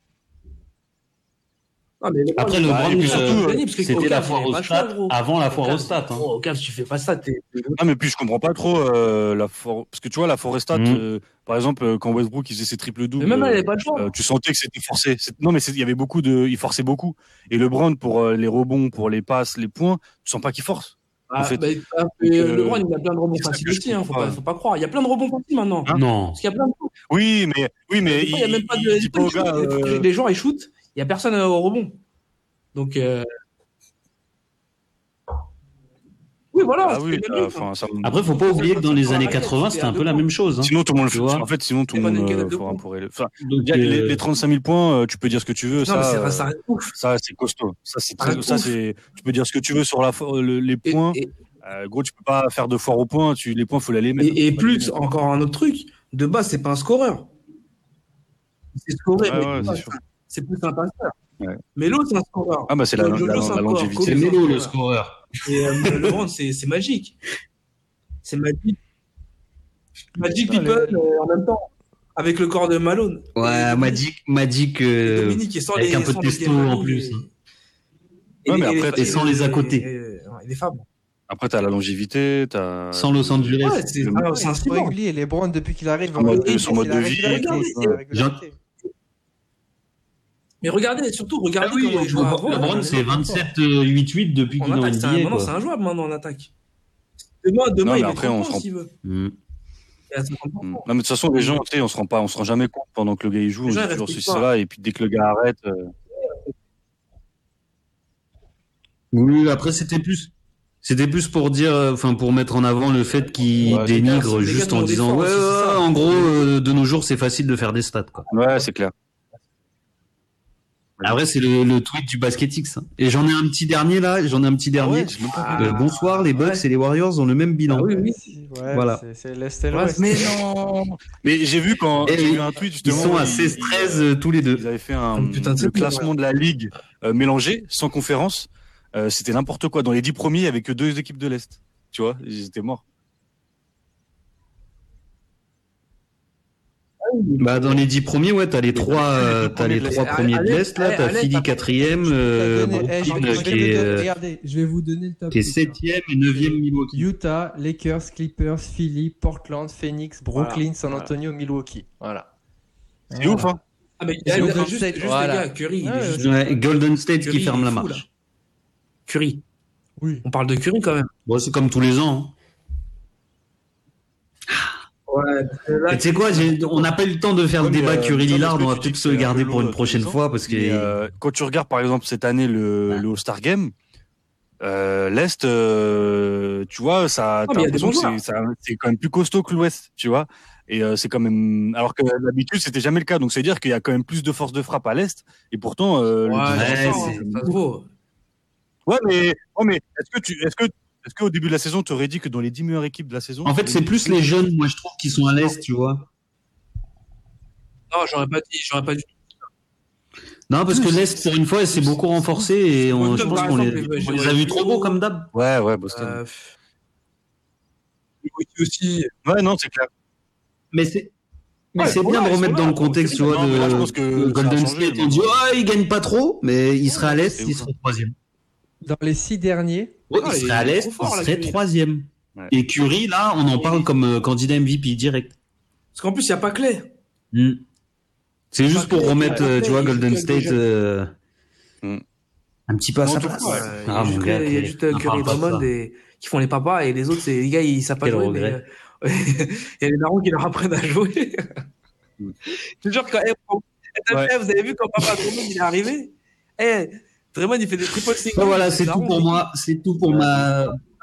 Non, mais LeBron, Après, il- LeBron, bah, et puis euh, surtout, gagné, parce que c'était au la Cavs, foire il au avait pas le choix, stade gros. avant la Au foire au Cavs, stade. hein. gros, Au Cavs, tu fais pas ça. T'es... Ah, mais puis je comprends pas trop euh, la for... parce que tu vois la Forestat, Mhm. euh, par exemple, euh, quand Westbrook il faisait ses triples doubles, Mais même là, il avait pas le choix. euh, tu sentais que c'était forcé. C'est- Non, mais c'est- il y avait beaucoup de, il forçait beaucoup. Et LeBron pour euh, les rebonds, pour les passes, les points, tu sens pas qu'il force. Ah, en fait. bah, ah, Donc, mais, euh, LeBron, il a plein de rebonds c'est ça faciles que je aussi. Hein, faut comprends pas, pas. faut pas croire. Il y a plein de rebonds faciles maintenant. Hein Non. Parce qu'il y a plein de choses. Oui, mais oui, mais Des fois, il y a même pas de. il dit des pas fois, aux gars. ils shootent, euh, Les gens, ils shootent. Il y a personne euh, au rebond. Donc. euh, Oui, voilà. Ah c'est oui, les mêmes euh, trucs, hein. enfin, ça me- Après, faut pas oublier que dans les années quatre-vingts, c'était un peu la même chose. Hein. Sinon tout le monde le Tu fait. vois. En fait, sinon tout le C'est pas monde une euh, canette de pourra- points. pourrait. le- Enfin, Donc, il y a les, euh, les trente-cinq mille points, euh, tu peux dire ce que tu veux. Non, ça, mais c'est- euh, ça reste ouf. ça c'est costaud. Ça c'est Ça très- reste ça ouf. c'est. Tu peux dire ce que tu veux sur la fo- le- les Et- points. et- Euh, gros, tu peux pas faire de foire aux points. Tu les points, faut les mettre. Et, et plus, encore un autre truc, de base, c'est pas un scoreur. C'est scoré, Ouais, mais ouais, de base, c'est sûr. c'est plus un passeur. Ouais. Melo, c'est un scoreur. Ah bah c'est la, la, Jojo, la, c'est un la scoreur. longévité. C'est Kobe, Melo le ouais. scoreur. Et euh, LeBron, c'est c'est magique. C'est magique. Magic Putain, People les- euh, en même temps. Avec le corps de Malone. Ouais, Et Magic, Magic, euh, Dominique est sans avec les, un peu de sans les testo Game en Boy plus. et- hein. et Ouais, les- mais et après, les- et sans les à côté. et- et- ouais, les femmes. Après, t'as la longévité, t'as. Sans Los Angeles. Ouais, c'est Le- ah, c'est un C'est cyborg. régulier. Les Browns, depuis qu'il arrive, Son mode- euh, son mode c'est la de vie, régularité, regardez, c'est la régularité. Mais regardez, surtout, regardez Ah oui, comment il joue avant. LeBron, c'est vingt-sept huit huit depuis En qu'il est en attaque, c'est un- N B A. maintenant, quoi. c'est injouable maintenant en attaque. Demain, demain Non, mais il met après, trente on points se rend- s'il veut. Mm. Et à cinquante pour cent. Mm. Non, mais de toute façon, les gens, tu sais, on se rend pas, on se rend jamais compte pendant que le gars il joue. Les On gens, dit ils toujours respectent ceci, pas. cela, et puis dès que le gars arrête. euh, Oui, après c'était plus, c'était plus pour dire, euh, enfin pour mettre en avant le fait qu'il Ouais, dénigre les gars, juste les gars en demandent disant des ouais, forces, c'est ouais, ça. en gros euh, de nos jours c'est facile de faire des stats quoi. Ouais, c'est clair. Après c'est le, le tweet du Basketix. Hein. Et j'en ai un petit dernier là, j'en ai un petit dernier. Ah ouais, j'ai même pas Ah. Euh, bonsoir, les Bucks Ouais. et les Warriors ont le même bilan. Ah oui, oui. Ouais, Voilà. c'est- c'est l'Est et Ouais, l'Ouest. Mais non. Mais j'ai vu quand Et j'ai oui, vu un tweet Ils justement. sont à ils- seize treize euh, tous les deux. Ils avaient fait un Oh, putain, c'est le cool, classement de la ligue euh, mélangé, sans conférence. Euh, c'était n'importe quoi. Dans les dix premiers, il y avait que deux équipes de l'Est. Tu vois, ils étaient morts. Bah dans les dix premiers, ouais, t'as les trois, euh, t'as les premiers de trois l'Est. premiers de Allez, l'Est là, allez, t'as allez, Philly t'as- quatrième, Je vais euh, te donner- eh, je vais- Brooklyn je vais qui vous est, donner- euh, Regardez, je vais vous donner le top. qui est septième et neuvième Milwaukee. Utah, Lakers, Clippers, Philly, Portland, Phoenix, Brooklyn, Voilà, San voilà. Antonio, Milwaukee. Voilà. C'est ouf, hein. Ah, mais il C'est y a Golden juste, State, juste voilà. les gars, Curry, il est Ouais, juste. Ouais, Golden State Curry, qui ferme il la est fou, marche. là. Curry. Oui. On parle de Curry quand même. Bon, c'est comme tous les ans. Ouais, Et tu sais quoi, j'ai- on n'a pas eu le temps de faire Ouais, le mais, débat euh, Curry-Lillard, parce que on va tu peut-être dis se que le c'est un garder peu pour une lourd prochaine tous les fois ans. parce que. Mais, euh, quand tu regardes par exemple cette année le, le All-Star Game, euh, l'Est, euh, tu vois, ça, Ah, t'as mais il y a des l'impression bons que c'est, ça- c'est quand même plus costaud que l'Ouest, tu vois. Et euh, c'est quand même, alors que d'habitude c'était jamais le cas. Donc c'est à dire qu'il y a quand même plus de force de frappe à l'Est. Et pourtant, euh, le Ouais, dixième Ouais, ça, soir, c'est- hein, ça se vaut. ouais, mais, ouais, mais est-ce que tu, est-ce que, est-ce qu'au début de la saison, tu aurais dit que dans les dix meilleures équipes de la saison, En fait, c'est plus les jeunes, moi, je trouve, qui sont à l'Est, tu vois. Non, j'aurais pas dit, j'aurais pas dit. Non, parce que l'Est, pour une fois, c'est beaucoup renforcé et on, je Boston, pense par qu'on les, exemple, on j'aurais les a vus dit- trop beaux comme d'hab. Ouais, ouais, Boston. Euh, Milwaukee aussi. Ouais, non, c'est clair. Mais c'est, mais Ouais, c'est voilà, bien de ils sont remettre là, dans le quoi. contexte, tu vois, Non, mais là, je de, pense que de ça a Golden changé, State. mais On dit, bon. oh, ils gagnent pas trop, mais ils seraient à l'Est, c'est ils ouf, seraient troisième. Dans les six derniers, Ouais, Ah, ils il seraient à est l'Est, trop fort, ils là, seraient Curry. troisième. Ouais. Et Curry, là, on en Il- parle comme euh, candidat M V P direct. Parce qu'en plus, il n'y a pas Clay. Hmm. C'est Pas juste pour Clay, remettre, pas euh, Clay, tu vois, il joue Golden avec des State jeunes. euh, Hmm. un petit peu à Non, sa tout place. court, ouais. Ouais, il y Ah, a mon juste, gars, Clay- il y a Clay, juste euh, n'en Curry et parle pas de Drummond ça. et- qui font les papas et les autres, c'est les gars, ils savent pas Quel jouer, regret. mais euh, il y a les darons qui leur apprennent à jouer. Mm. C'est genre quand, eh, quand- eh, Ouais. vous avez vu quand papa Drummond il est arrivé? Eh, Drummond il fait des triple singles. Ben voilà, les c'est tout darons, pour ils- moi. C'est tout pour ma.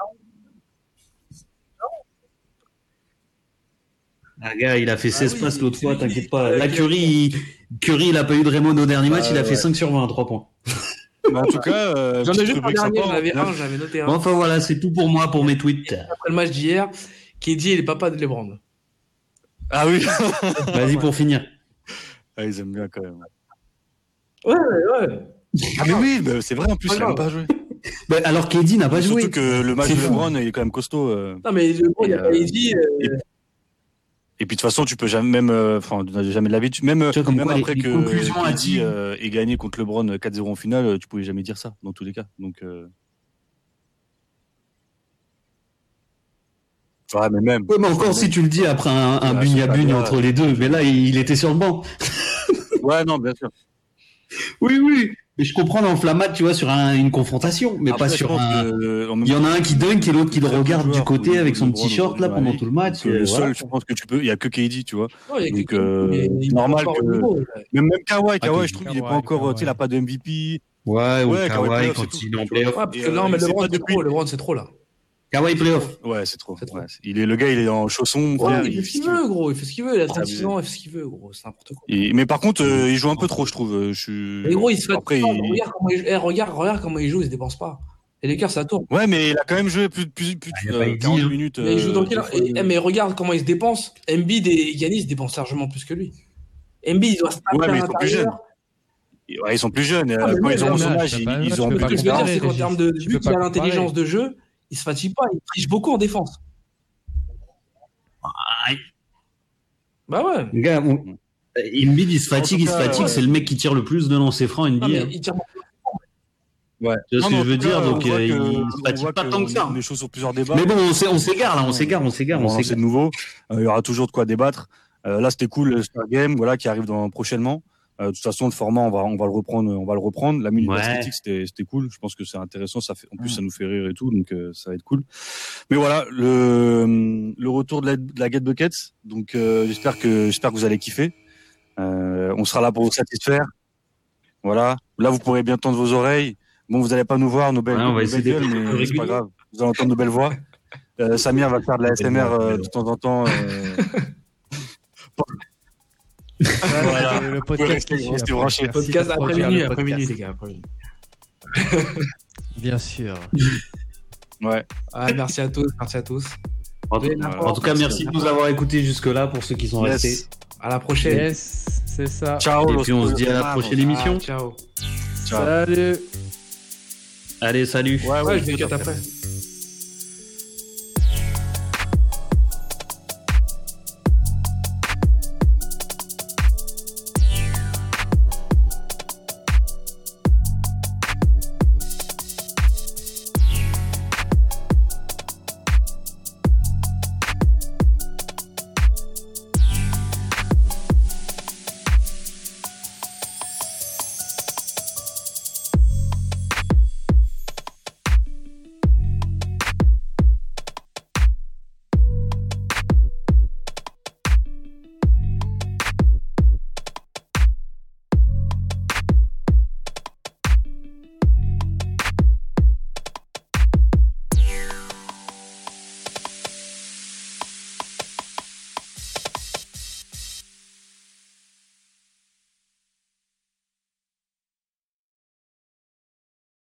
Ah, gars, il a fait Ah seize oui, passes l'autre c'est fois, lui qui- t'inquiète pas. euh, Là, qui- Curry, il... Curry, il a pas eu de Raymond au dernier match, Ah, il a fait ouais. cinq sur vingt à trois points. Mais en tout cas, euh, J'en ai petite juste un rubrique dernier, sympa, j'en avais au final. un, j'avais noté un. Bon, enfin voilà, c'est tout pour moi, pour mes tweets. Après le match d'hier, K D est le papa de LeBron. Ah oui. Vas-y pour finir. Ah, ils aiment bien quand même. Ouais, ouais. Ah mais oui, mais c'est vrai en plus, Pas il a même grave. pas joué. Ben, alors K D n'a pas joué. Surtout que le match C'est de fou. LeBron, il est quand même costaud. euh. Non, mais LeBron, il a Et, pas euh, dit. euh, Et puis de toute façon, tu peux jamais même, euh, enfin, on n'a jamais l'habitude, même, Tu vois, comme même quoi, les- après les que conclusions K D hâtives. euh, ait gagné contre LeBron quatre zéro en finale, euh, tu pouvais jamais dire ça dans tous les cas. Donc, euh... ouais, mais même. Ouais, mais encore si tu le dis après un, un Ouais, bugne à c'est pas bugne bien. entre les deux, mais là, il, il était sur le banc. Ouais, non, bien sûr. Oui, oui. Mais je comprends l'enflammade, tu vois, sur un- une confrontation, mais Après, pas je sur pense un. que, euh, en même Il y en a un qui dunk et l'autre qui le très bon regarde du joueur côté au avec niveau son de petit LeBron short là aujourd'hui, pendant ouais. tout le match. Donc, et le voilà. seul, je pense que tu peux, il y a que K D, tu vois. non, il y a Donc, que- euh, il est- il est normal pas au que- niveau, là. Même, même Kawhi, Ah, Kawhi, K D. je trouve qu'il est pas Kawhi, encore, tu sais, il a Kawhi. pas de M V P. Ouais, ou Ouais, Kawhi Kawhi playoff, quand c'est tout, il est en tu playoff. Ouais, parce Et, que euh, non, mais il sait LeBron, pas c'est depuis- trop, LeBron, c'est trop, là. Kawhi playoff. Ouais, c'est trop. C'est trop. Ouais, c'est- il est, le gars, il est en chaussons. Ouais, frère, il fait ce qu'il veut, gros. Il fait ce qu'il veut. Il a trente-six ans, il fait ce qu'il veut, gros. C'est n'importe quoi. Et- mais par contre, euh, il joue un peu trop, je trouve. Je suis. Mais gros, il se fait. Après, Après, il- regarde, comment il... eh, regarde, regarde comment il joue, il se dépense pas. Et les cœurs, ça tourne. Ouais, mais il a quand même joué plus, plus, plus Ah, il a euh, pas dit, quarante hein. minutes. Mais il joue dans euh, quel. deux fois Eh, de- eh, mais regarde comment il se dépense. Embiid et Giannis se dépensent largement plus que lui. Embiid, il doit se taper Ouais, à mais ils sont plus l'intérieur. Ouais, ils sont plus jeunes. Ah, euh, mais quand ouais, ils ont mais son là, âge, tu peux ils, pas- ils tu ont un peux peu Ce pas que je veux dire, comparer, c'est qu'en Régis. termes de. Tu Vu peux qu'il a pas l'intelligence comparer. de jeu, il se fatigue pas, il triche beaucoup en défense. Bah ouais. Gars, on... Embiid, il se fatigue, En il tout se cas, fatigue. ouais. C'est le mec qui tire le plus de lancers francs Non, N B A. mais hein. il tire. Ouais. Tu vois ce que Non, mais en je veux tout dire, cas, donc, on voit euh, que- il se on fatigue voit pas que tant que on ça. est- On est chaud sur plusieurs débats. Mais bon, on s'é- on s'égare là, on s'égare, on s'égare, On on va lancer s'égare. de nouveau. Euh, il y aura toujours de quoi débattre. Euh, là, c'était cool le Star Game, voilà, qui arrive dans, prochainement. Euh, de toute façon, le format, on va, on va le reprendre, on va le reprendre. La minute Ouais. esthétique, c'était, c'était cool. Je pense que c'est intéressant. Ça fait, en plus, ça nous fait rire et tout, donc euh, ça va être cool. Mais voilà, le, le retour de la, de la Get Buckets. Donc, euh, j'espère que, j'espère que vous allez kiffer. Euh, on sera là pour vous satisfaire. Voilà. Là, vous pourrez bien tendre vos oreilles. Bon, vous n'allez pas nous voir, nos belles, Ouais, on va nos essayer belles gueules, d'être mais plus c'est pas régulier. grave. Vous allez entendre nos belles voix. Euh, Samir va faire de la S M R voix, euh, belle de temps en temps. Euh, Voilà, Vous le pouvez podcast rester- qui suit rester après. branchés. Merci Podcast de après produire minuit, le après podcast. minuit, les gars, après minuit. Bien sûr. ouais. Ah, merci à tous, merci à tous. En tout, en tout cas, merci de nous avoir écoutés jusque-là pour ceux qui sont Yes. restés. À la prochaine. Yes, c'est ça. Ciao. Et los puis on se dit à la pollos prochaine quemados. émission. Ah, ciao. Ciao. Salut. Allez, salut. Ouais, Ouais, ouais, je vais tout à cut fait. après.